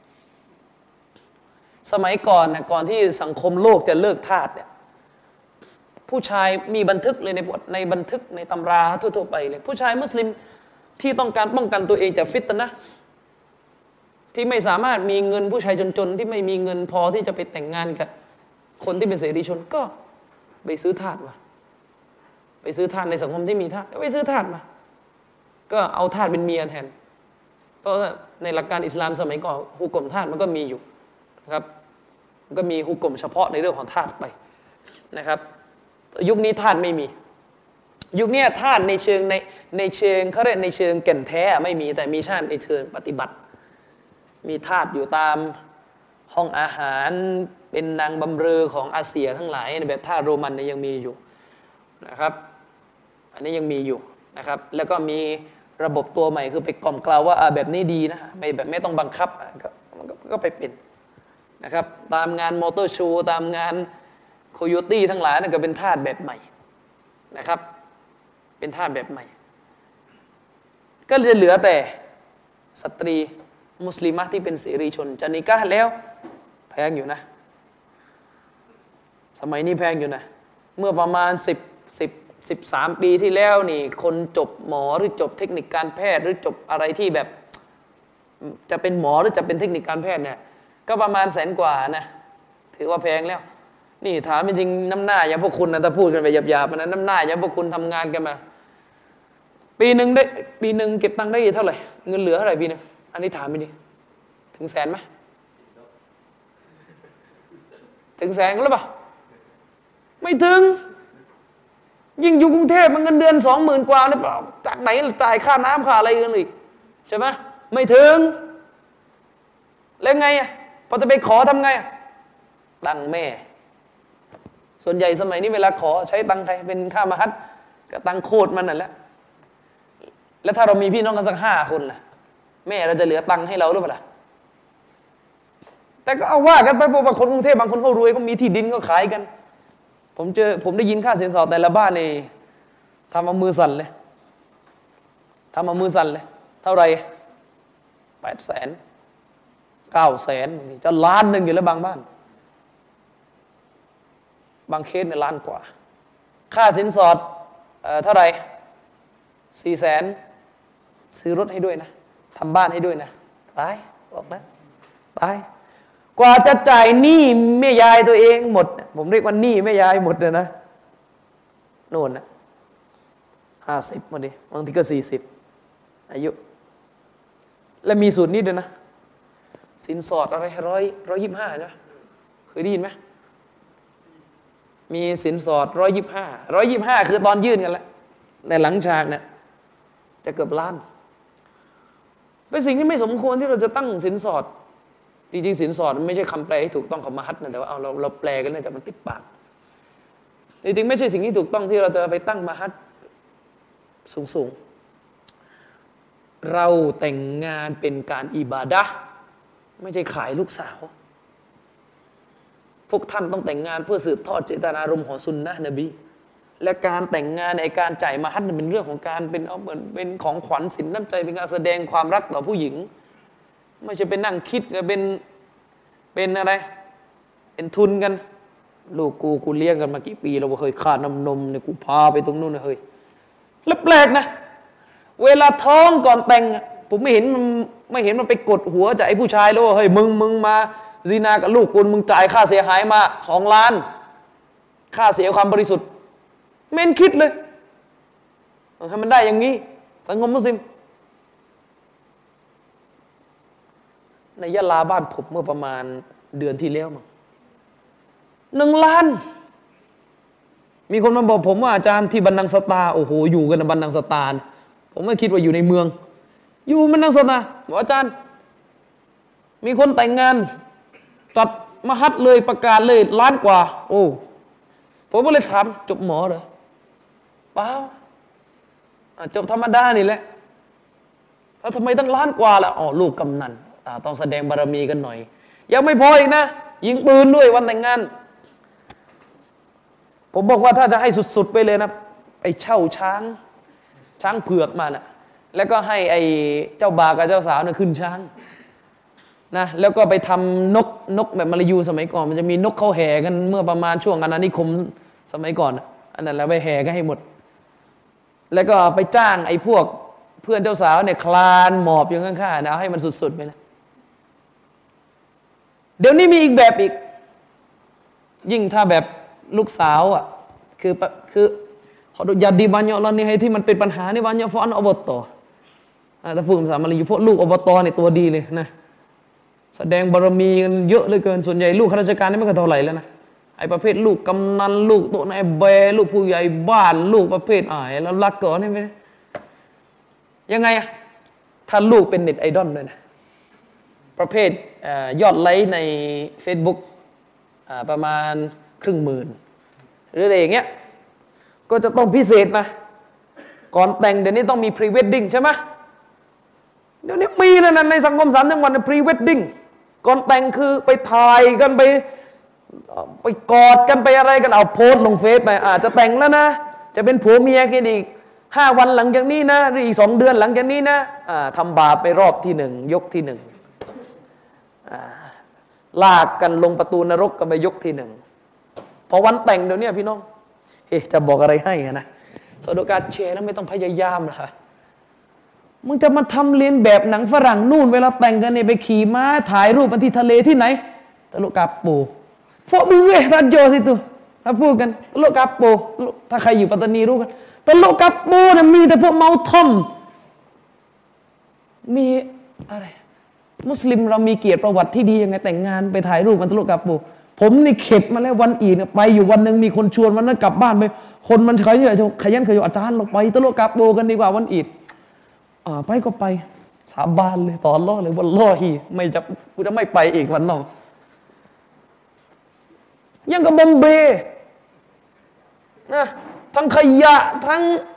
สมัยก่อนนะก่อนที่สังคมโลกจะเลิกทาสเนี่ยผู้ชายมีบันทึกเลยในบันทึกในตำราทั่วๆไปเลยผู้ชายมุสลิมที่ต้องการป้องกันตัวเองจากฟิตนะห์ที่ไม่สามารถมีเงินผู้ชายจนๆที่ไม่มีเงินพอที่จะไปแต่งงานกับคนที่เป็นเสรีชนก็ไปซื้อทาสมาไปซื้อทาสในสังคมที่มีทาสไปซื้อทาสมาก็เอาทาสเป็นเมียแทนเพราะในหลักการอิสลามสมัยก่อนฮุกมทาสมันก็มีอยู่นะครับมันก็มีฮุกมเฉพาะในเรื่องของทาสไปนะครับยุคนี้ทาสไม่มียุคนี้ทาสในเชิงเขาเรียกในเชิงแก่นแท้ไม่มีแต่มีชาติในเชิงปฏิบัติมีทาสอยู่ตามห้องอาหารเป็นนางบำเรอของอาเซียทั้งหลายแบบทาสโรมันเนี่ยยังมีอยู่นะครับอันนี้ยังมีอยู่นะครับแล้วก็มีระบบตัวใหม่คือไปกล่อมกล่าวว่าแบบนี้ดีนะไม่ต้องบังคับก็ไปเป็นนะครับตามงานมอเตอร์โชว์ตามงานโคโยตี้ทั้งหลายนั่นก็เป็นทาสแบบใหม่นะครับเป็นทาสแบบใหม่ก็จะเหลือแต่สตรีมุสลิมะที่เป็นเสรีชนจะนิกะห์แล้วแพงอยู่นะสมัยนี้แพงอยู่นะเมื่อประมาณ10 13 ปีที่แล้วนี่คนจบหมอหรือจบเทคนิคการแพทย์หรือจบอะไรที่แบบจะเป็นหมอหรือจะเป็นเทคนิคการแพทย์เนี่ยก็ประมาณ100,000 กว่านะถือว่าแพงแล้วนี่ถามจริงๆน้ำหน้าอย่างพวกคุณนะถ้าพูดกันไปหยาบๆนะน้ำหน้าอย่างพวกคุณทำงานกันมาปีหนึ่งเก็บตังค์ได้เท่าไหร่เงินเหลือเท่าไหร่ปีนึงอันนี้ถามไปดิถึง100,000ไหมถึง100,000หรือเปล่าไม่ถึงยิ่งอยู่กรุงเทพมันเงินเดือน 20,000 กว่าเนี่ยจากไหนจ่ายค่าน้ำค่าอะไรกันอีกใช่ไหมไม่ถึงแล้วไงอ่ะพอจะไปขอทำไงอ่ะตังค์แม่ส่วนใหญ่สมัยนี้เวลาขอใช้ตังค์ใครเป็นค่ามหัดก็ตังค์โคตรมันนั่นแหละแล้วถ้าเรามีพี่น้องกันสัก5 คนล่ะแม่เราจะเหลือตังค์ให้เราหรือเปล่าแต่ก็เอาว่ากันไปเพราะว่าคนกรุงเทพบางคนเขารวยเขามีที่ดินก็ขายกันผมได้ยินค่าสินสอดแต่ละบ้านนี่ทำเอามือสั่นเลยเท่าไหร่800,000 900,000จะ1 ล้านอยู่แล้วบางบ้านบางเคสเนี่ย1 ล้านกว่าค่าสินสอดเท่าไหร่400,000ซื้อรถให้ด้วยนะทำบ้านให้ด้วยนะตายบอกนะตายกว่าจะจ่ายหนี้แม่ยายตัวเองหมดผมเรียกว่าหนี้แม่ยายหมดเลยนะโน่นนะ50มาดิบางทีก็40อายุและมีสูตรนี้ด้วยนะสินสอดอะไร125นะเคยได้ยินไหมมีสินสอด125คือตอนยื่นกันแล้วในหลังฉากเนี่ยจะเกือบ1 ล้านเป็นสิ่งที่ไม่สมควรที่เราจะตั้งสินสอดจริงๆสินสอดมันไม่ใช่คำแปลที่ถูกต้องของมหัดนะแต่ว่าเอาเราแปลกันเลยจะมันติดปากจริงๆไม่ใช่สิ่งที่ถูกต้องที่เราจะไปตั้งมหัดสูงเราแต่งงานเป็นการอิบาดะห์ไม่ใช่ขายลูกสาวพวกท่านต้องแต่งงานเพื่อสืบทอดเจตนารมณ์ของสุนนะนบีและการแต่งงานในการจ่ายมหัดเป็นเรื่องของการเป็นเหมือนเป็นของขวัญสินน้ำใจเป็นการแสดงความรักต่อผู้หญิงไม่ใช่เป็นนั่งคิดกันเป็นอะไรเป็นทุนกันลูกกูเลี้ยงกันมากี่ปีเราเคยค่าน้ำนมเนี่ยกูพาไปตรงนู้นนะเฮ้ยแล้วแปลกนะเวลาท้องก่อนแต่งผมไม่เห็นมันไปกดหัวจากไอ้ผู้ชายแล้วว่าเฮ้ยมึงมาซีนากับลูกกูมึงจ่ายค่าเสียหายมา2 ล้านค่าเสียความบริสุทธิ์ไม่เห็นคิดเลยให้มันได้อย่างนี้สังคมมุสลิมในยะลาบ้านผมเมื่อประมาณเดือนที่แล้วมั้ง1 ล้านมีคนมาบอกผมว่าอาจารย์ที่บันนังสตาโอ้โหอยู่กันในบันนังสตาผมไม่คิดว่าอยู่ในเมืองอยู่บันนังสตาบอกอาจารย์มีคนแต่งงานจัดมหัดเลยประกาศเลย1 ล้านกว่าโอ้ผมก็เลยถามจบหมอเหรอเปล่าจบธรรมดานี่แหละแล้วทำไมตั้ง1 ล้านกว่าล่ะอ๋อลูกกำนันต้องแสดงบารมีกันหน่อยยังไม่พออีกนะยิงปืนด้วยวันแต่งงานผมบอกว่าถ้าจะให้สุดๆไปเลยนะไปเช่าช้างเผือกมานะแล้วก็ให้ไอ้เจ้าบ่าวกับเจ้าสาวเนี่ยขึ้นช้างนะแล้วก็ไปทำนกแบบมาลายูสมัยก่อนมันจะมีนกเขาแห่กันเมื่อประมาณช่วงอาณานิคมสมัยก่อนอันนั้นแล้วไปแห่กันให้หมดแล้วก็ไปจ้างไอ้พวกเพื่อนเจ้าสาวเนี่ยคลานหมอบอยู่ข้างๆนะเอาให้มันสุดๆไปนะเดี๋ยวนี้มีอีกแบบอีกยิ่งถ้าแบบลูกสาวคือขออย่าดีบันยอเรานี่ให้ที่มันเป็นปัญหานี่บันยอฟอนอบตถ้าพูดภาษามาลายูพวกลูกอบตเนี่ยตัวดีเลยนะแสดงบารมีกันเยอะเหลือเกินส่วนใหญ่ลูกข้าราชการนี่ไม่เคยเท่าไหร่แล้วนะไอ้ประเภทลูกกำนันลูกโตนายแบลูกผู้ใหญ่บ้านลูกประเภทแล้วรักก่อนนี่ไม่ยังไงอะถ้าลูกเป็นเน็ตไอดอลด้วยนะประเภทยอดไลค์ใน Facebook ประมาณ100,000หรืออะไรอย่างเงี้ยก็จะต้องพิเศษนะก่อนแต่งเดี๋ยวนี้ต้องมีพรีเวดดิ้งใช่ไหมเดี๋ยวนี้มีแล้วนะในสังคม3 จังหวัดพรีเวดดิ้งก่อนแต่งคือไปถ่ายกันไปกอดกันไปอะไรกันเอาโพสต์ลงเฟซไปจะแต่งแล้วนะจะเป็นผัวเมียกันอีก5 วันหลังจากนี้นะหรืออีก2 เดือนหลังจากนี้นะทำบาปไปรอบที่1ยกที่1ลากกันลงประตูนรกกันไปยกที่1พอวันแต่งเดี๋ยวนี้พี่น้องจะบอกอะไรให้นะสะดวกการแชร์แล้วไม่ต้องพยายามนะมึงจะมาทำเลียนแบบหนังฝรั่งนู่นเวลาแต่งกันเนี่ยไปขี่ม้าถ่ายรูปกันที่ทะเลที่ไหนตลกกาโปพวกมึงท่านโจสิตุถ้าพูดกันตลกกาโปถ้าใครอยู่ปัตตานีรู้กันตลกกาโปนะมีแต่พวกเมาทอมมีอะไรมุสลิมเรามีเกียรติประวัติที่ดียังไงแต่งงานไปถ่ายรูปกันตลกกาโปผมนี่เข็ดมาแล้ววันอีกไปอยู่วันหนึ่งมีคนชวนวันนั้นกลับบ้านไปคนมันขยันเคยอยู่อาจารย์เราไปตลกกาโปกันดีกว่าวันอีกไปก็ไปสาบานเลยตอนล่อเลยวันล่อฮีไม่จะกูจะไม่ไปอีกวันนอกยังกับบอมเบย์นะทั้งขยะทั้ง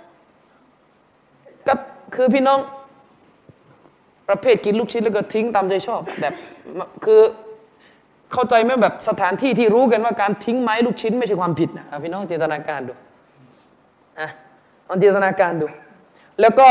ก็คือพี่น้องประเภทกินลูกชิ้นแล้วก็ทิ้งตามใจชอบแบบคือเข้าใจไหมแบบสถานที่ที่รู้กันว่าการทิ้งไม้ลูกชิ้นไม่ใช่ความผิดนะพี่น้องจินตนาการดูลองจินตนาการดูแล้วก็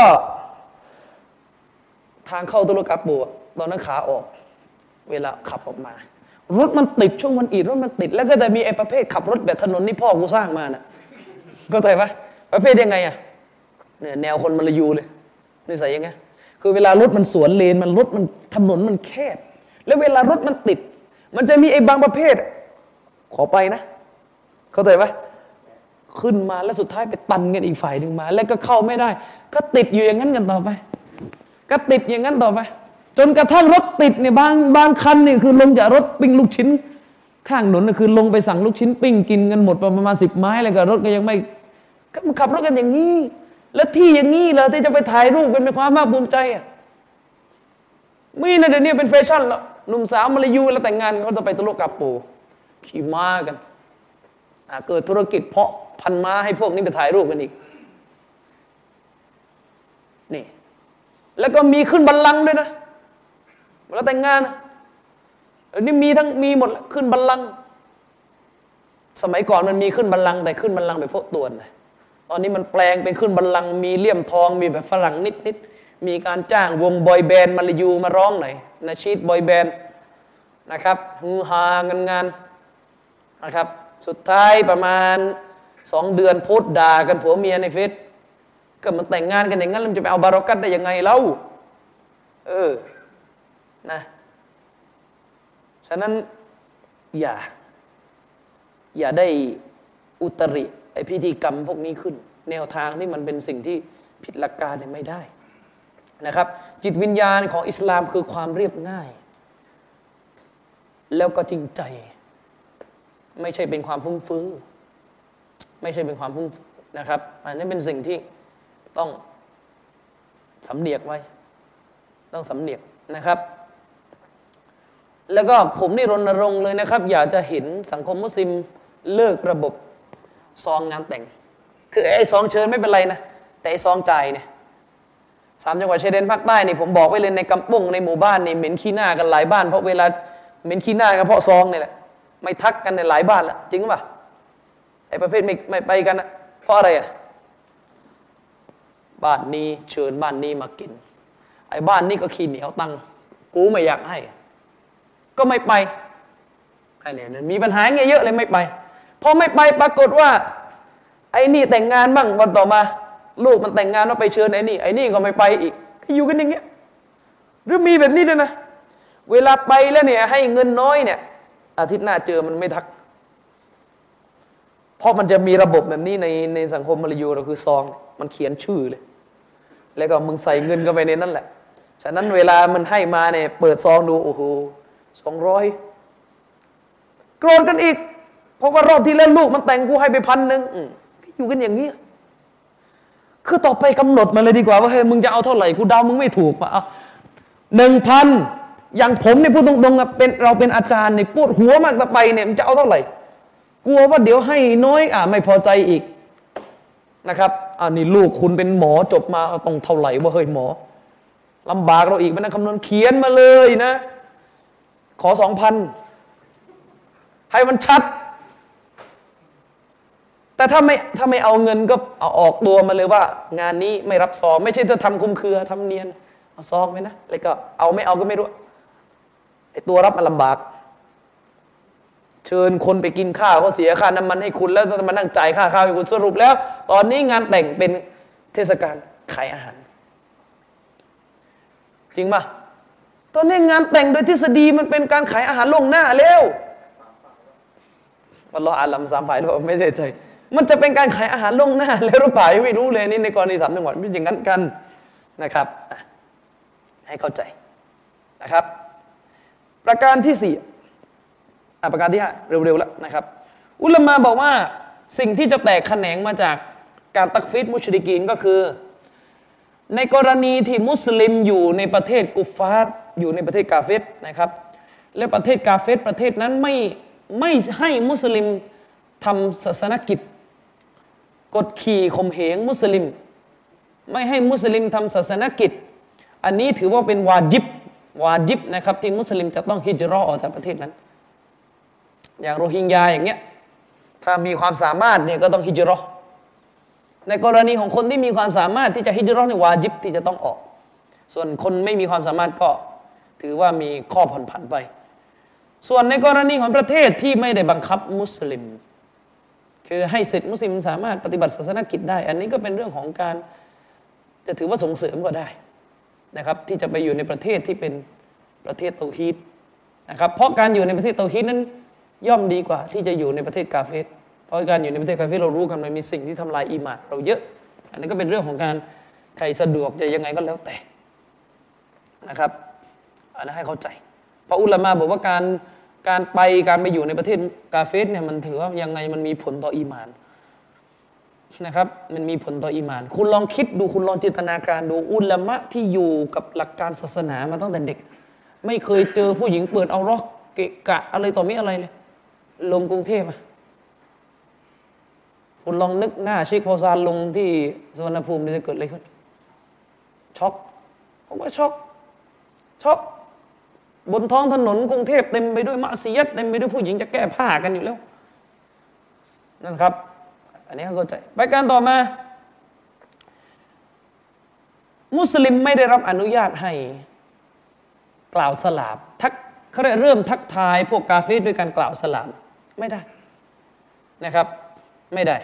ทางเข้าตุลกาปูตอนนั้นขาออกเวลาขับออกมารถมันติดช่วงวันอีดรถมันติดแล้วก็จะมีไอ้ประเภทขับรถแบบถนนนี่พ่อกูสร้างมาน่ะเข้าใจปะประเภทยังไงอ่ะเนี่ยแนวคนมลายูเลยนี่ใส่ยังไงคือเวลารถมันสวนเลนมันรถมันถนนมันแคบแล้วเวลารถมันติดมันจะมีไอ้บางประเภทขอไปนะเข้าใจปะขึ้นมาแล้วสุดท้ายไปตันกันอีกฝ่ายหนึ่งมาแล้วก็เข้าไม่ได้ก็ติดอยู่อย่างนั้นกันต่อไปก็ติดอย่างนั้นต่อไปจนกระทั่งรถติดเนี่ยบางคันเนี่ยคือลงจากรถปิ้งลูกชิ้นข้างถนนน่ะคือลงไปสั่งลูกชิ้นปิ้งกินกันหมดประมาณ10 ไม้แล้วก็รถก็ยังไม่ก็มันขับรถกันอย่างนี้แล้วที่อย่างนี้เหรอที่จะไปถ่ายรูปกันเป็นความภาคภูมิใจอ่ะมีนะเดี๋ยวนี้เป็นแฟชั่นแล้วหนุ่มสาวมาลายูแล้วแต่งงานเขาจะไปตุลกาโปขี่ม้ากันเกิดธุรกิจเพาะพันม้าให้พวกนี้ไปถ่ายรูปกันอีกนี่แล้วก็มีขึ้นบัลลังก์ด้วยนะเวลาแต่งงานนี่มีหมดขึ้นบัลลังก์สมัยก่อนมันมีขึ้นบัลลังก์แต่ขึ้นบัลลังก์แบบพวกตวนตอนนี้มันแปลงเป็นขึ้นบัลลังก์มีเลี่ยมทองมีแบบฝรั่งนิดมีการจ้างวงบอยแบนด์มาลายูมาร้องหน่อยนาชีดบอยแบนด์นะครับฮือฮาเงินงานนะครับสุดท้ายประมาณ2 เดือนโพสต์ด่ากันผัวเมียในเฟซก็มันแต่งงานกันอย่างนั้นมันจะไปเอาบารอกัตได้ยังไงเล่านะฉะนั้นอย่าได้อุตริไอพิธีกรรมพวกนี้ขึ้นแนวทางที่มันเป็นสิ่งที่ผิดหลักการเนี่ยไม่ได้นะครับจิตวิญญาณของอิสลามคือความเรียบง่ายแล้วก็จริงใจไม่ใช่เป็นความฟุ้งฟื้อไม่ใช่เป็นความฟุ้งฟื้อนะครับอันนี้เป็นสิ่งที่ต้องสำเนียกไว้ต้องสำเนียกนะครับแล้วก็ผมนี่รณรงค์เลยนะครับอยากจะเห็นสังคมมุสลิมเลิกระบบซองงานแต่งคือไอ้ซองเชิญไม่เป็นไรนะแต่ไอ้ซองจ่ายเนี่ย3 จังหวัดชายแดนภาคใต้นี่ผมบอกไว้เลยในกำปุ้งในหมู่บ้านนี่เหม็นขี้หน้ากันหลายบ้านเพราะเวลาเหม็นขี้หน้ากันเพราะซองนี่แหละไม่ทักกันในหลายบ้านละจริงป่ะไอ้ประเภทไม่ไปกันนะเพราะอะไรอ่ะบ้านนี้เชิญบ้านนี้มากินไอ้บ้านนี้ก็ขี้เหนียวตังกูไม่อยากให้ก็ไม่ไปไอ้เนี่ยมีปัญหาเงี้ยเยอะเลยไม่ไปพอไม่ไปปรากฏว่าไอ้นี่แต่งงานบ้างวันต่อมาลูกมันแต่งงานว่าไปเชิญไอ้นี่ก็ไม่ไปอีกอยู่กันอย่างเงี้ยหรือมีแบบนี้ด้วยนะเวลาไปแล้วเนี่ยให้เงินน้อยเนี่ยอาทิตย์หน้าเจอมันไม่ทักเพราะมันจะมีระบบแบบนี้ในสังคมมลายูเราคือซองมันเขียนชื่อเลยแล้วก็มึงใส่เงินเข้าไปในนั้นแหละฉะนั้นเวลามันให้มาเนี่ยเปิดซองดูโอ้โห200โกรธกันอีกเพราะว่ารอบที่เล่นลูกมันแต่งกูให้ไป1,000อยู่กันอย่างนี้คือต่อไปกำหนดมาเลยดีกว่าว่าเฮ้ยมึงจะเอาเท่าไหร่กูเดามึงไม่ถูกป่ะเอา 1,000 อย่างผมเนี่ยพูดตรงๆเป็นเราเป็นอาจารย์เนี่ยปวดหัวมากต่อไปเนี่ยมันจะเอาเท่าไหร่กลัวว่าเดี๋ยวให้น้อยไม่พอใจอีกนะครับนี่ลูกคุณเป็นหมอจบมาต้องเท่าไหร่ว่าเฮ้ยหมอลำบากเราอีกมันนั่งคำนวณเขียนมาเลยนะขอ 2,000 ให้มันชัดแต่ถ้าไม่เอาเงินก็เอาออกตัวมาเลยว่างานนี้ไม่รับซองไม่ใช่จะทำคุมเครือทำเนียนเอาซองไหมนะแล้วก็เอาไม่เอาก็ไม่รู้ไอ้ตัวรับมันลำบากเชิญคนไปกินข้าวเขาเสียค่าน้ำมันให้คุณแล้วต้องมานั่งจ่ายค่าข้าวให้คุณสรุปแล้วตอนนี้งานแต่งเป็นเทศกาลขายอาหารจริงป่ะตอนนี้งานแต่งโดยทฤษฎีมันเป็นการขายอาหารล่วงหน้าแล้วอัลลอฮฺอาลัมสามฝ่ายหรือเปล่าไม่แน่ใจมันจะเป็นการขายอาหารล่วงหน้าแล้วหรือเปล่าไม่รู้เลยนี่ในกรณี3 จังหวัดเป็นอย่างนั้นกันนะครับให้เข้าใจนะครับประการที่4ประการที่5เร็วๆแล้วนะครับอุลามะบอกว่าสิ่งที่จะแตกแขนงมาจากการตักฟีรมุชริกีนก็คือในกรณีที่มุสลิมอยู่ในประเทศกุฟฟาร์อยู่ในประเทศกาเฟรนะครับและประเทศกาเฟรประเทศนั้นไม่ให้มุสลิมทำศาสนกิจกดขี่ข่มเหงมุสลิมไม่ให้มุสลิมทำศาสนกิจอันนี้ถือว่าเป็นวาญิบนะครับที่มุสลิมจะต้องฮิจเราะห์ออกจากประเทศนั้นอย่างโรฮิงญาอย่างเงี้ยถ้ามีความสามารถเนี่ยก็ต้องฮิจเราะห์ในกรณีของคนที่มีความสามารถที่จะฮิจเราะห์เนี่ยวาญิบที่จะต้องออกส่วนคนไม่มีความสามารถก็ถือว่ามีข้อผ่อนผันไปส่วนในกรณีของประเทศที่ไม่ได้บังคับมุสลิมคือให้สิทธิมุสลิมสามารถปฏิบัติศาสนกิจได้อันนี้ก็เป็นเรื่องของการจะถือว่าส่งเสริมก็ได้นะครับที่จะไปอยู่ในประเทศที่เป็นประเทศเตาฮีดนะครับเพราะการอยู่ในประเทศเตาฮีดนั้นย่อมดีกว่าที่จะอยู่ในประเทศกาเฟรเพราะการอยู่ในประเทศกาเฟรเรารู้กันมันมีสิ่งที่ทำลายอีหม่านเราเยอะอันนี้ก็เป็นเรื่องของการใครสะดวกจะยังไงก็แล้วแต่นะครับอันนั้นให้เข้าใจเพราะอุลามะบอกว่าการไปอยู่ในประเทศกาเฟรเนี่ยมันถือว่ายังไงมันมีผลต่ออีหม่านนะครับมันมีผลต่ออีหม่านคุณลองคิดดูคุณลองจินตนาการดูอุลามะที่อยู่กับหลักการศาสนามาตั้งแต่เด็กไม่เคยเจอผู้หญิงเปิดเอาร็อกเกะกะอะไรต่อไม่อะไรเลยลงกรุงเทพคุณลองนึกหน้าเชคโฟซานลงที่สุวรรณภูมิจะเกิดอะไรขึ้นช็อกผมว่าช็อกบนท้องถนนกรุงเทพเต็มไปด้วยมะซียัตเต็มไปด้วยผู้หญิงจะแก้ผ้ากันอยู่แล้วนั่นครับอันนี้เข้าใจไปการต่อมามุสลิมไม่ได้รับอนุญาตให้กล่าวสลามเขาเริ่มทักทายพวกกาเฟรด้วยการกล่าวสลามไม่ได้นะครับไม่ได้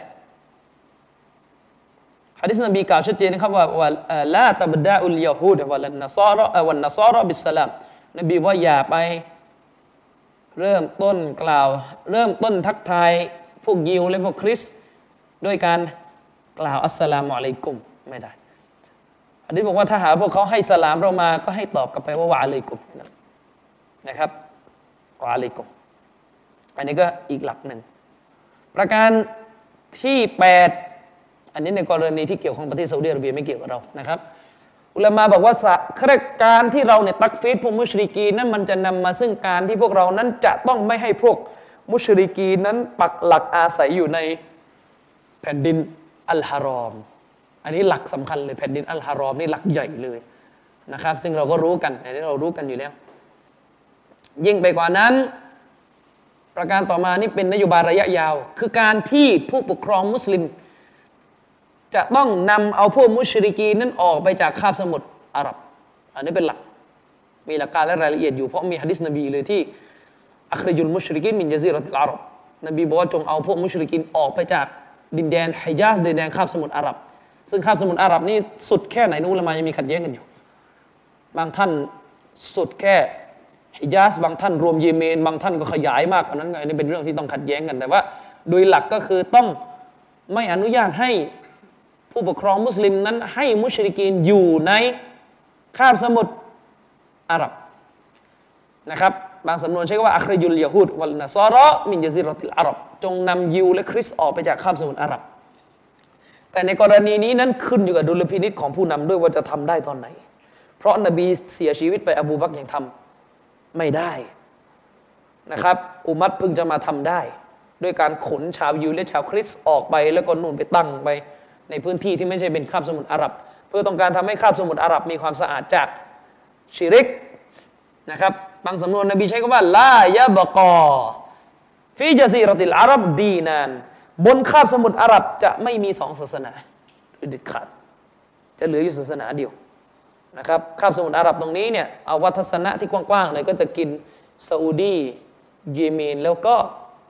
หะดีษนบีกล่าวชัดเจนนะครับว่าลาตับดะอุลยะฮูดวะลันนศาระวันนศาระบิสสลามนบีว่าอย่าไปเริ่มต้นทักทายพวกยิวและพวกคริสต์ด้วยการกล่าวอัสสลามุอะลัยกุมไม่ได้อันนี้บอกว่าถ้าหาพวกเขาให้สลามเรามาก็ให้ตอบกลับไปว่าวะอะลัยกุมนะครับวะอะลัยกุมอันนี้ก็อีกหลักหนึ่งประการที่8อันนี้ในกรณีที่เกี่ยวข้องประเทศซาอุดิอาระเบียไม่เกี่ยวกับเรานะครับอุลามะบอกว่าการที่เราเนี่ยตักฟีรพวกมุชริกีนนั้นมันจะนำมาซึ่งการที่พวกเรานั้นจะต้องไม่ให้พวกมุชริกีนนั้นปักหลักอาศัยอยู่ในแผ่นดินอัลฮารอมอันนี้หลักสำคัญเลยแผ่นดินอัลฮารอมนี่หลักใหญ่เลยนะครับซึ่งเราก็รู้กันอันนี้เรารู้กันอยู่แล้วยิ่งไปกว่านั้นประการต่อมานี่เป็นนโยบายระยะยาวคือการที่ผู้ปกครองมุสลิมจะต้องนำเอาพวกมุชริกีนนั้นออกไปจากคาบสมุทรอาหรับอันนี้เป็นหลักมีหลักการและรายละเอียดอยู่เพราะมีหะดีษนบีเลยที่อัครจุลมุชริกีนมินญะซีเราะติลอาหรับนบีบอกว่าจงเอาพวกมุชริกีนออกไปจากดินแดนฮิญาซดินแดนคาบสมุทรอาหรับซึ่งคาบสมุทรอาหรับนี่สุดแค่ไหนนู้นละมายังมีขัดแย้งกันอยู่บางท่านสุดแค่ฮิญาซบางท่านรวมเยเมนบางท่านก็ขยายมากกว่านั้นอันนี้เป็นเรื่องที่ต้องขัดแย้งกันแต่ว่าโดยหลักก็คือต้องไม่อนุญาตให้ผู้ปกครองมุสลิมนั้นให้มุชริกีนอยู่ในคาบสมุทรอาหรับนะครับบางสำนวนใช้คำว่าอัครจุลยะฮูดวัลนศาระมินญะซีเราะติลอาหรับจงนำยิวและคริสต์ออกไปจากคาบสมุทรอาหรับแต่ในกรณีนี้นั้นขึ้นอยู่กับดุลพินิจของผู้นำด้วยว่าจะทำได้ตอนไหนเพราะนบีเสียชีวิตไปอบูบักรยังทำไม่ได้นะครับอุมัรเพิ่งจะมาทำได้ด้วยการขนชาวยิวและชาวคริสต์ออกไปแล้วก็นู่นไปตั้งไปในพื้นที่ที่ไม่ใช่เป็นคาบสมุทรอาหรับเพื่อต้องการทำให้คาบสมุทรอาหรับมีความสะอาดจากชิริกนะครับบางสำนวนนบีใช้คำว่าลายะบกอฟีญะซีเราะติลอาหรับดีนานบนคาบสมุทรอาหรับจะไม่มี2ศาสนาโดยเด็ดขาดจะเหลืออยู่ศาสนาเดียวนะครับคาบสมุทรอาหรับตรงนี้เนี่ยเอาวัฒนะที่กว้างๆเลยก็จะกินซาอุดีเยเมนแล้วก็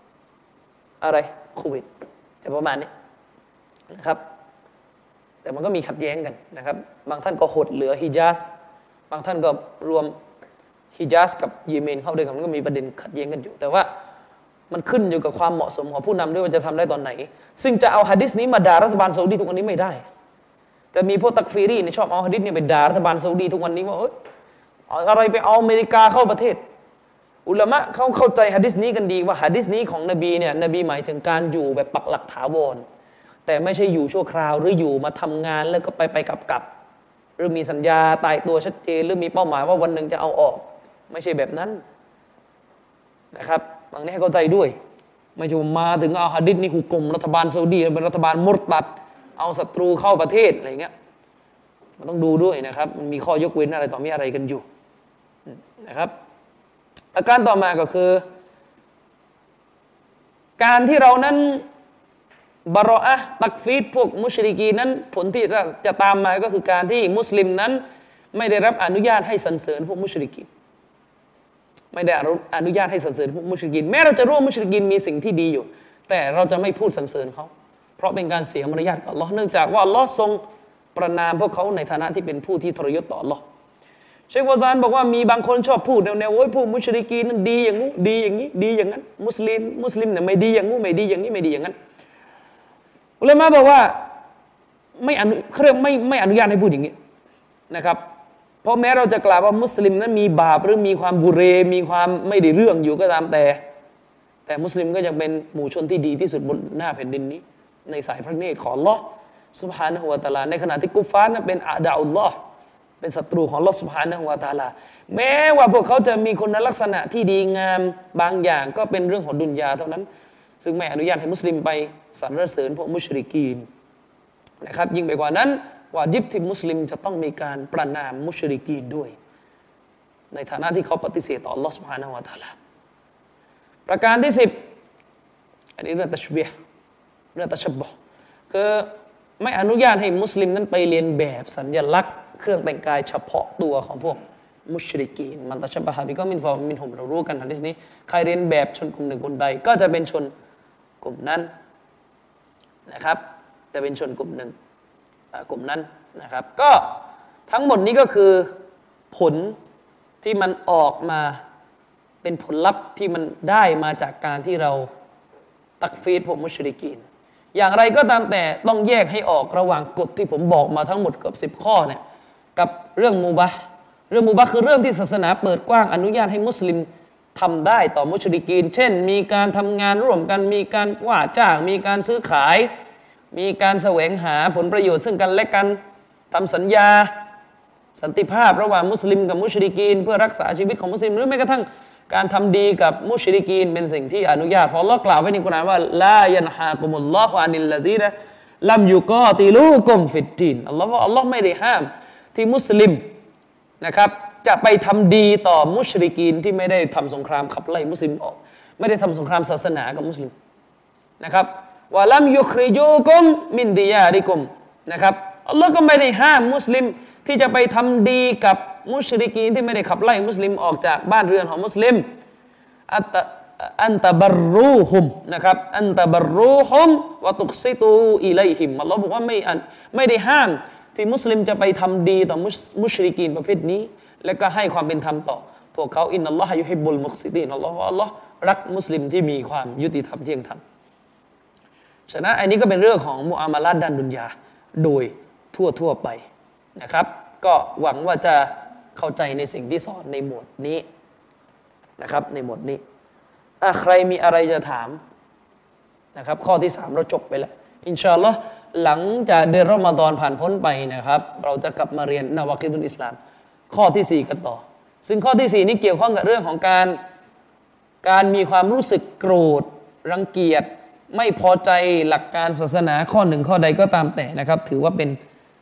อะไรโควิดจะประมาณนี้นะครับแต่มันก็มีขัดแย้งกันนะครับบางท่านก็หดเหลือฮิญาซบางท่านก็รวมฮิญาซกับเยเมนเข้าด้วยกันมันก็มีประเด็นขัดแย้งกันอยู่แต่ว่ามันขึ้นอยู่กับความเหมาะสมของผู้นำด้วยว่าจะทำได้ตอนไหนซึ่งจะเอาหะดีษนี้มาด่ารัฐบาลซาอุดีทุกวันนี้ไม่ได้แต่มีพวกตักฟีรีเนี่ยชอบเอาหะดีษนี้ไปด่ารัฐบาลซาอุดีทุกวันนี้ว่าอะไรไปเอาอเมริกาเข้าประเทศอุลามะเขาเข้าใจหะดีษนี้กันดีว่าหะดีษนี้ของนบีเนี่ยนบีหมายถึงการอยู่แบบปักหลักถาวรแต่ไม่ใช่อยู่ชั่วคราวหรืออยู่มาทำงานแล้วก็ไปกลับหรือมีสัญญาตายตัวชัดเจนหรือมีเป้าหมายว่าวันหนึ่งจะเอาออกไม่ใช่แบบนั้นนะครับบางนี้ให้เข้าใจด้วยไม่ใช่มาถึงเอาหะดีษนี้หุกกลมรัฐบาลซาอุดีเป็นรัฐบาลมุรตัดเอาศัตรูเข้าประเทศอะไรเงี้ยมันต้องดูด้วยนะครับมันมีข้อยกเว้นอะไรต่อมีอะไรกันอยู่นะครับอาการต่อมาก็คือการที่เรานั้นบารออะห์ตักฟีรพวกมุชริกีนั้นผลที่จะตามมาก็คือการที่มุสลิมนั้นไม่ได้รับอนุญาตให้สรรเสริญพวกมุชริกีไม่ได้อนุญาตให้สรรเสริญพวกมุชริกีแม้เราจะรู้ว่ามุชริกีมีสิ่งที่ดีอยู่แต่เราจะไม่พูดสรรเสริญเขาเพราะเป็นการเสียมารยาทกับอัลเลาะห์เนื่องจากว่าอัลเลาะห์ทรงประนามพวกเขาในฐานะที่เป็นผู้ที่ทรยศต่ออัลเลาะห์เชค วาซานบอกว่ามีบางคนชอบพูดแนวโอ้ยพวกมุชริกีนั้นดีอย่างงู้ดีอย่างนี้ดีอย่างนั้นมุสลิมเนี่ยไม่ดีอย่างงู้ไม่ดีอย่างนี้ไม่ดีอย่างนั้นอุลามะบอกว่าไม่อนุญาตให้พูดอย่างนี้นะครับเพราะแม้เราจะกล่าวว่ามุสลิมนั้นมีบาปหรือมีความบุเรมีความไม่ได้เรื่องอยู่ก็ตามแต่มุสลิมก็ยังเป็นหมู่ชนที่ดีที่สุดบนหน้าแผ่นดินนี้ในสายพระเนตรของอัลเลาะห์ซุบฮานะฮูวะตะอาลาในขณะที่กุฟฟาร์นั้นเป็นอาดาอุลลอฮ์เป็นศัตรูของอัลเลาะห์ซุบฮานะฮูวะตะอาลาแม้ว่าพวกเขาจะมีคุณลักษณะที่ดีงามบางอย่างก็เป็นเรื่องของดุนยาเท่านั้นซึ่งไม่อนุญาตให้มุสลิมไปสรรเสริญพวกมุชริกีนนะครับยิ่งไปกว่านั้นวาญิบที่มุสลิมจะต้องมีการประณามมุชริกีนด้วยในฐานะที่เขาปฏิเสธต่ออัลเลาะห์ซุบฮานะฮูวะตะอาลาประการที่10อันนี้เรื่องตัชบีฮ์เรื่องตัชบุฮ์คือไม่อนุญาตให้มุสลิมนั้นไปเรียนแบบสัญลักษณ์เครื่องแต่งกายเฉพาะตัวของพวกมุชริกีนมันตัชบะฮะบิกอมินฟอมินฮุมเรารู้กันหะดีษนี้ใครเรียนแบบชนกลุ่มหนึ่งคนใดก็จะเป็นชนกลุ่มนั้นนะครับจะเป็นชนกลุ่มหนึ่งกลุ่มนั้นนะครับก็ทั้งหมดนี้ก็คือผลที่มันออกมาเป็นผลลัพธ์ที่มันได้มาจากการที่เราตักฟีรพวกมุชริกีนอย่างไรก็ตามแต่ต้องแยกให้ออกระหว่างกฎที่ผมบอกมาทั้งหมดเกือบ10ข้อเนี่ยกับเรื่องมูบะห์คือเรื่องที่ศาสนาเปิดกว้างอนุญาตให้มุสลิมทำได้ต่อมุชริกีนเช่นมีการทำงานร่วมกันมีการว่าจ้างมีการซื้อขายมีการแสวงหาผลประโยชน์ซึ่งกันและกันทำสัญญาสันติภาพระหว่างมุสลิมกับมุชริกีนเพื่อรักษาชีวิตของมุสลิมหรือแม้กระทั่งการทำดีกับมุชริกีนเป็นสิ่งที่อนุญาตเพราะอัลเลาะห์กล่าวไว้ในกุรอานว่าลายันฮากุมุลลอฮุอานิลลาซีนะลัมยุกอติลูกุมฟิดดีนอัลเลาะห์ไม่ได้ห้ามที่มุสลิมนะครับจะไปทำดีต่อมุชริกีนที่ไม่ได้ทำสงครามขับไล่มุสลิมออกไม่ได้ทำสงครามศาสนากับมุสลิมนะครับวะลัมยุคริจูกุมมินดิยาริกุมนะครับอัลลอฮ์ก็ไม่ได้ห้ามมุสลิมที่จะไปทำดีกับมุชริกีนที่ไม่ได้ขับไล่มุสลิมออกจากบ้านเรือนของมุสลิมอันตะบรรูฮุมนะครับอันตะบรรูฮุมวะตุกซิตูอิลัยฮิมอัลลอฮ์บอกว่าไม่ได้ห้ามที่มุสลิมจะไปทำดีต่อมุชริกีนประเภทนี้และก็ให้ความเป็นธรรมต่อพวกเขาอินนัลลอฮะยุฮิบบุลมุกซิตีนอัลลอฮ์รักมุสลิมที่มีความยุติธรรมเที่ยงธรรมฉะนั้นอันนี้ก็เป็นเรื่องของมุอามาลาตด้านดุนยาโดยทั่วไปนะครับก็หวังว่าจะเข้าใจในสิ่งที่สอนในหมวดนี้นะครับในหมวดนี้ใครมีอะไรจะถามนะครับข้อที่3เราจบไปแล้วอินชาอัลลอฮ์หลังจากเดือนรอมฎอนผ่านพ้นไปนะครับเราจะกลับมาเรียนนาวากิดุลอิสลามข้อที่4กันต่อซึ่งข้อที่4นี้เกี่ยวข้องกับเรื่องของการมีความรู้สึกโกรธรังเกียจไม่พอใจหลักการศาสนาข้อหนึ่งข้อใดก็ตามแต่นะครับถือว่าเป็น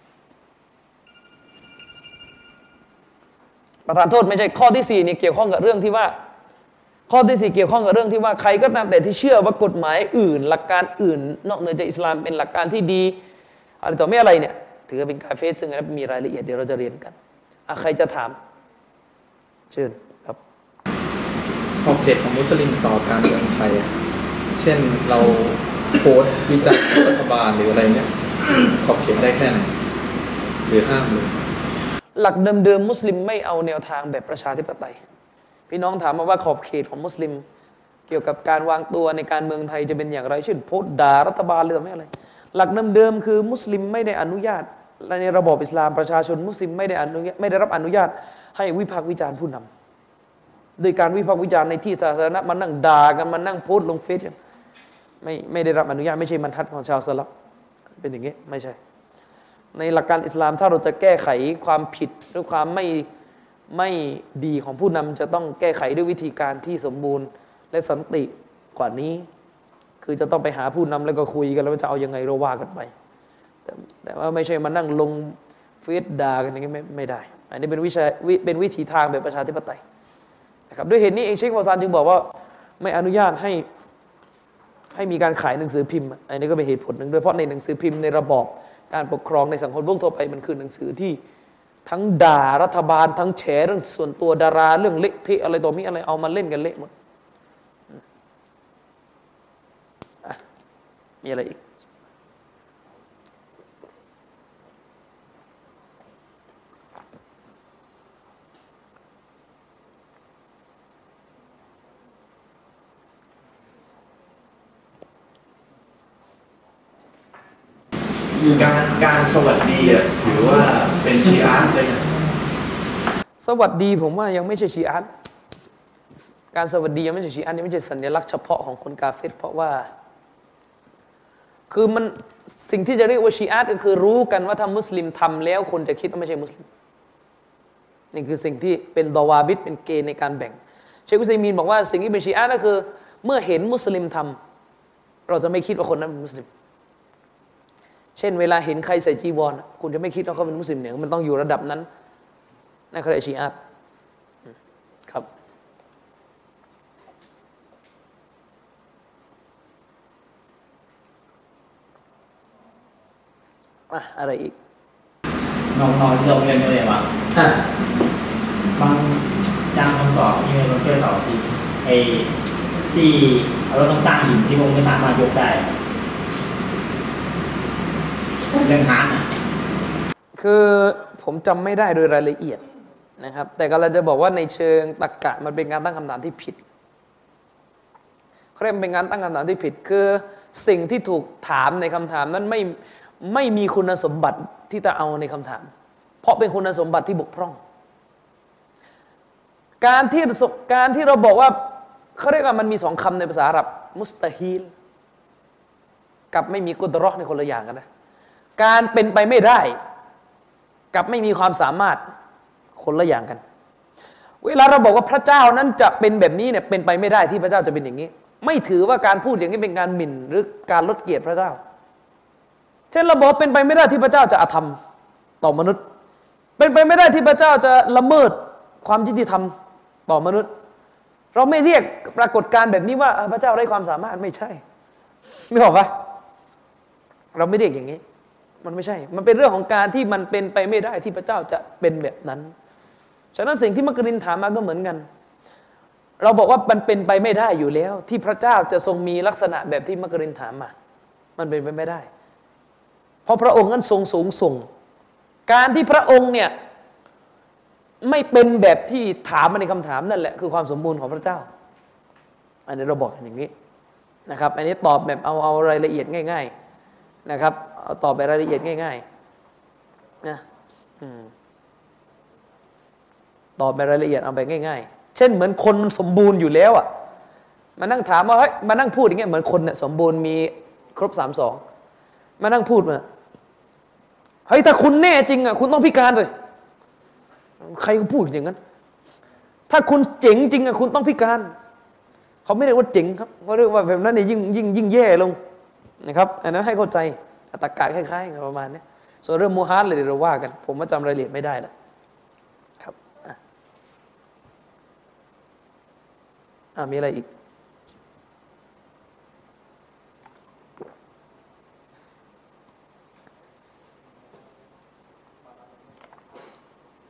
ประทานโทษไม่ใช่ข้อที่4นี่เกี่ยวข้องกับเรื่องที่ว่าข้อที่4เกี่ยวข้องกับเรื่องที่ว่าใครก็ตามแต่ที่เชื่อว่ากฎหมายอื่นหลักการอื่นนอกเหนือจากอิสลามเป็นหลักการที่ดีอะไรต่อไม่อะไรเนี่ยถือว่าเป็นกาเฟรซึ่งมีรายละเอียดเดี๋ยวเราจะเรียนกันใครจะถามเชิญครับขอบเขตของมุสลิมต่อการเมืองไทยเช่นเราโพสต์วิจารณ์รัฐบาลหรืออะไรเนี่ยขอบเขตได้แค่ไหนหรือห้ามเลยหลักเดิมๆมุสลิมไม่เอาแนวทางแบบประชาธิปไตยพี่น้องถามมาว่าขอบเขตของมุสลิมเกี่ยวกับการวางตัวในการเมืองไทยจะเป็นอย่างไรเช่นโพสต์ด่ารัฐบาลหรือไม่อะไรหลักเดิมๆคือมุสลิมไม่ได้อนุญาตในระบอบอิสลามประชาชนมุสลิมไม่ได้รับอนุญาตให้วิพากษ์วิจารณ์ผู้นำโดยการวิพากษ์วิจารณ์ในที่สาธารณะมานั่งด่ากันมานั่งโพสต์ลงเฟซกันไม่ได้รับอนุญาตไม่ใช่บรรทัดของชาวสลับเป็นอย่างนี้ไม่ใช่ในหลักการอิสลามถ้าเราจะแก้ไขความผิดหรือความไม่ดีของผู้นำจะต้องแก้ไขด้วยวิธีการที่สมบูรณ์และสันติกว่านี้คือจะต้องไปหาผู้นำแล้วก็คุยกันแล้วจะเอายังไงเราว่ากันไปแต่ว่าไม่ใช่มานั่งลงเฟซด่ากันอย่างนี้ไม่ได้อันนี้เป็นวิธีทางแบบประชาธิปไตยนะครับด้วยเหตุนี้เองเชคฟาวซานจึงบอกว่าไม่อนุญาตให้มีการขายหนังสือพิมพ์อันนี้ก็เป็นเหตุผลหนึ่งด้วยเพราะในหนังสือพิมพ์ในระบอบการปกครองในสังคมโลกทั่วไปมันคือหนังสือที่ทั้งด่ารัฐบาลทั้งแฉเรื่องส่วนตัวดาราเรื่องเละเทะอะไรต่อมีอะไรเอามาเล่นกันเละหมดมีอะไรอีกการสวัสดีถือว่าเป็นชีอะห์เลยสวัสดีผมว่ายังไม่ใช่ชีอะห์การสวัสดียังไม่ใช่ชีอะห์นี่ไม่ใช่สัญลักษณ์เฉพาะของคนกาเฟรเพราะว่าคือมันสิ่งที่จะเรียกว่าชีอะห์ก็คือรู้กันว่าถ้ามุสลิมทำแล้วคนจะคิดว่าไม่ใช่มุสลิมนี่คือสิ่งที่เป็นดาวาบิดเป็นเกณฑ์ในการแบ่งเชคอุซัยมีนบอกว่าสิ่งที่เป็นชีอะห์ก็คือเมื่อเห็นมุสลิมทำเราจะไม่คิดว่าคนนั้นเป็นมุสลิมเช่นเวลาเห็นใครใส่จีวรคุณจะไม่คิดว่าเขาเป็นมุสลิมเนี่ยมันต้องอยู่ระดับนั้นนั่นคือชีอะห์ครับอะไรอีกน้องๆเรียนไม่ได้ว่าบางจางคำตอบที่ไม่รู้เพื่อตอบที่เราต้องสร้างหินที่ผมไม่สามารถยกได้เรื่องฮาร์ดคือผมจำไม่ได้โดยรายละเอียดนะครับแต่ก็เราจะบอกว่าในเชิงตรรกะมันเป็นการตั้งคำถามที่ผิดเขาเรียกเป็นการตั้งคำถามที่ผิดคือสิ่งที่ถูกถามในคำถามนั้นไม่มีคุณสมบัติที่จะเอาในคำถามเพราะเป็นคุณสมบัติที่บกพร่องการที่เราบอกว่าเขาเรียกว่ามันมีสองคำในภาษาอาหรับมุสตาฮีลกับไม่มีกุดเราะห์ในคนละอย่างกันนะการเป็นไปไม่ได้กับไม่มีความสามารถคนละอย่างกันเวลาเราบอกว่าพระเจ้านั้นจะเป็นแบบนี้เนี่ยเป็นไปไม่ได้ที่พระเจ้าจะเป็นอย่างนี้ไม่ถือว่าการพูดอย่างนี้เป็นการหมิ่นหรือการลดเกียรติพระเจ้าเช่นเราบอกเป็นไปไม่ได้ที่พระเจ้าจะอาธรรมต่อมนุษย์เป็นไปไม่ได้ที่พระเจ้าจะละเมิดความยุติธรรมต่อมนุษย์เราไม่เรียกปรากฏการณ์แบบนี้ว่าพระเจ้าไร้ความสามารถไม่ใช่ไม่บอกว่าเราไม่เรียกอย่างนี้มันไม่ใช่มันเป็นเรื่องของการที่มันเป็นไปไม่ได้ที่พระเจ้าจะเป็นแบบนั้นฉะนั้นสิ่งที่มักรินถามมาก็เหมือนกันเราบอกว่ามันเป็นไปไม่ได้อยู่แล้วที่พระเจ้าจะทรงมีลักษณะแบบที่มักรินถามมามันเป็นไปไม่ได้เพราะพระองค์นั้นทรงสูงส่งการที่พระองค์เนี่ยไม่เป็นแบบที่ถามมาในคำถามนั่นแหละคือความสมบูรณ์ของพระเจ้าอันนี้เราบอกอย่างนี้นะครับอันนี้ตอบแบบเอารายละเอียดง่ายๆนะครับเอาตอบแบบรายละเอียดง่ายๆนะตอบแบบรายละเอียดเอาไปง่ายๆเช่นเหมือนคนมันสมบูรณ์อยู่แล้วอ่ะมานั่งถามว่าเฮ้ยมานั่งพูดอย่างเงี้ยเหมือนคนเนี่ยสมบูรณ์มีครบ32มานั่งพูดมาเฮ้ยถ้าคุณแน่จริงอ่ะคุณต้องพิการเลยใครก็พูดอย่างนั้นถ้าคุณเจ๋งจริงอ่ะคุณต้องพิการเขาไม่เรียกว่าเจ๋งครับเขาเรียกว่าแบบนั้นเนี่ยยิ่งแย่ลงนะครับอันนั้นให้เข้าใจตรรกะคล้ายๆกันประมาณนี้ส่วนเรื่องมูฮัดเลยเราว่ากันผมจำรายละเอียดไม่ได้แล้วครับมีอะไรอีก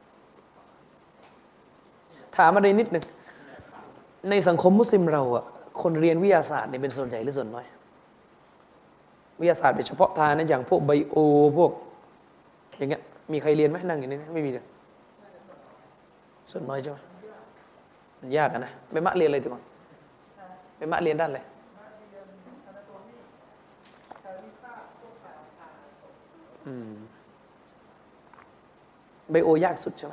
ถามอะไรนิดหนึ่งในสังคมมุสลิมเราอ่ะคนเรียนวิทยาศาสตร์เนี่ยเป็นส่วนใหญ่หรือส่วนน้อยวิทยาศาสตร์เป็นเฉพาะทางนะอย่างพวกไบโอพวกอย่างเงี้ยมีใครเรียนไหมนั่งอย่างนี้ไม่มีเลยส่วนน้อยใช่ไหมมันยากนะไปมะเรียนอะไรตัวก่อนไปมะเรียนด้านอะไรไบโอยากสุดใช่ไหม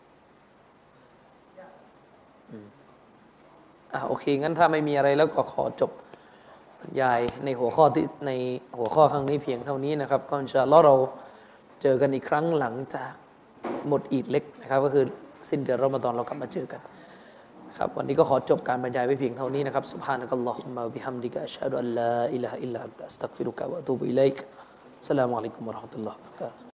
โอเคงั้นถ้าไม่มีอะไรแล้วก็ขอจบบรรยายในหัวข้อครั้งนี้เพียงเท่านี้นะครับก็อินชาอัลเลาะห์เราเจอกันอีกครั้งหลังจากหมดอีดเล็กนะครับก็คือสิ้นเดือนรอมฎอนเรากลับมาเจอกันครับวันนี้ก็ขอจบการบรรยายไว้เพียงเท่านี้นะครับซุบฮานะกัลลอฮุมมะบิฮัมดิกะอัชฮะดุอัลลาอิลาฮะอิลลัลลอฮุอัสตัฆฟิรุกะวะอะตูบุอิลัยกอัสสลามุอะลัยกุมวะเราะห์มะตุลลอฮิวะบะเราะกาตุฮ์